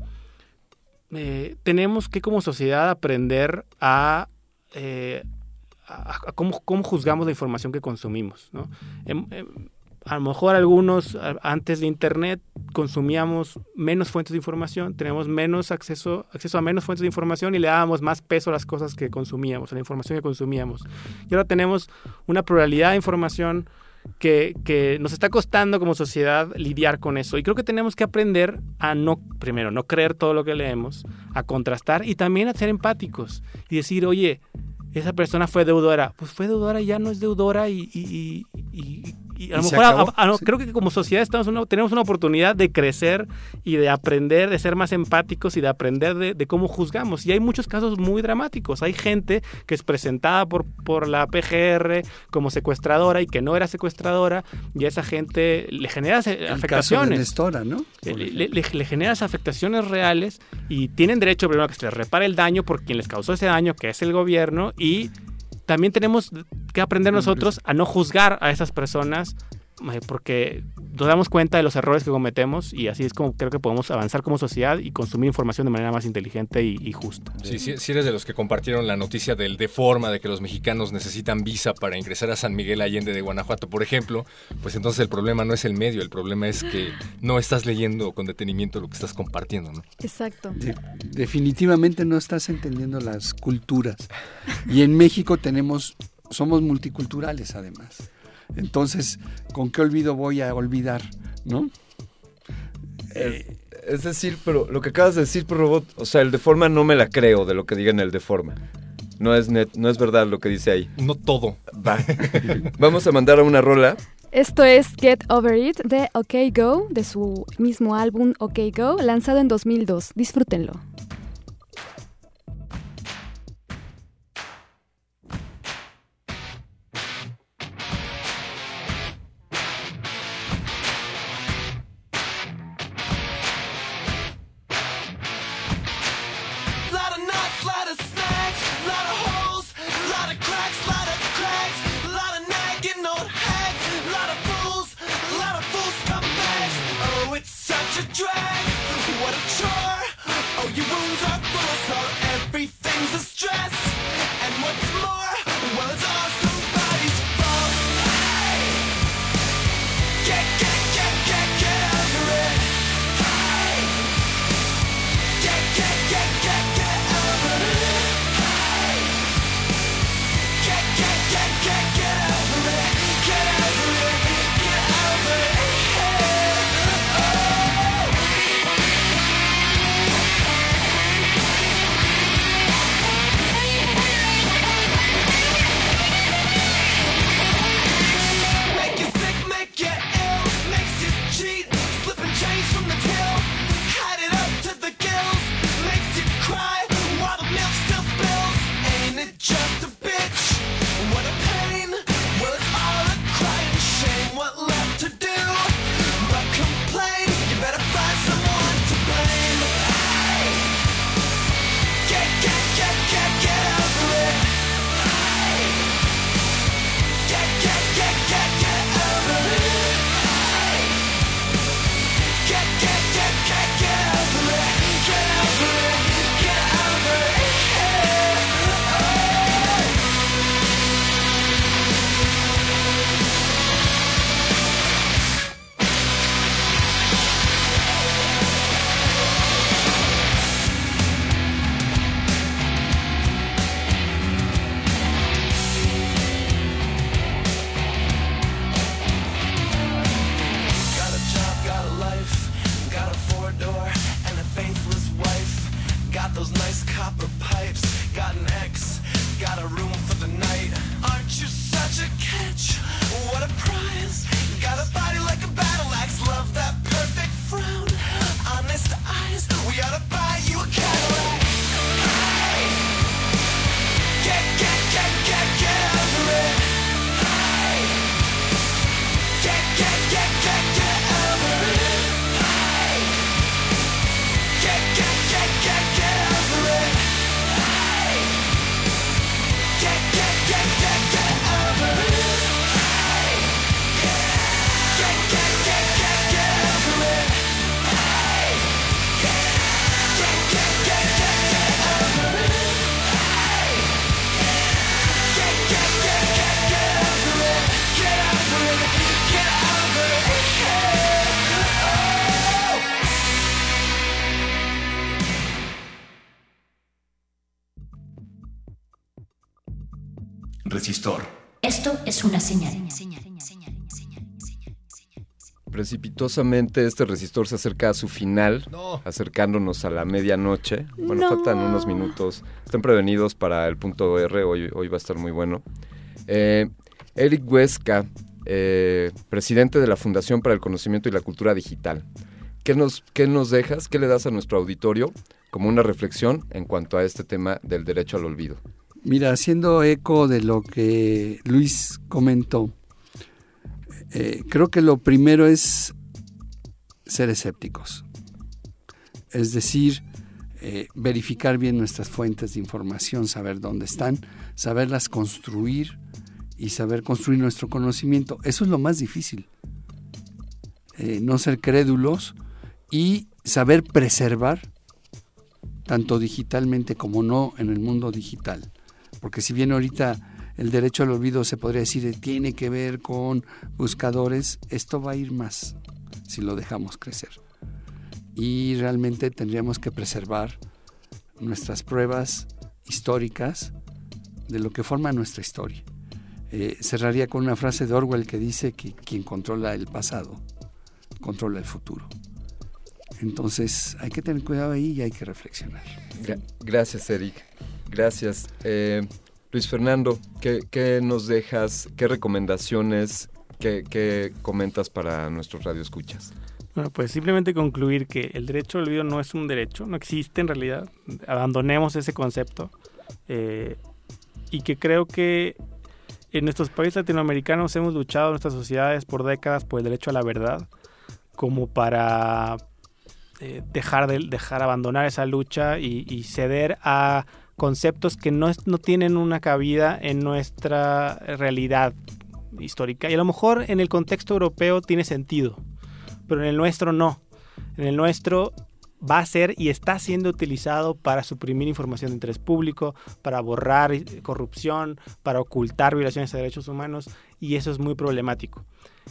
eh, tenemos que como sociedad aprender a, eh, a, a cómo, cómo juzgamos la información que consumimos, ¿no? Eh, eh, A lo mejor algunos antes de Internet consumíamos menos fuentes de información, teníamos menos acceso, acceso a menos fuentes de información y le dábamos más peso a las cosas que consumíamos, a la información que consumíamos. Y ahora tenemos una pluralidad de información que, que nos está costando como sociedad lidiar con eso. Y creo que tenemos que aprender a no, primero, no creer todo lo que leemos, a contrastar y también a ser empáticos y decir, oye, esa persona fue deudora. Pues fue deudora y ya no es deudora y... y, y, y Y a lo mejor a, a, a, creo que como sociedad estamos una, tenemos una oportunidad de crecer y de aprender, de ser más empáticos y de aprender de, de cómo juzgamos. Y hay muchos casos muy dramáticos. Hay gente que es presentada por, por la P G R como secuestradora y que no era secuestradora y a esa gente le genera El afectaciones. Caso de Nestora, ¿no? Le, le, le, le generas afectaciones reales y tienen derecho primero a que se les repare el daño por quien les causó ese daño, que es el gobierno, y también tenemos que aprender nosotros a no juzgar a esas personas porque nos damos cuenta de los errores que cometemos y así es como creo que podemos avanzar como sociedad y consumir información de manera más inteligente y, y justa. Sí, sí, si eres de los que compartieron la noticia del Deforma, de que los mexicanos necesitan visa para ingresar a San Miguel Allende de Guanajuato, por ejemplo, pues entonces el problema no es el medio, el problema es que no estás leyendo con detenimiento lo que estás compartiendo, ¿no? Exacto. De, definitivamente no estás entendiendo las culturas. Y en México tenemos, somos multiculturales además. Entonces, ¿con qué olvido voy a olvidar, no? Es, es decir, pero lo que acabas de decir, Robot, o sea, el Deforma no me la creo de lo que diga en el Deforma. No es net, no es verdad lo que dice ahí. No todo. Va. Vamos a mandar a una rola. Esto es Get Over It de OK Go, de su mismo álbum OK Go, lanzado en dos mil dos. Disfrútenlo. Lot of nuts, lot of snakes. resistor. Esto es una señal. Precipitosamente este resistor se acerca a su final, no. acercándonos a la medianoche. Bueno, no. faltan unos minutos. Estén prevenidos para el punto R, hoy, hoy va a estar muy bueno. Eh, Eric Huesca, eh, presidente de la Fundación para el Conocimiento y la Cultura Digital. ¿Qué nos, qué nos dejas, qué le das a nuestro auditorio como una reflexión en cuanto a este tema del derecho al olvido? Mira, haciendo eco de lo que Luis comentó, eh, creo que lo primero es ser escépticos. Es decir, eh, verificar bien nuestras fuentes de información, saber dónde están, saberlas construir y saber construir nuestro conocimiento. Eso es lo más difícil. Eh, no ser crédulos y saber preservar, tanto digitalmente como no en el mundo digital. Porque si bien ahorita el derecho al olvido se podría decir tiene que ver con buscadores, esto va a ir más si lo dejamos crecer. Y realmente tendríamos que preservar nuestras pruebas históricas de lo que forma nuestra historia. Eh, cerraría con una frase de Orwell que dice que quien controla el pasado, controla el futuro. Entonces hay que tener cuidado ahí y hay que reflexionar. Gra- gracias, Eric. Gracias. Eh, Luis Fernando, ¿qué, qué nos dejas? ¿Qué recomendaciones? ¿Qué, qué comentas para nuestros radioescuchas? Bueno, pues simplemente concluir que el derecho al olvido no es un derecho, no existe en realidad. Abandonemos ese concepto. Eh, y que creo que en nuestros países latinoamericanos hemos luchado en nuestras sociedades por décadas por el derecho a la verdad, como para eh, dejar de dejar abandonar esa lucha y, y ceder a conceptos que no, es, no tienen una cabida en nuestra realidad histórica. Y a lo mejor en el contexto europeo tiene sentido, pero en el nuestro no. En el nuestro va a ser y está siendo utilizado para suprimir información de interés público, para borrar corrupción, para ocultar violaciones de derechos humanos, y eso es muy problemático.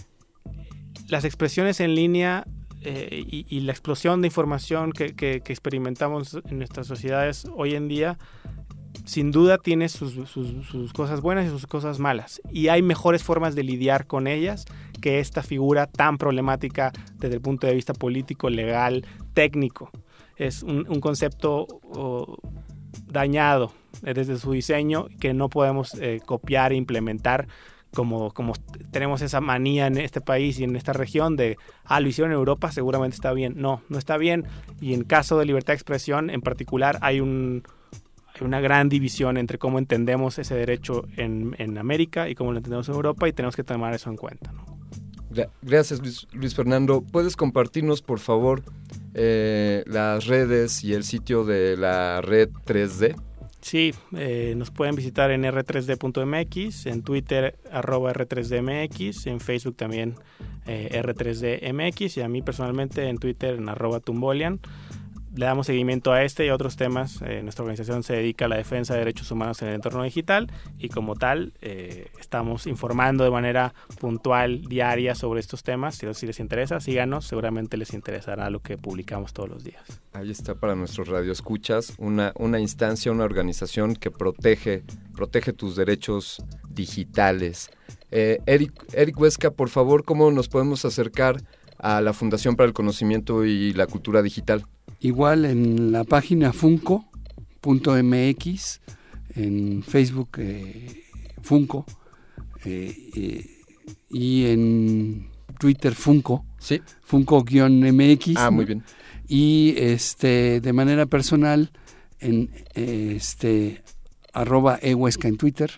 Las expresiones en línea eh, y, y la explosión de información que, que, que experimentamos en nuestras sociedades hoy en día, sin duda tiene sus, sus, sus cosas buenas y sus cosas malas. Y hay mejores formas de lidiar con ellas que esta figura tan problemática desde el punto de vista político, legal, técnico. Es un, un concepto oh, dañado desde su diseño que no podemos eh, copiar e implementar como, como tenemos esa manía en este país y en esta región de, ah, lo hicieron en Europa, seguramente está bien. No, no está bien. Y en caso de libertad de expresión en particular hay un... Hay una gran división entre cómo entendemos ese derecho en, en América y cómo lo entendemos en Europa, y tenemos que tomar eso en cuenta, ¿no? Gracias, Luis, Luis Fernando. ¿Puedes compartirnos, por favor, eh, las redes y el sitio de la red tres D? Sí, eh, nos pueden visitar en erre tres de punto eme equis, en Twitter arroba erre tres de eme equis, en Facebook también eh, erre tres de eme equis, y a mí personalmente en Twitter en arroba tumbolian. Le damos seguimiento a este y a otros temas. Eh, nuestra organización se dedica a la defensa de derechos humanos en el entorno digital y como tal eh, estamos informando de manera puntual, diaria sobre estos temas. Si, si les interesa, síganos, seguramente les interesará lo que publicamos todos los días. Ahí está para nuestros radioescuchas, una, una instancia, una organización que protege, protege tus derechos digitales. Eh, Eric, Eric Huesca, por favor, ¿cómo nos podemos acercar a la Fundación para el Conocimiento y la Cultura Digital? Igual en la página funco punto eme equis, en Facebook eh, Funco, eh, eh, y en Twitter Funco, ¿sí? Funco-eme equis. Ah, muy bien. Y este de manera personal en eh, este arroba ehuesca en Twitter.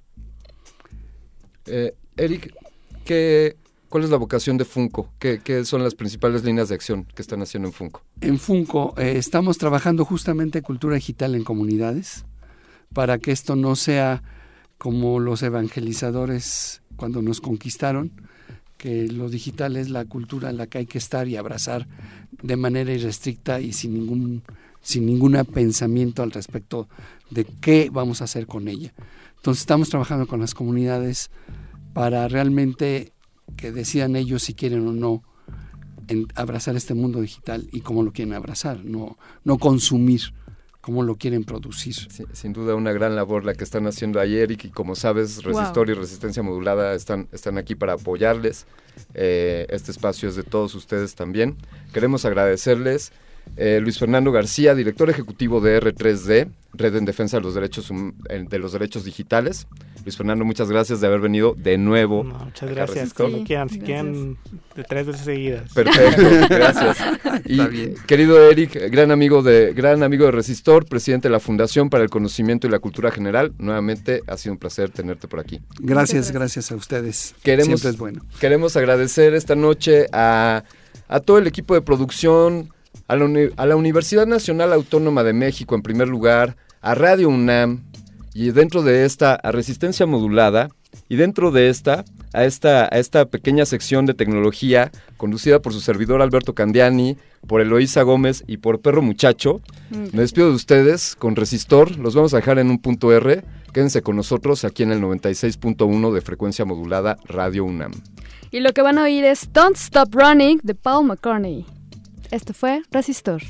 Eh, Eric, ¿qué... ¿Cuál es la vocación de Funco? ¿Qué, ¿Qué son las principales líneas de acción que están haciendo en Funco? En Funco eh, estamos trabajando justamente cultura digital en comunidades para que esto no sea como los evangelizadores cuando nos conquistaron, que lo digital es la cultura en la que hay que estar y abrazar de manera irrestricta y sin ningún sin ningún pensamiento al respecto de qué vamos a hacer con ella. Entonces estamos trabajando con las comunidades para realmente que decidan ellos si quieren o no en abrazar este mundo digital y cómo lo quieren abrazar, no, no consumir cómo lo quieren producir. Sí, sin duda una gran labor la que están haciendo ahí, Eric, y como sabes, Resistor wow. y Resistencia Modulada están, están aquí para apoyarles. Eh, este espacio es de todos ustedes también. Queremos agradecerles. Eh, Luis Fernando García, director ejecutivo de R tres D, Red en Defensa de los Derechos um, de los Derechos Digitales. Luis Fernando, muchas gracias de haber venido de nuevo. No, muchas gracias, como quieran, si quieren, de tres veces seguidas. Perfecto, gracias. Y bien. Querido Eric, gran amigo de gran amigo de Resistor, presidente de la Fundación para el Conocimiento y la Cultura General, nuevamente ha sido un placer tenerte por aquí. Gracias, gracias a ustedes. Queremos, Siempre es bueno. Queremos agradecer esta noche a, a todo el equipo de producción, A la, uni- a la Universidad Nacional Autónoma de México en primer lugar, a Radio UNAM y dentro de esta a Resistencia Modulada y dentro de esta a esta a esta pequeña sección de tecnología conducida por su servidor Alberto Candiani, por Eloísa Gómez y por Perro Muchacho. Mm. Me despido de ustedes con Resistor, los vamos a dejar en un punto R. Quédense con nosotros aquí en el noventa y seis punto uno de frecuencia modulada Radio UNAM. Y lo que van a oír es Don't Stop Running de Paul McCartney. Esto fue Resistor.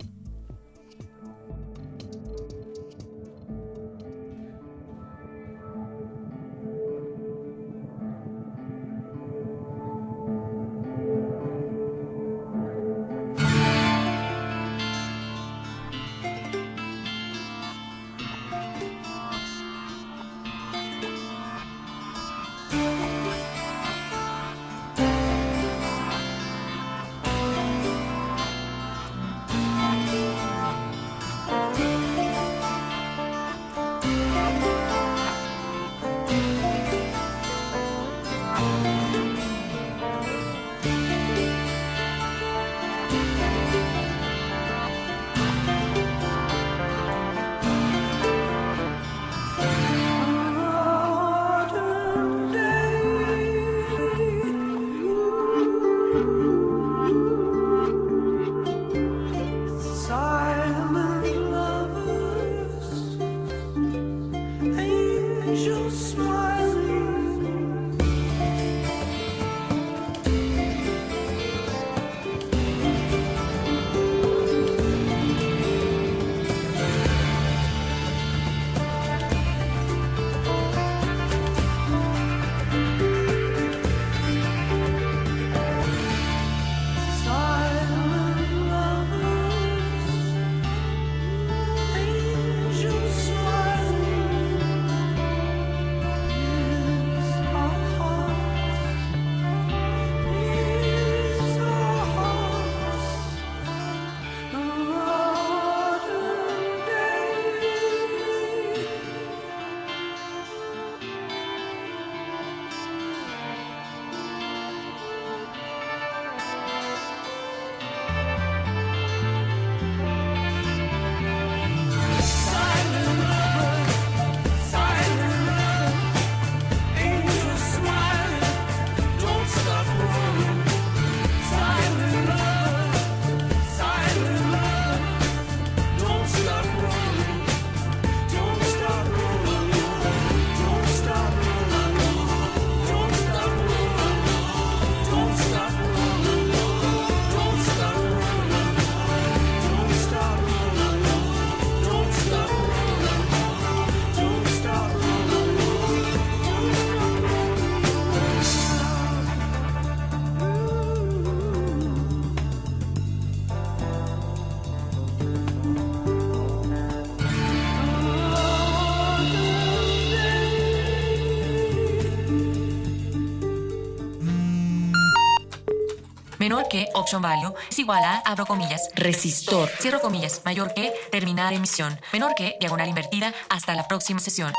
Menor que, option value, es igual a, abro comillas, resistor, cierro comillas, mayor que, terminar emisión, menor que, diagonal invertida, hasta la próxima sesión.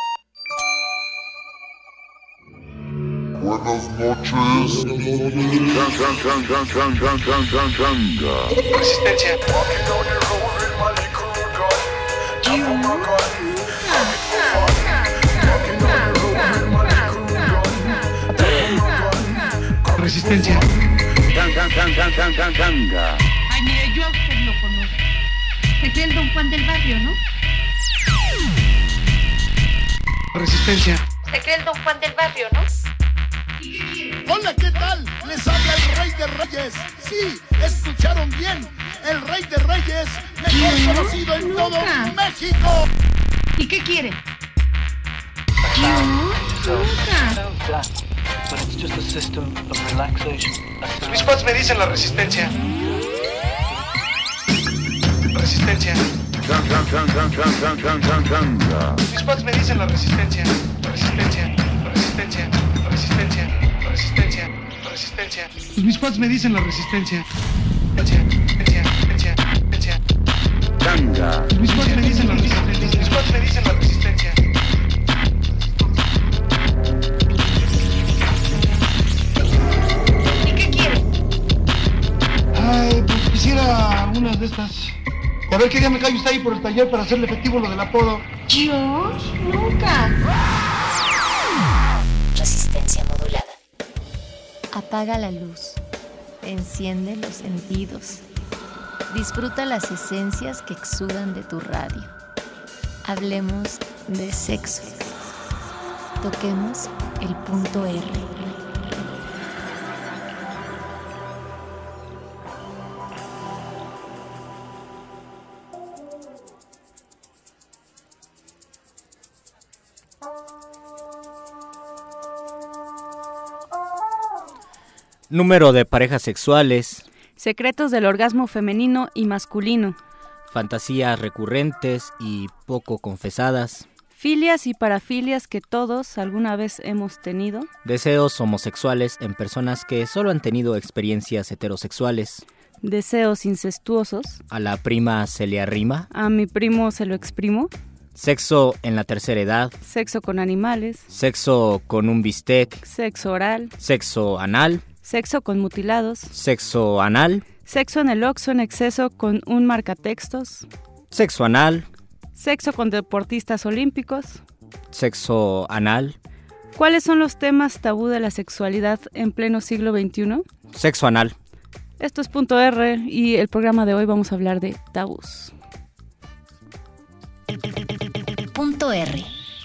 Buenas noches. Resistencia. Resistencia. Ay, mire, yo a usted lo conozco. Se cree el Don Juan del barrio, ¿no? Resistencia. Se cree el Don Juan del barrio, ¿no? Hola, ¿qué tal? Les habla el Rey de Reyes. Sí, escucharon bien. el rey de reyes, mejor conocido en todo México. ¿Y qué quiere? Yo nunca. Mis pads me dicen la resistencia. Resistencia. Mis pads me dicen la resistencia. Resistencia. Resistencia. Resistencia. Resistencia. Resistencia. Mis pads me dicen la resistencia. Resistencia. Resistencia. Resistencia. Mis pads me dicen la resistencia. Mis pads me dicen la resistencia. ¿Y qué quiere? Ay, pues quisiera unas de estas. A ver qué día me cae usted ahí por el taller para hacerle efectivo lo del apodo. Yo nunca. Resistencia modulada. Apaga la luz. Enciende los sentidos. Disfruta las esencias que exudan de tu radio. Hablemos de sexo. Toquemos el punto R. Número de parejas sexuales. Secretos del orgasmo femenino y masculino. Fantasías recurrentes y poco confesadas. Filias y parafilias que todos alguna vez hemos tenido. Deseos homosexuales en personas que solo han tenido experiencias heterosexuales. Deseos incestuosos. A la prima se le arrima. A mi primo se lo exprimo. Sexo en la tercera edad. Sexo con animales. Sexo con un bistec. Sexo oral. Sexo anal. Sexo con mutilados. Sexo anal. Sexo en el Oxxo en exceso con un marcatextos. Sexo anal. Sexo con deportistas olímpicos. Sexo anal. ¿Cuáles son los temas tabú de la sexualidad en pleno siglo veintiuno? Sexo anal. Esto es Punto R y el programa de hoy vamos a hablar de tabús. El, el, el, el, el, el Punto R.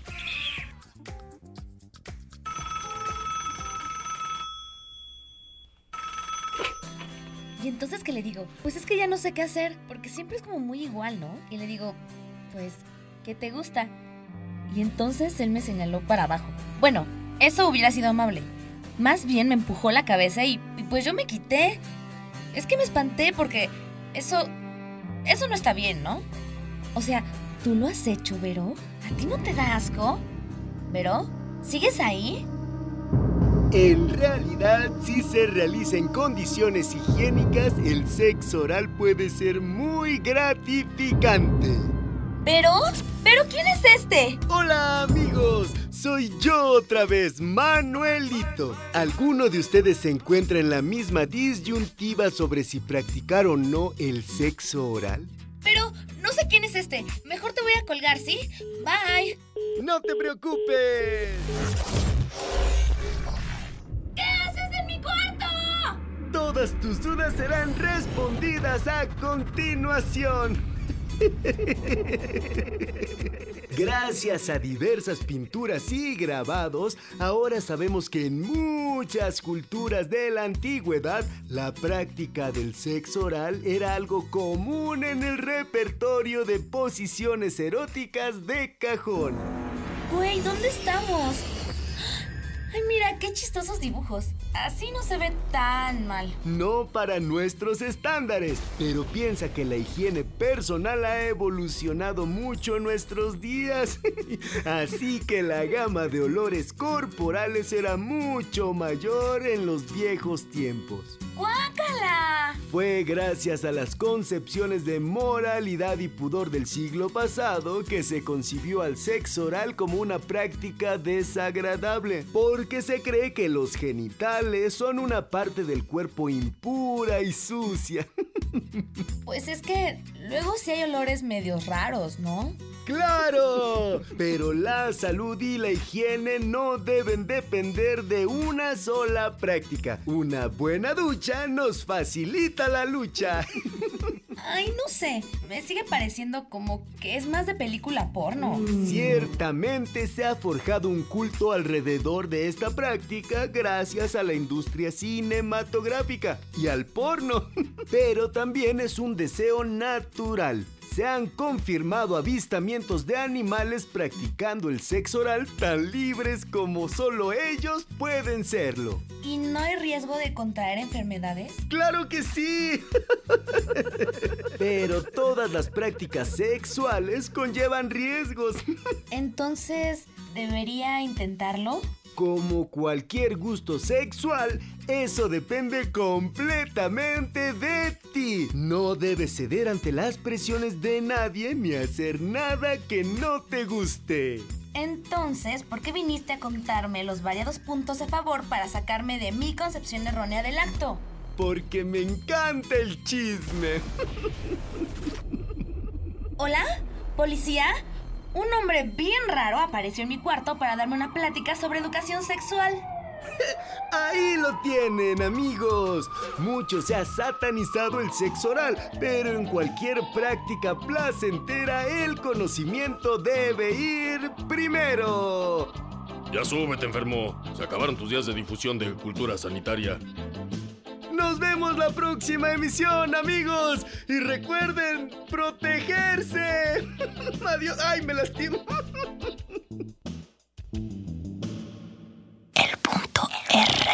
Y entonces, ¿qué le digo? Pues es que ya no sé qué hacer, porque siempre es como muy igual, ¿no? Y le digo, pues, ¿qué te gusta? Y entonces él me señaló para abajo. Bueno, eso hubiera sido amable. Más bien me empujó la cabeza y, y pues yo me quité. Es que me espanté porque eso, eso no está bien, ¿no? O sea, ¿tú lo has hecho, Vero? ¿A ti no te da asco? ¿Vero? ¿Sigues ahí? En realidad, si se realiza en condiciones higiénicas, el sexo oral puede ser muy gratificante. ¿Pero? ¿Pero quién es este? Hola, amigos. Soy yo otra vez, Manuelito. ¿Alguno de ustedes se encuentra en la misma disyuntiva sobre si practicar o no el sexo oral? Pero no sé quién es este. Mejor te voy a colgar, ¿sí? Bye. No te preocupes. ¿Qué haces en mi cuarto? Todas tus dudas serán respondidas a continuación. Gracias a diversas pinturas y grabados, ahora sabemos que en muchas culturas de la antigüedad, la práctica del sexo oral era algo común en el repertorio de posiciones eróticas de cajón. Güey, ¿dónde estamos? Ay, mira, qué chistosos dibujos. Así no se ve tan mal. No para nuestros estándares, pero piensa que la higiene personal ha evolucionado mucho en nuestros días. Así que la gama de olores corporales era mucho mayor en los viejos tiempos. ¡Guácala! Fue gracias a las concepciones de moralidad y pudor del siglo pasado que se concibió al sexo oral como una práctica desagradable, porque se cree que los genitales son una parte del cuerpo impura y sucia. Pues es que luego sí hay olores medios raros, ¿no? ¡Claro! Pero la salud y la higiene no deben depender de una sola práctica. Una buena ducha nos facilita la lucha. Ay, no sé, me sigue pareciendo como que es más de película porno. Ciertamente se ha forjado un culto alrededor de esta práctica gracias a la industria cinematográfica y al porno. Pero también es un deseo natural. Se han confirmado avistamientos de animales practicando el sexo oral tan libres como solo ellos pueden serlo. ¿Y no hay riesgo de contraer enfermedades? ¡Claro que sí! Pero todas las prácticas sexuales conllevan riesgos. Entonces, ¿debería intentarlo? Como cualquier gusto sexual, eso depende completamente de ti. No debes ceder ante las presiones de nadie ni hacer nada que no te guste. Entonces, ¿por qué viniste a contarme los variados puntos a favor para sacarme de mi concepción errónea del acto? Porque me encanta el chisme. ¿Hola? ¿Policía? Un hombre bien raro apareció en mi cuarto para darme una plática sobre educación sexual. Ahí lo tienen, amigos. Mucho se ha satanizado el sexo oral, pero en cualquier práctica placentera el conocimiento debe ir primero. Ya súbete, enfermo. Se acabaron tus días de difusión de cultura sanitaria. Nos vemos la próxima emisión, amigos. Y recuerden protegerse. Adiós. Ay, me lastimo. El punto R.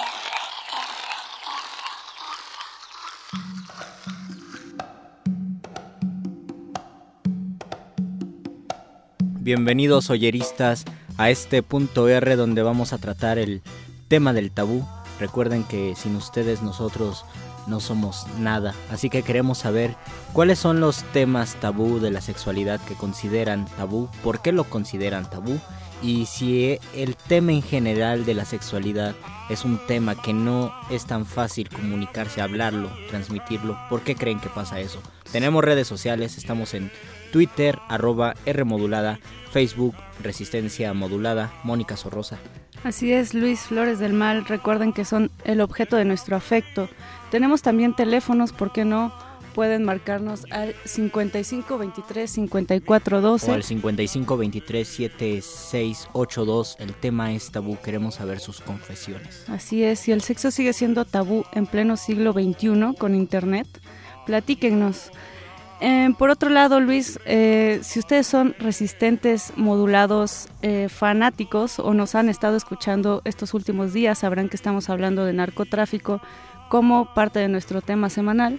Bienvenidos oyeristas a este punto R donde vamos a tratar el tema del tabú. Recuerden que sin ustedes nosotros no somos nada, así que queremos saber cuáles son los temas tabú de la sexualidad que consideran tabú, por qué lo consideran tabú y si el tema en general de la sexualidad es un tema que no es tan fácil comunicarse, hablarlo, transmitirlo, ¿por qué creen que pasa eso? Tenemos redes sociales, estamos en Twitter, arroba R modulada, Facebook, Resistencia Modulada, Mónica Sorrosa. Así es, Luis Flores del Mal, recuerden que son el objeto de nuestro afecto. Tenemos también teléfonos, ¿por qué no? Pueden marcarnos al cincuenta y cinco veintitrés cincuenta y cuatro doce o al cincuenta y cinco veintitrés setenta y seis ochenta y dos. El tema es tabú, queremos saber sus confesiones. Así es, y el sexo sigue siendo tabú en pleno siglo veintiuno con internet. Platíquennos. Eh, por otro lado, Luis, eh, si ustedes son resistentes, modulados, eh, fanáticos o nos han estado escuchando estos últimos días, sabrán que estamos hablando de narcotráfico como parte de nuestro tema semanal.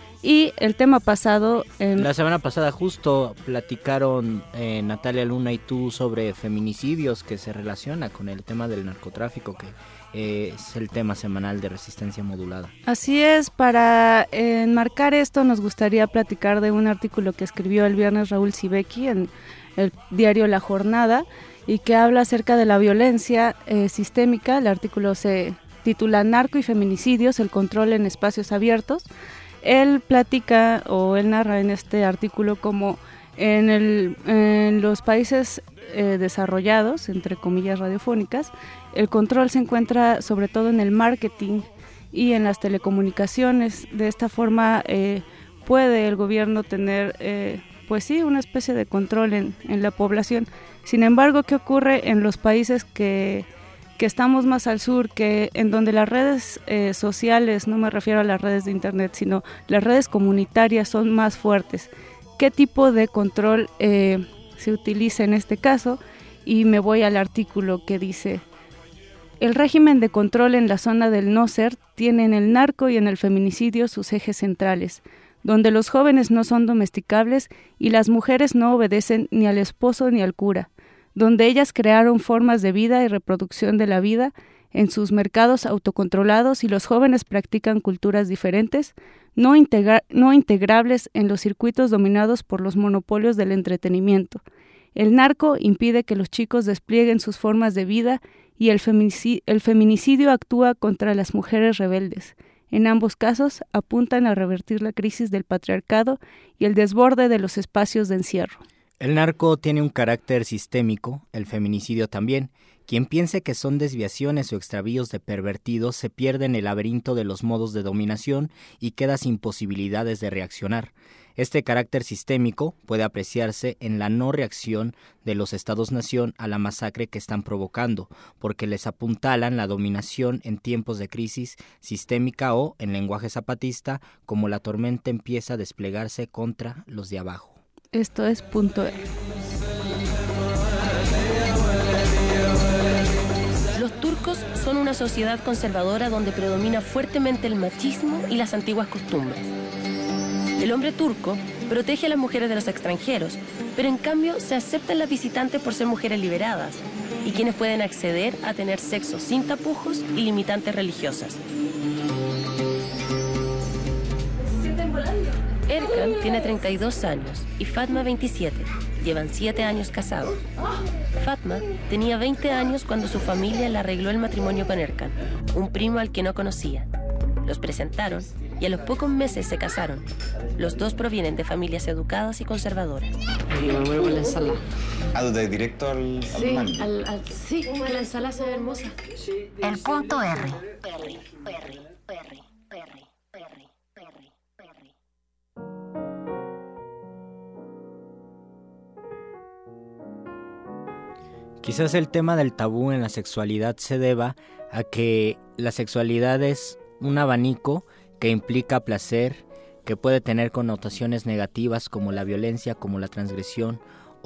Y el tema pasado... Eh, La semana pasada justo platicaron eh, Natalia Luna y tú sobre feminicidios que se relaciona con el tema del narcotráfico, que eh, es el tema semanal de Resistencia Modulada. Así es, para eh, enmarcar esto nos gustaría platicar de un artículo que escribió el viernes Raúl Sibeki en el diario La Jornada y que habla acerca de la violencia eh, sistémica. El artículo se titula Narco y feminicidios, el control en espacios abiertos. Él platica o él narra en este artículo como en, el, en los países eh, desarrollados, entre comillas radiofónicas, el control se encuentra sobre todo en el marketing y en las telecomunicaciones. De esta forma eh, puede el gobierno tener, eh, pues sí, una especie de control en, en la población. Sin embargo, ¿qué ocurre en los países que... que estamos más al sur, que en donde las redes eh, sociales, no me refiero a las redes de internet, sino las redes comunitarias son más fuertes? ¿Qué tipo de control eh, se utiliza en este caso? Y me voy al artículo que dice: el régimen de control en la zona del no ser tiene en el narco y en el feminicidio sus ejes centrales, donde los jóvenes no son domesticables y las mujeres no obedecen ni al esposo ni al cura, donde ellas crearon formas de vida y reproducción de la vida en sus mercados autocontrolados y los jóvenes practican culturas diferentes, no, integra- no integrables en los circuitos dominados por los monopolios del entretenimiento. El narco impide que los chicos desplieguen sus formas de vida y el, feminici- el feminicidio actúa contra las mujeres rebeldes. En ambos casos apuntan a revertir la crisis del patriarcado y el desborde de los espacios de encierro. El narco tiene un carácter sistémico, el feminicidio también, Quien piense que son desviaciones o extravíos de pervertidos se pierde en el laberinto de los modos de dominación y queda sin posibilidades de reaccionar. Este carácter sistémico puede apreciarse en la no reacción de los estados-nación a la masacre que están provocando, porque les apuntalan la dominación en tiempos de crisis sistémica o, en lenguaje zapatista, como la tormenta empieza a desplegarse contra los de abajo. Esto es Punto R. Los turcos son una sociedad conservadora donde predomina fuertemente el machismo y las antiguas costumbres. El hombre turco protege a las mujeres de los extranjeros, pero en cambio se aceptan las visitantes por ser mujeres liberadas y quienes pueden acceder a tener sexo sin tapujos y limitantes religiosas. Erkan tiene treinta y dos años y Fatma veintisiete. Llevan siete años casados. Fatma tenía veinte años cuando su familia le arregló el matrimonio con Erkan, un primo al que no conocía. Los presentaron y a los pocos meses se casaron. Los dos provienen de familias educadas y conservadoras. Y me muero con la ensalada. Ah, ¿de directo al, al Sí, mando? al, al, sí, la ensalada se ve hermosa. El punto R. Perry, Perry, Perry, Perry, Perry, Perry, Perry. Quizás el tema del tabú en la sexualidad se deba a que la sexualidad es un abanico que implica placer, que puede tener connotaciones negativas como la violencia, como la transgresión,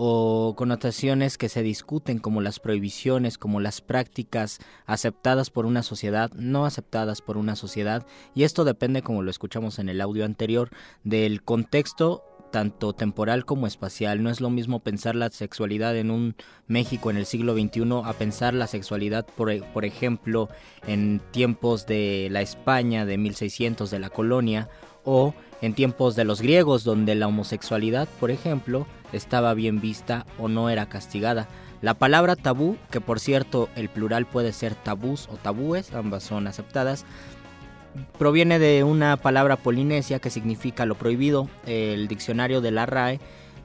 o connotaciones que se discuten como las prohibiciones, como las prácticas aceptadas por una sociedad, no aceptadas por una sociedad, y esto depende, como lo escuchamos en el audio anterior, del contexto tanto temporal como espacial. No es lo mismo pensar la sexualidad en un México en el siglo veintiuno a pensar la sexualidad, por, por ejemplo, en tiempos de la España de mil seiscientos, de la colonia, o en tiempos de los griegos, donde la homosexualidad, por ejemplo, estaba bien vista o no era castigada. La palabra tabú, que por cierto el plural puede ser tabús o tabúes, ambas son aceptadas, proviene de una palabra polinesia que significa lo prohibido. El diccionario de la R A E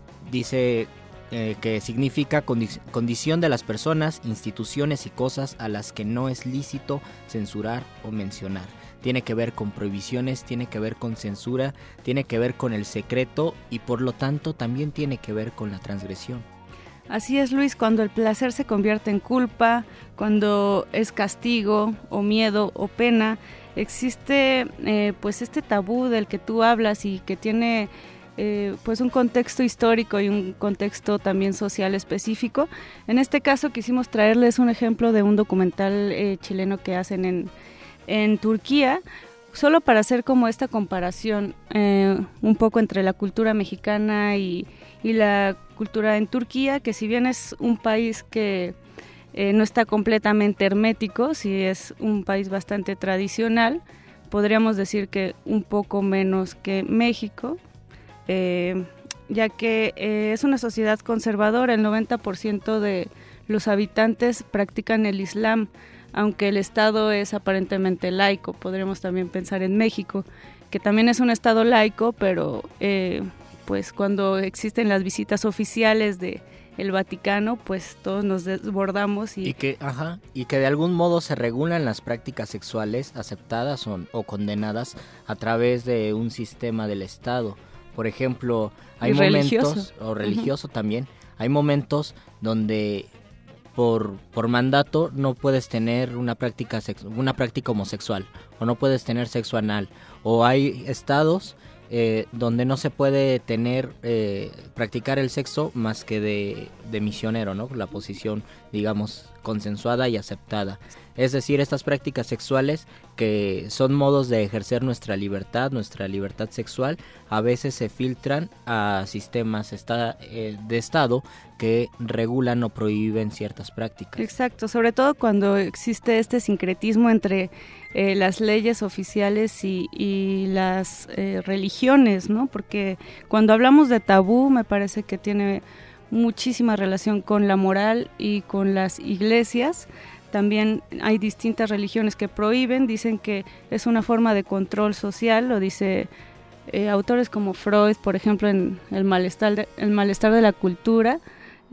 dice eh, que significa condi- condición de las personas, instituciones y cosas a las que no es lícito censurar o mencionar. Tiene que ver con prohibiciones, tiene que ver con censura, tiene que ver con el secreto y por lo tanto también tiene que ver con la transgresión. Así es, Luis, cuando el placer se convierte en culpa, cuando es castigo o miedo o pena, existe eh, pues este tabú del que tú hablas y que tiene eh, pues un contexto histórico y un contexto también social específico. En este caso quisimos traerles un ejemplo de un documental eh, chileno que hacen en, en Turquía, solo para hacer como esta comparación eh, un poco entre la cultura mexicana y, y la cultura en Turquía, que si bien es un país que Eh, no está completamente hermético, sí es un país bastante tradicional, podríamos decir que un poco menos que México, eh, ya que eh, es una sociedad conservadora. El noventa por ciento de los habitantes practican el Islam, aunque el Estado es aparentemente laico. Podríamos también pensar en México, que también es un Estado laico, pero eh, pues cuando existen las visitas oficiales de el Vaticano, pues todos nos desbordamos y... Y que, ajá, y que de algún modo se regulan las prácticas sexuales aceptadas o, o condenadas a través de un sistema del Estado. Por ejemplo, hay y momentos, religioso. o religioso uh-huh. también, hay momentos donde por, por mandato no puedes tener una práctica, sex, una práctica homosexual, o no puedes tener sexo anal, o hay estados... Eh, donde no se puede tener, eh, practicar el sexo más que de, de misionero, ¿no? La posición, digamos, consensuada y aceptada. Es decir, estas prácticas sexuales que son modos de ejercer nuestra libertad, nuestra libertad sexual, a veces se filtran a sistemas esta, eh, de Estado que regulan o prohíben ciertas prácticas. Exacto, sobre todo cuando existe este sincretismo entre eh, las leyes oficiales y, y las eh, religiones, ¿no? Porque cuando hablamos de tabú me parece que tiene muchísima relación con la moral y con las iglesias. También hay distintas religiones que prohíben, dicen que es una forma de control social, lo dice eh, autores como Freud, por ejemplo, en El malestar de, el malestar de la cultura,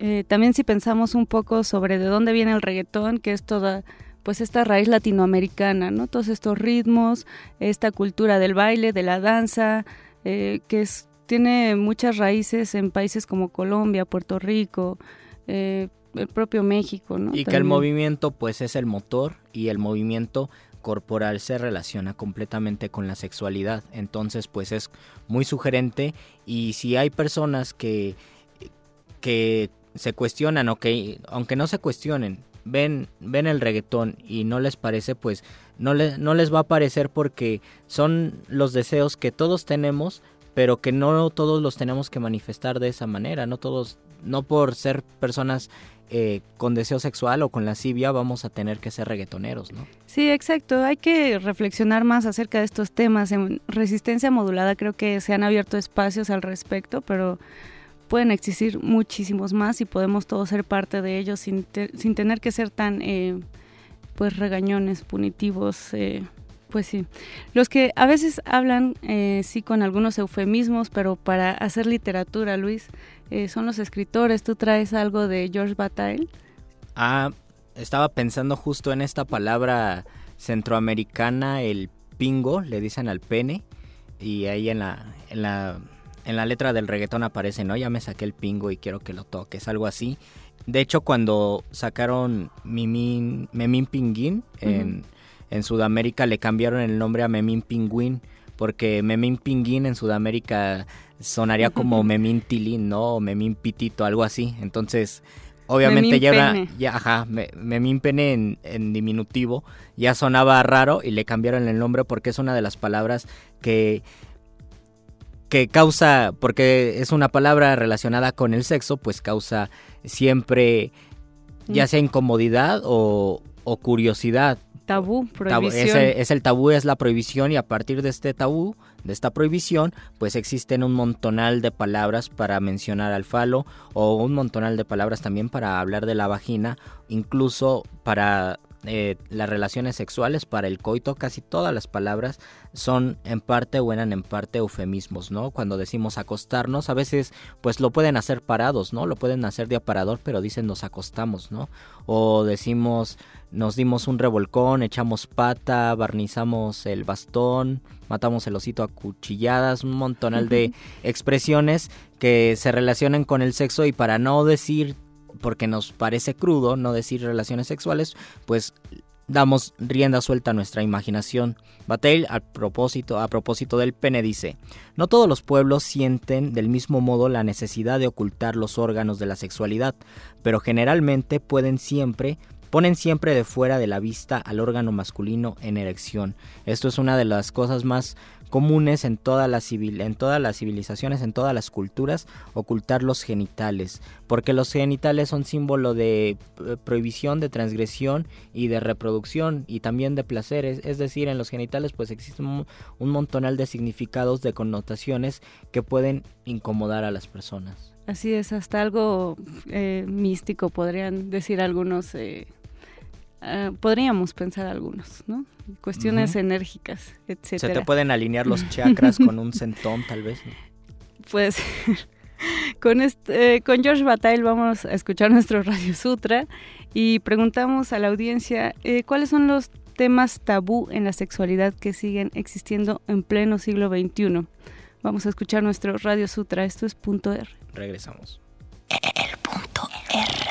eh, también si pensamos un poco sobre de dónde viene el reggaetón, que es toda pues esta raíz latinoamericana, ¿no? Todos estos ritmos, esta cultura del baile, de la danza, eh, que es, tiene muchas raíces en países como Colombia, Puerto Rico, eh, el propio México, ¿no? Y También. que el movimiento pues es el motor y el movimiento corporal se relaciona completamente con la sexualidad, entonces pues es muy sugerente y si hay personas que, que se cuestionan o que aunque no se cuestionen, ven ven el reggaetón y no les parece, pues no, le, no les va a parecer porque son los deseos que todos tenemos, pero que no todos los tenemos que manifestar de esa manera, no todos, no por ser personas eh, con deseo sexual o con lascivia vamos a tener que ser reggaetoneros, ¿no? Sí, exacto, hay que reflexionar más acerca de estos temas. En Resistencia Modulada creo que se han abierto espacios al respecto, pero pueden existir muchísimos más y podemos todos ser parte de ellos sin, te, sin tener que ser tan eh, pues regañones, punitivos, eh, pues sí. Los que a veces hablan eh, sí con algunos eufemismos, pero para hacer literatura, Luis, eh, son los escritores. ¿Tú traes algo de Georges Bataille? Ah, estaba pensando justo en esta palabra centroamericana, el pingo, le dicen al pene, y ahí en la... En la En la letra del reggaetón aparece, ¿no? Ya me saqué el pingo y quiero que lo toques, algo así. De hecho, cuando sacaron Memín, Memín Pinguín en, uh-huh. en Sudamérica, le cambiaron el nombre a Memín Pingüín, porque Memín Pinguín en Sudamérica sonaría como Memín Tilín, ¿no? O Memín Pitito, algo así. Entonces, obviamente Memín lleva, pene. ya, ajá, me, Memín Pene en, en diminutivo, ya sonaba raro y le cambiaron el nombre porque es una de las palabras que... que causa, porque es una palabra relacionada con el sexo, pues causa siempre ya sea incomodidad o, o curiosidad. Tabú, prohibición. Tabú, es, es el tabú, es la prohibición y a partir de este tabú, de esta prohibición, pues existen un montonal de palabras para mencionar al falo o un montonal de palabras también para hablar de la vagina, incluso para... Eh, las relaciones sexuales, para el coito, casi todas las palabras son en parte o eran en parte eufemismos, ¿no? Cuando decimos acostarnos, a veces pues lo pueden hacer parados, ¿no? Lo pueden hacer de aparador, pero dicen nos acostamos, ¿no? O decimos nos dimos un revolcón, echamos pata, barnizamos el bastón, matamos el osito a cuchilladas, un montonal de expresiones que se relacionan con el sexo y para no decir, porque nos parece crudo no decir relaciones sexuales, pues damos rienda suelta a nuestra imaginación. Bataille, a propósito, a propósito del pene, dice: no todos los pueblos sienten del mismo modo la necesidad de ocultar los órganos de la sexualidad, pero generalmente pueden siempre, ponen siempre de fuera de la vista al órgano masculino en erección. Esto es una de las cosas más comunes en todas las civil, en todas las civilizaciones, en todas las culturas, ocultar los genitales, porque los genitales son símbolo de eh, prohibición, de transgresión y de reproducción y también de placeres, es decir, en los genitales pues existe un, un montonal de significados, de connotaciones que pueden incomodar a las personas. Así es, hasta algo eh, místico podrían decir algunos, eh, uh, podríamos pensar algunos, ¿no? Cuestiones uh-huh. enérgicas, etcétera. Se te pueden alinear los chakras con un centón, tal vez, ¿no? Pues con, este, eh, con Georges Bataille vamos a escuchar nuestro Radio Sutra y preguntamos a la audiencia eh, cuáles son los temas tabú en la sexualidad que siguen existiendo en pleno siglo veintiuno. Vamos a escuchar nuestro Radio Sutra. Esto es Punto R. Regresamos. El Punto R.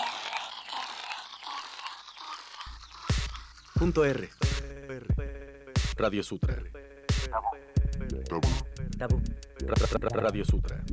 Punto R. Radio Sutra. Tabú. Tabú. Radio Sutra.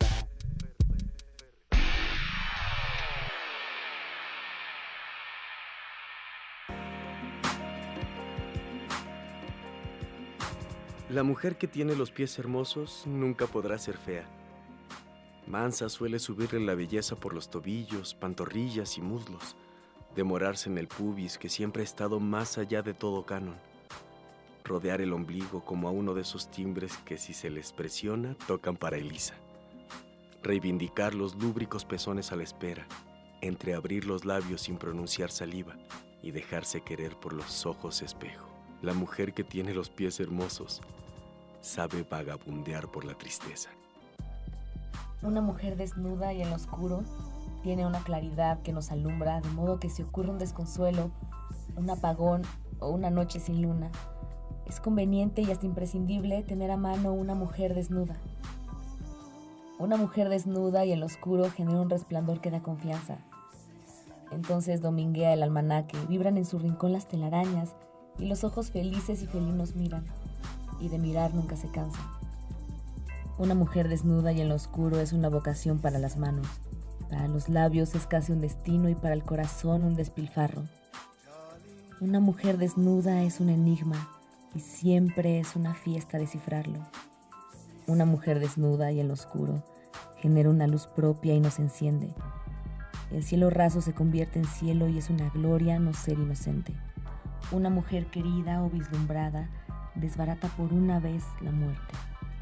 La mujer que tiene los pies hermosos nunca podrá ser fea. Mansa suele subirle la belleza por los tobillos, pantorrillas y muslos, demorarse en el pubis que siempre ha estado más allá de todo canon, rodear el ombligo como a uno de esos timbres que si se les presiona tocan para Elisa, reivindicar los lúbricos pezones a la espera, entreabrir los labios sin pronunciar saliva y dejarse querer por los ojos espejo. La mujer que tiene los pies hermosos sabe vagabundear por la tristeza. Una mujer desnuda y en lo oscuro tiene una claridad que nos alumbra, de modo que si ocurre un desconsuelo, un apagón o una noche sin luna, es conveniente y hasta imprescindible tener a mano una mujer desnuda. Una mujer desnuda y en lo oscuro genera un resplandor que da confianza. Entonces dominguea el almanaque, vibran en su rincón las telarañas y los ojos felices y felinos miran, y de mirar nunca se cansan. Una mujer desnuda y en lo oscuro es una vocación para las manos, para los labios es casi un destino y para el corazón un despilfarro. Una mujer desnuda es un enigma y siempre es una fiesta descifrarlo. Una mujer desnuda y en lo oscuro genera una luz propia y nos enciende. El cielo raso se convierte en cielo y es una gloria no ser inocente. Una mujer querida o vislumbrada desbarata por una vez la muerte.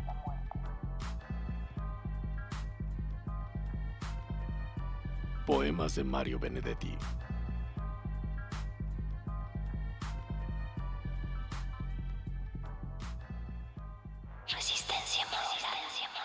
Poemas de Mario Benedetti. Resistencia modulada.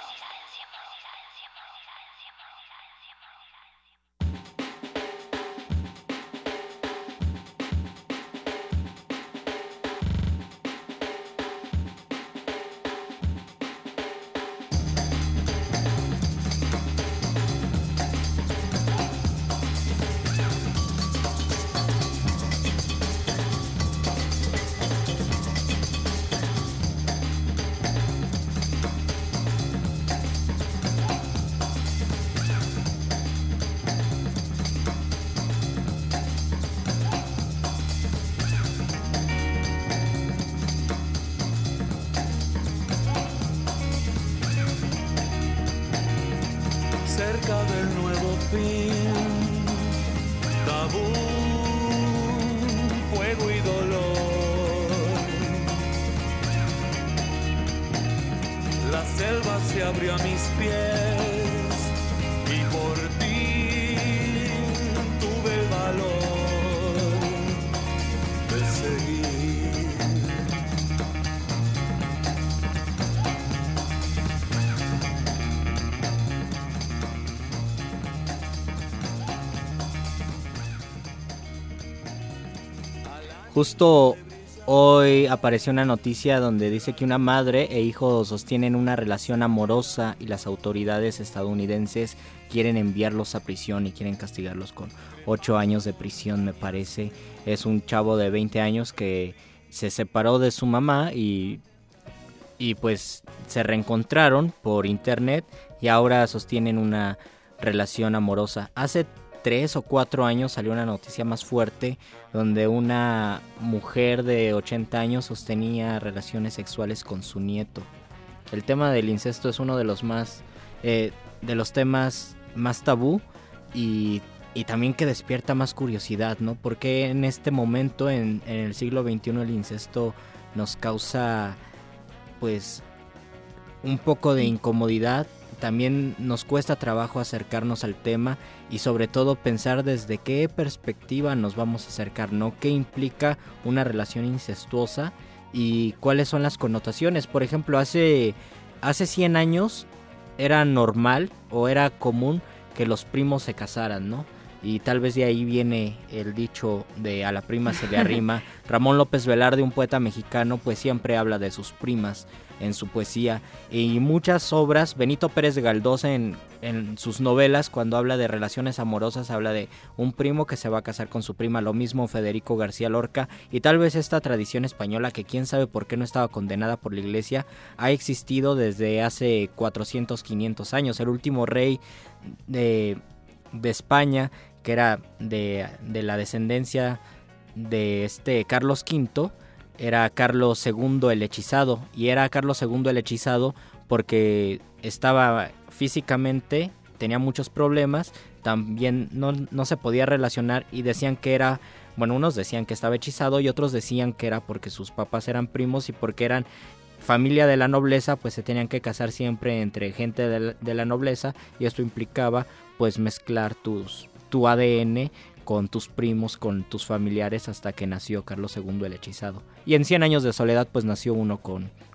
Cerca del nuevo fin, tabú, fuego y dolor. La selva se abrió a mis pies y por ti tuve el valor de seguir. Justo hoy apareció una noticia donde dice que una madre e hijo sostienen una relación amorosa y las autoridades estadounidenses quieren enviarlos a prisión y quieren castigarlos con ocho años de prisión, me parece. Es un chavo de veinte años que se separó de su mamá y, y pues se reencontraron por internet y ahora sostienen una relación amorosa. Hace tres o cuatro años salió una noticia más fuerte donde una mujer de ochenta años sostenía relaciones sexuales con su nieto. El tema del incesto es uno de los más eh, de los temas más tabú y, y también que despierta más curiosidad, ¿no? Porque en este momento, en, en el siglo veintiuno, el incesto nos causa pues un poco de incomodidad. También nos cuesta trabajo acercarnos al tema y sobre todo pensar desde qué perspectiva nos vamos a acercar, ¿no? ¿Qué implica una relación incestuosa y cuáles son las connotaciones? Por ejemplo, hace, hace cien años era normal o era común que los primos se casaran, ¿no? Y tal vez de ahí viene el dicho de a la prima se le arrima. Ramón López Velarde, un poeta mexicano, pues siempre habla de sus primas en su poesía y muchas obras. Benito Pérez Galdós en, en sus novelas, cuando habla de relaciones amorosas, habla de un primo que se va a casar con su prima, lo mismo Federico García Lorca, y tal vez esta tradición española, que quién sabe por qué no estaba condenada por la iglesia, ha existido desde hace cuatrocientos, quinientos años. El último rey de, de España, que era de, de la descendencia de este Carlos quinto, era Carlos segundo el hechizado, y era Carlos segundo el hechizado porque estaba físicamente, tenía muchos problemas, también no, no se podía relacionar y decían que era, bueno, unos decían que estaba hechizado y otros decían que era porque sus papás eran primos y porque eran familia de la nobleza, pues se tenían que casar siempre entre gente de la, de la nobleza, y esto implicaba pues mezclar tus, tu A D N con tus primos, con tus familiares, hasta que nació Carlos segundo el hechizado. Y en Cien años de soledad pues nació uno con,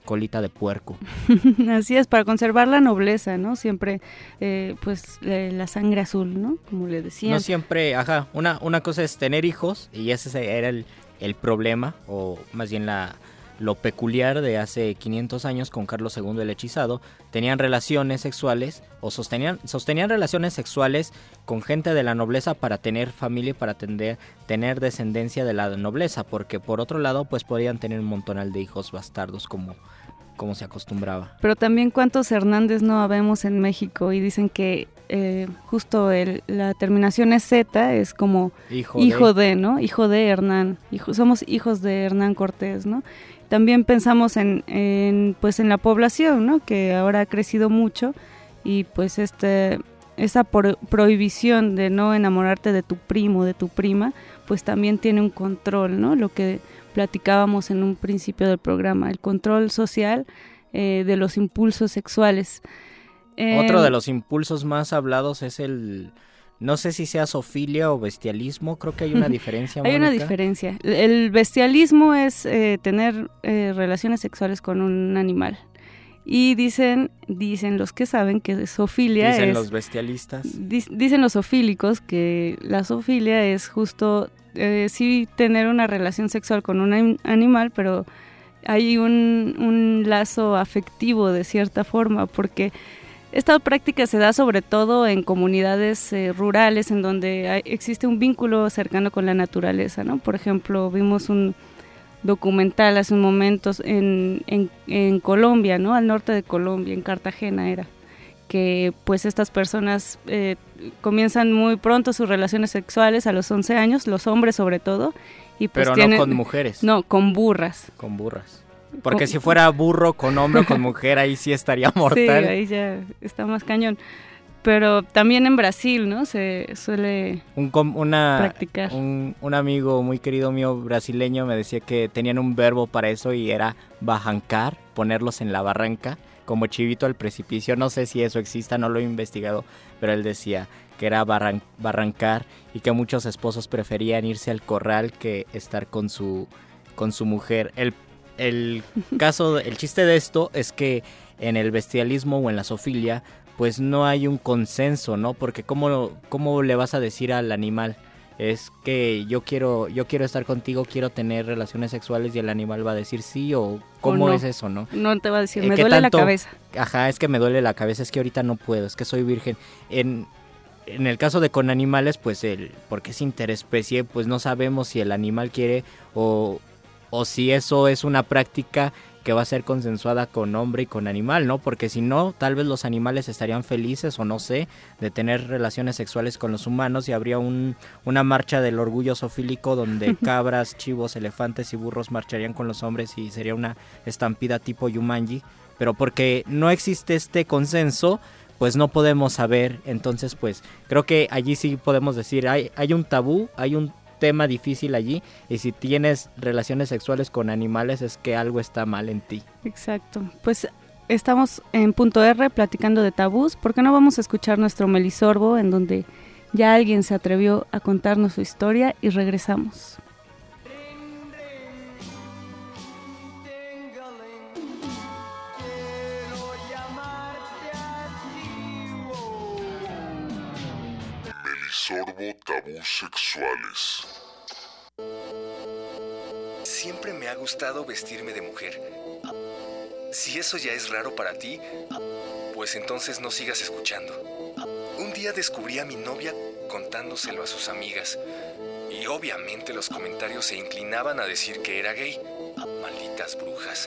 colita de puerco. Así es, para conservar la nobleza, ¿no? Siempre, eh, pues, eh, la sangre azul, ¿no? Como le decían. No siempre, ajá, una, una cosa es tener hijos, y ese era el, el problema, o más bien la... lo peculiar de hace quinientos años con Carlos segundo el Hechizado. Tenían relaciones sexuales o sostenían, sostenían relaciones sexuales con gente de la nobleza para tener familia y para tener, tener descendencia de la nobleza, porque por otro lado pues podían tener un montonal de hijos bastardos como, como se acostumbraba. Pero también cuántos Hernández no habemos en México, y dicen que eh, justo el, la terminación es Z, es como hijo, hijo de. de, ¿no? Hijo de Hernán, hijo, somos hijos de Hernán Cortés, ¿no? También pensamos en, en, pues en la población, ¿no? Que ahora ha crecido mucho, y pues este, esa pro- prohibición de no enamorarte de tu primo, de tu prima, pues también tiene un control, ¿no? Lo que platicábamos en un principio del programa, el control social eh, de los impulsos sexuales. Eh, Otro de los impulsos más hablados es el... No sé si sea zoofilia o bestialismo, creo que hay una diferencia. Hay Mónica. una diferencia. El bestialismo es eh, tener eh, relaciones sexuales con un animal. Y dicen dicen los que saben que zoofilia dicen es... Dicen los bestialistas. Di, dicen los zoofílicos que la zoofilia es justo, eh, sí tener una relación sexual con un animal, pero hay un, un lazo afectivo de cierta forma, porque... esta práctica se da sobre todo en comunidades eh, rurales en donde hay, existe un vínculo cercano con la naturaleza, ¿no? Por ejemplo, vimos un documental hace un momento en, en, en Colombia, ¿no? Al norte de Colombia, en Cartagena era, que pues estas personas eh, comienzan muy pronto sus relaciones sexuales a los once años, los hombres sobre todo. Y pues Pero tienen, no con mujeres. No, con burras. Con burras. Porque si fuera burro con hombre o con mujer, ahí sí estaría mortal. Sí, ahí ya está más cañón. Pero también en Brasil, ¿no? Se suele un, una, practicar. Un, un amigo muy querido mío brasileño me decía que tenían un verbo para eso y era barrancar, ponerlos en la barranca, como chivito al precipicio. No sé si eso exista, no lo he investigado, pero él decía que era barran, barrancar y que muchos esposos preferían irse al corral que estar con su, con su mujer. El El caso, el chiste de esto es que en el bestialismo o en la zoofilia, pues no hay un consenso, ¿no? Porque ¿cómo, cómo le vas a decir al animal? Es que yo quiero, yo quiero estar contigo, quiero tener relaciones sexuales, y el animal va a decir sí, o ¿cómo o no. es eso, no? No te va a decir, me duele tanto, la cabeza. Ajá, es que me duele la cabeza, es que ahorita no puedo, es que soy virgen. En... En el caso de con animales, pues el, porque es interespecie, pues no sabemos si el animal quiere o... o si eso es una práctica que va a ser consensuada con hombre y con animal, ¿no? Porque si no, tal vez los animales estarían felices, o no sé, de tener relaciones sexuales con los humanos, y habría un, una marcha del orgullo zoofílico donde cabras, chivos, elefantes y burros marcharían con los hombres y sería una estampida tipo Yumanji. Pero porque no existe este consenso, pues no podemos saber. Entonces, pues creo que allí sí podemos decir, hay, hay un tabú, hay un tema difícil allí, y si tienes relaciones sexuales con animales es que algo está mal en ti. Exacto. Pues estamos en Punto R platicando de tabús. ¿Por qué no vamos a escuchar nuestro Melisorbo, en donde ya alguien se atrevió a contarnos su historia, y regresamos? Melisorbo Tabús Sexuales. Siempre me ha gustado vestirme de mujer. Si eso ya es raro para ti, pues entonces no sigas escuchando. Un día descubrí a mi novia contándoselo a sus amigas, y obviamente los comentarios se inclinaban a decir que era gay. Malditas brujas.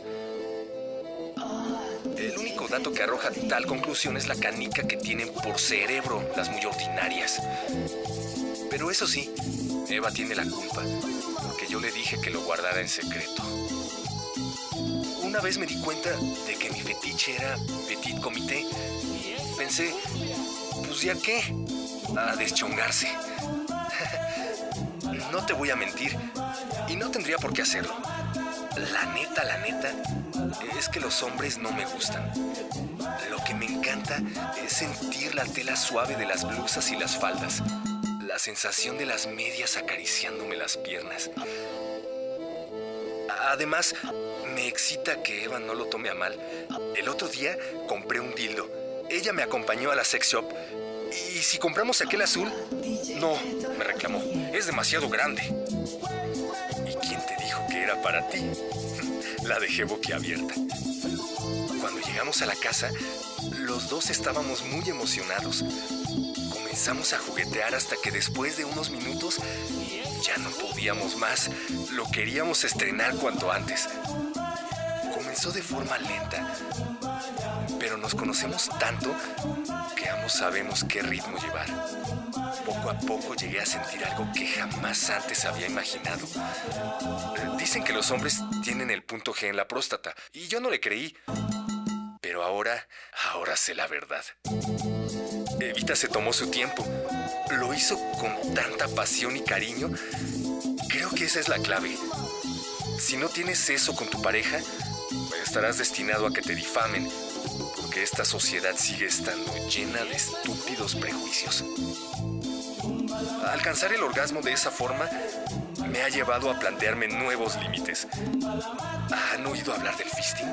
El único dato que arroja tal conclusión es la canica que tienen por cerebro las muy ordinarias. Pero eso sí, Eva tiene la culpa, porque yo le dije que lo guardara en secreto. Una vez me di cuenta de que mi fetiche era petit comité. Pensé, pues ya qué, a deschongarse. No te voy a mentir, y no tendría por qué hacerlo. La neta, la neta, es que los hombres no me gustan. Lo que me encanta es sentir la tela suave de las blusas y las faldas, la sensación de las medias acariciándome las piernas. Además, Me excita que Eva no lo tome a mal. El otro día compré un dildo. Ella me acompañó a la sex shop. ¿Y si compramos aquel azul? No, me reclamó. Es demasiado grande. ¿Y quién te dijo que era para ti? La dejé boquiabierta. Cuando llegamos a la casa, los dos estábamos muy emocionados. Comenzamos a juguetear hasta que después de unos minutos ya no podíamos más. Lo queríamos estrenar cuanto antes. Comenzó de forma lenta, pero nos conocemos tanto que ambos sabemos qué ritmo llevar. Poco a poco llegué a sentir algo que jamás antes había imaginado. Dicen que los hombres tienen el punto G en la próstata, y yo no le creí. Pero ahora, ahora sé la verdad. Evita se tomó su tiempo. Lo hizo con tanta pasión y cariño. Creo que esa es la clave. Si no tienes eso con tu pareja, estarás destinado a que te difamen, porque esta sociedad sigue estando llena de estúpidos prejuicios. Alcanzar el orgasmo de esa forma me ha llevado a plantearme nuevos límites. ¿Han oído hablar del fisting?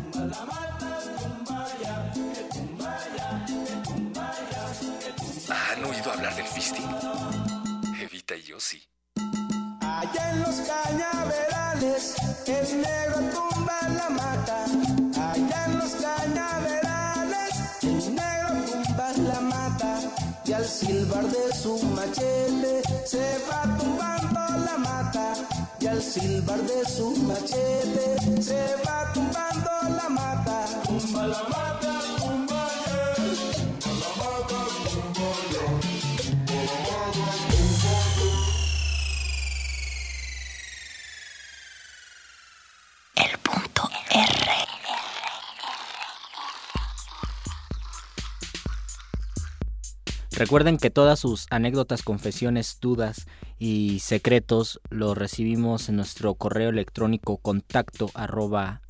¿Han oído hablar del fisting? Evita y yo sí. Allá en los cañaverales, el negro tumba la mata. Allá en los cañaverales, el negro tumba la mata. Y al silbar de su machete, se va tumbando la mata. Y al silbar de su machete, se va tumbando la mata. Tumba la mata, tumba ya. Tumba la mata, tumba ya. Tumba la mata, tumba ya. El punto R. Recuerden que todas sus anécdotas, confesiones, dudas y secretos los recibimos en nuestro correo electrónico contacto arroba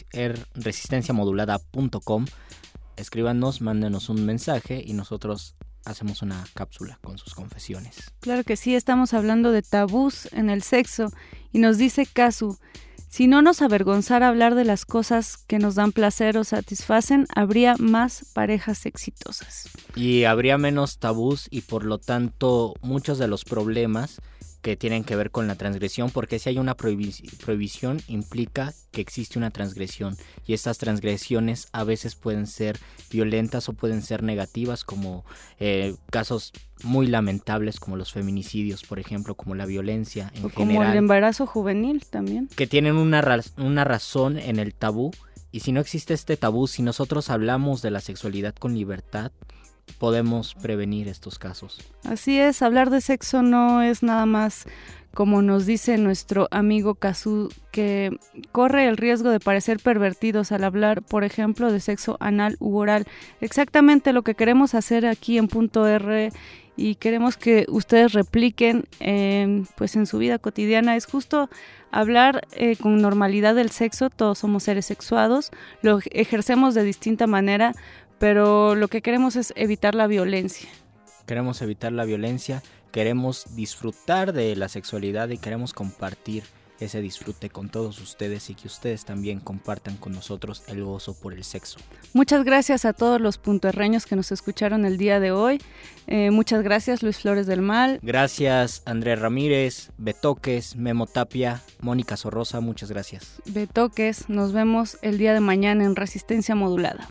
resistenciamodulada punto com. Escríbanos, mándenos un mensaje y nosotros hacemos una cápsula con sus confesiones. Claro que sí, estamos hablando de tabús en el sexo y nos dice Casu: si no nos avergonzara hablar de las cosas que nos dan placer o satisfacen, habría más parejas exitosas. Y habría menos tabús y por lo tanto muchos de los problemas que tienen que ver con la transgresión, porque si hay una prohibi- prohibición implica que existe una transgresión y estas transgresiones a veces pueden ser violentas o pueden ser negativas, como eh, casos muy lamentables como los feminicidios, por ejemplo, como la violencia en o como general. el embarazo juvenil también. Que tienen una, raz- una razón en el tabú, y si no existe este tabú, si nosotros hablamos de la sexualidad con libertad, podemos prevenir estos casos. Así es, hablar de sexo no es nada más, como nos dice nuestro amigo Kazu, que corre el riesgo de parecer pervertidos al hablar, por ejemplo, de sexo anal u oral. Exactamente lo que queremos hacer aquí en Punto R y queremos que ustedes repliquen eh, pues en su vida cotidiana es justo hablar eh, con normalidad del sexo. Todos somos seres sexuados, lo ejercemos de distinta manera, pero lo que queremos es evitar la violencia. Queremos evitar la violencia, queremos disfrutar de la sexualidad y queremos compartir ese disfrute con todos ustedes y que ustedes también compartan con nosotros el gozo por el sexo. Muchas gracias a todos los puntoerreños que nos escucharon el día de hoy. Eh, muchas gracias, Luis Flores del Mal. Gracias, Andrés Ramírez, Betoques, Memo Tapia, Mónica Sorrosa, muchas gracias. Betoques, nos vemos el día de mañana en Resistencia Modulada.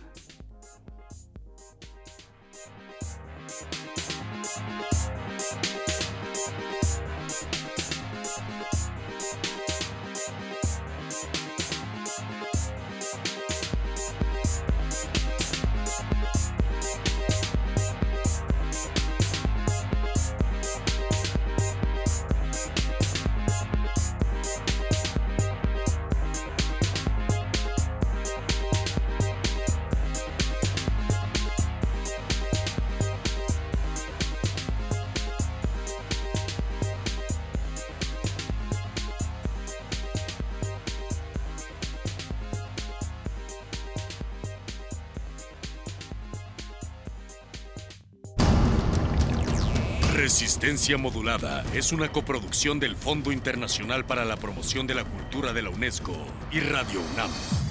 Resistencia Modulada es una coproducción del Fondo Internacional para la Promoción de la Cultura de la UNESCO y Radio UNAM.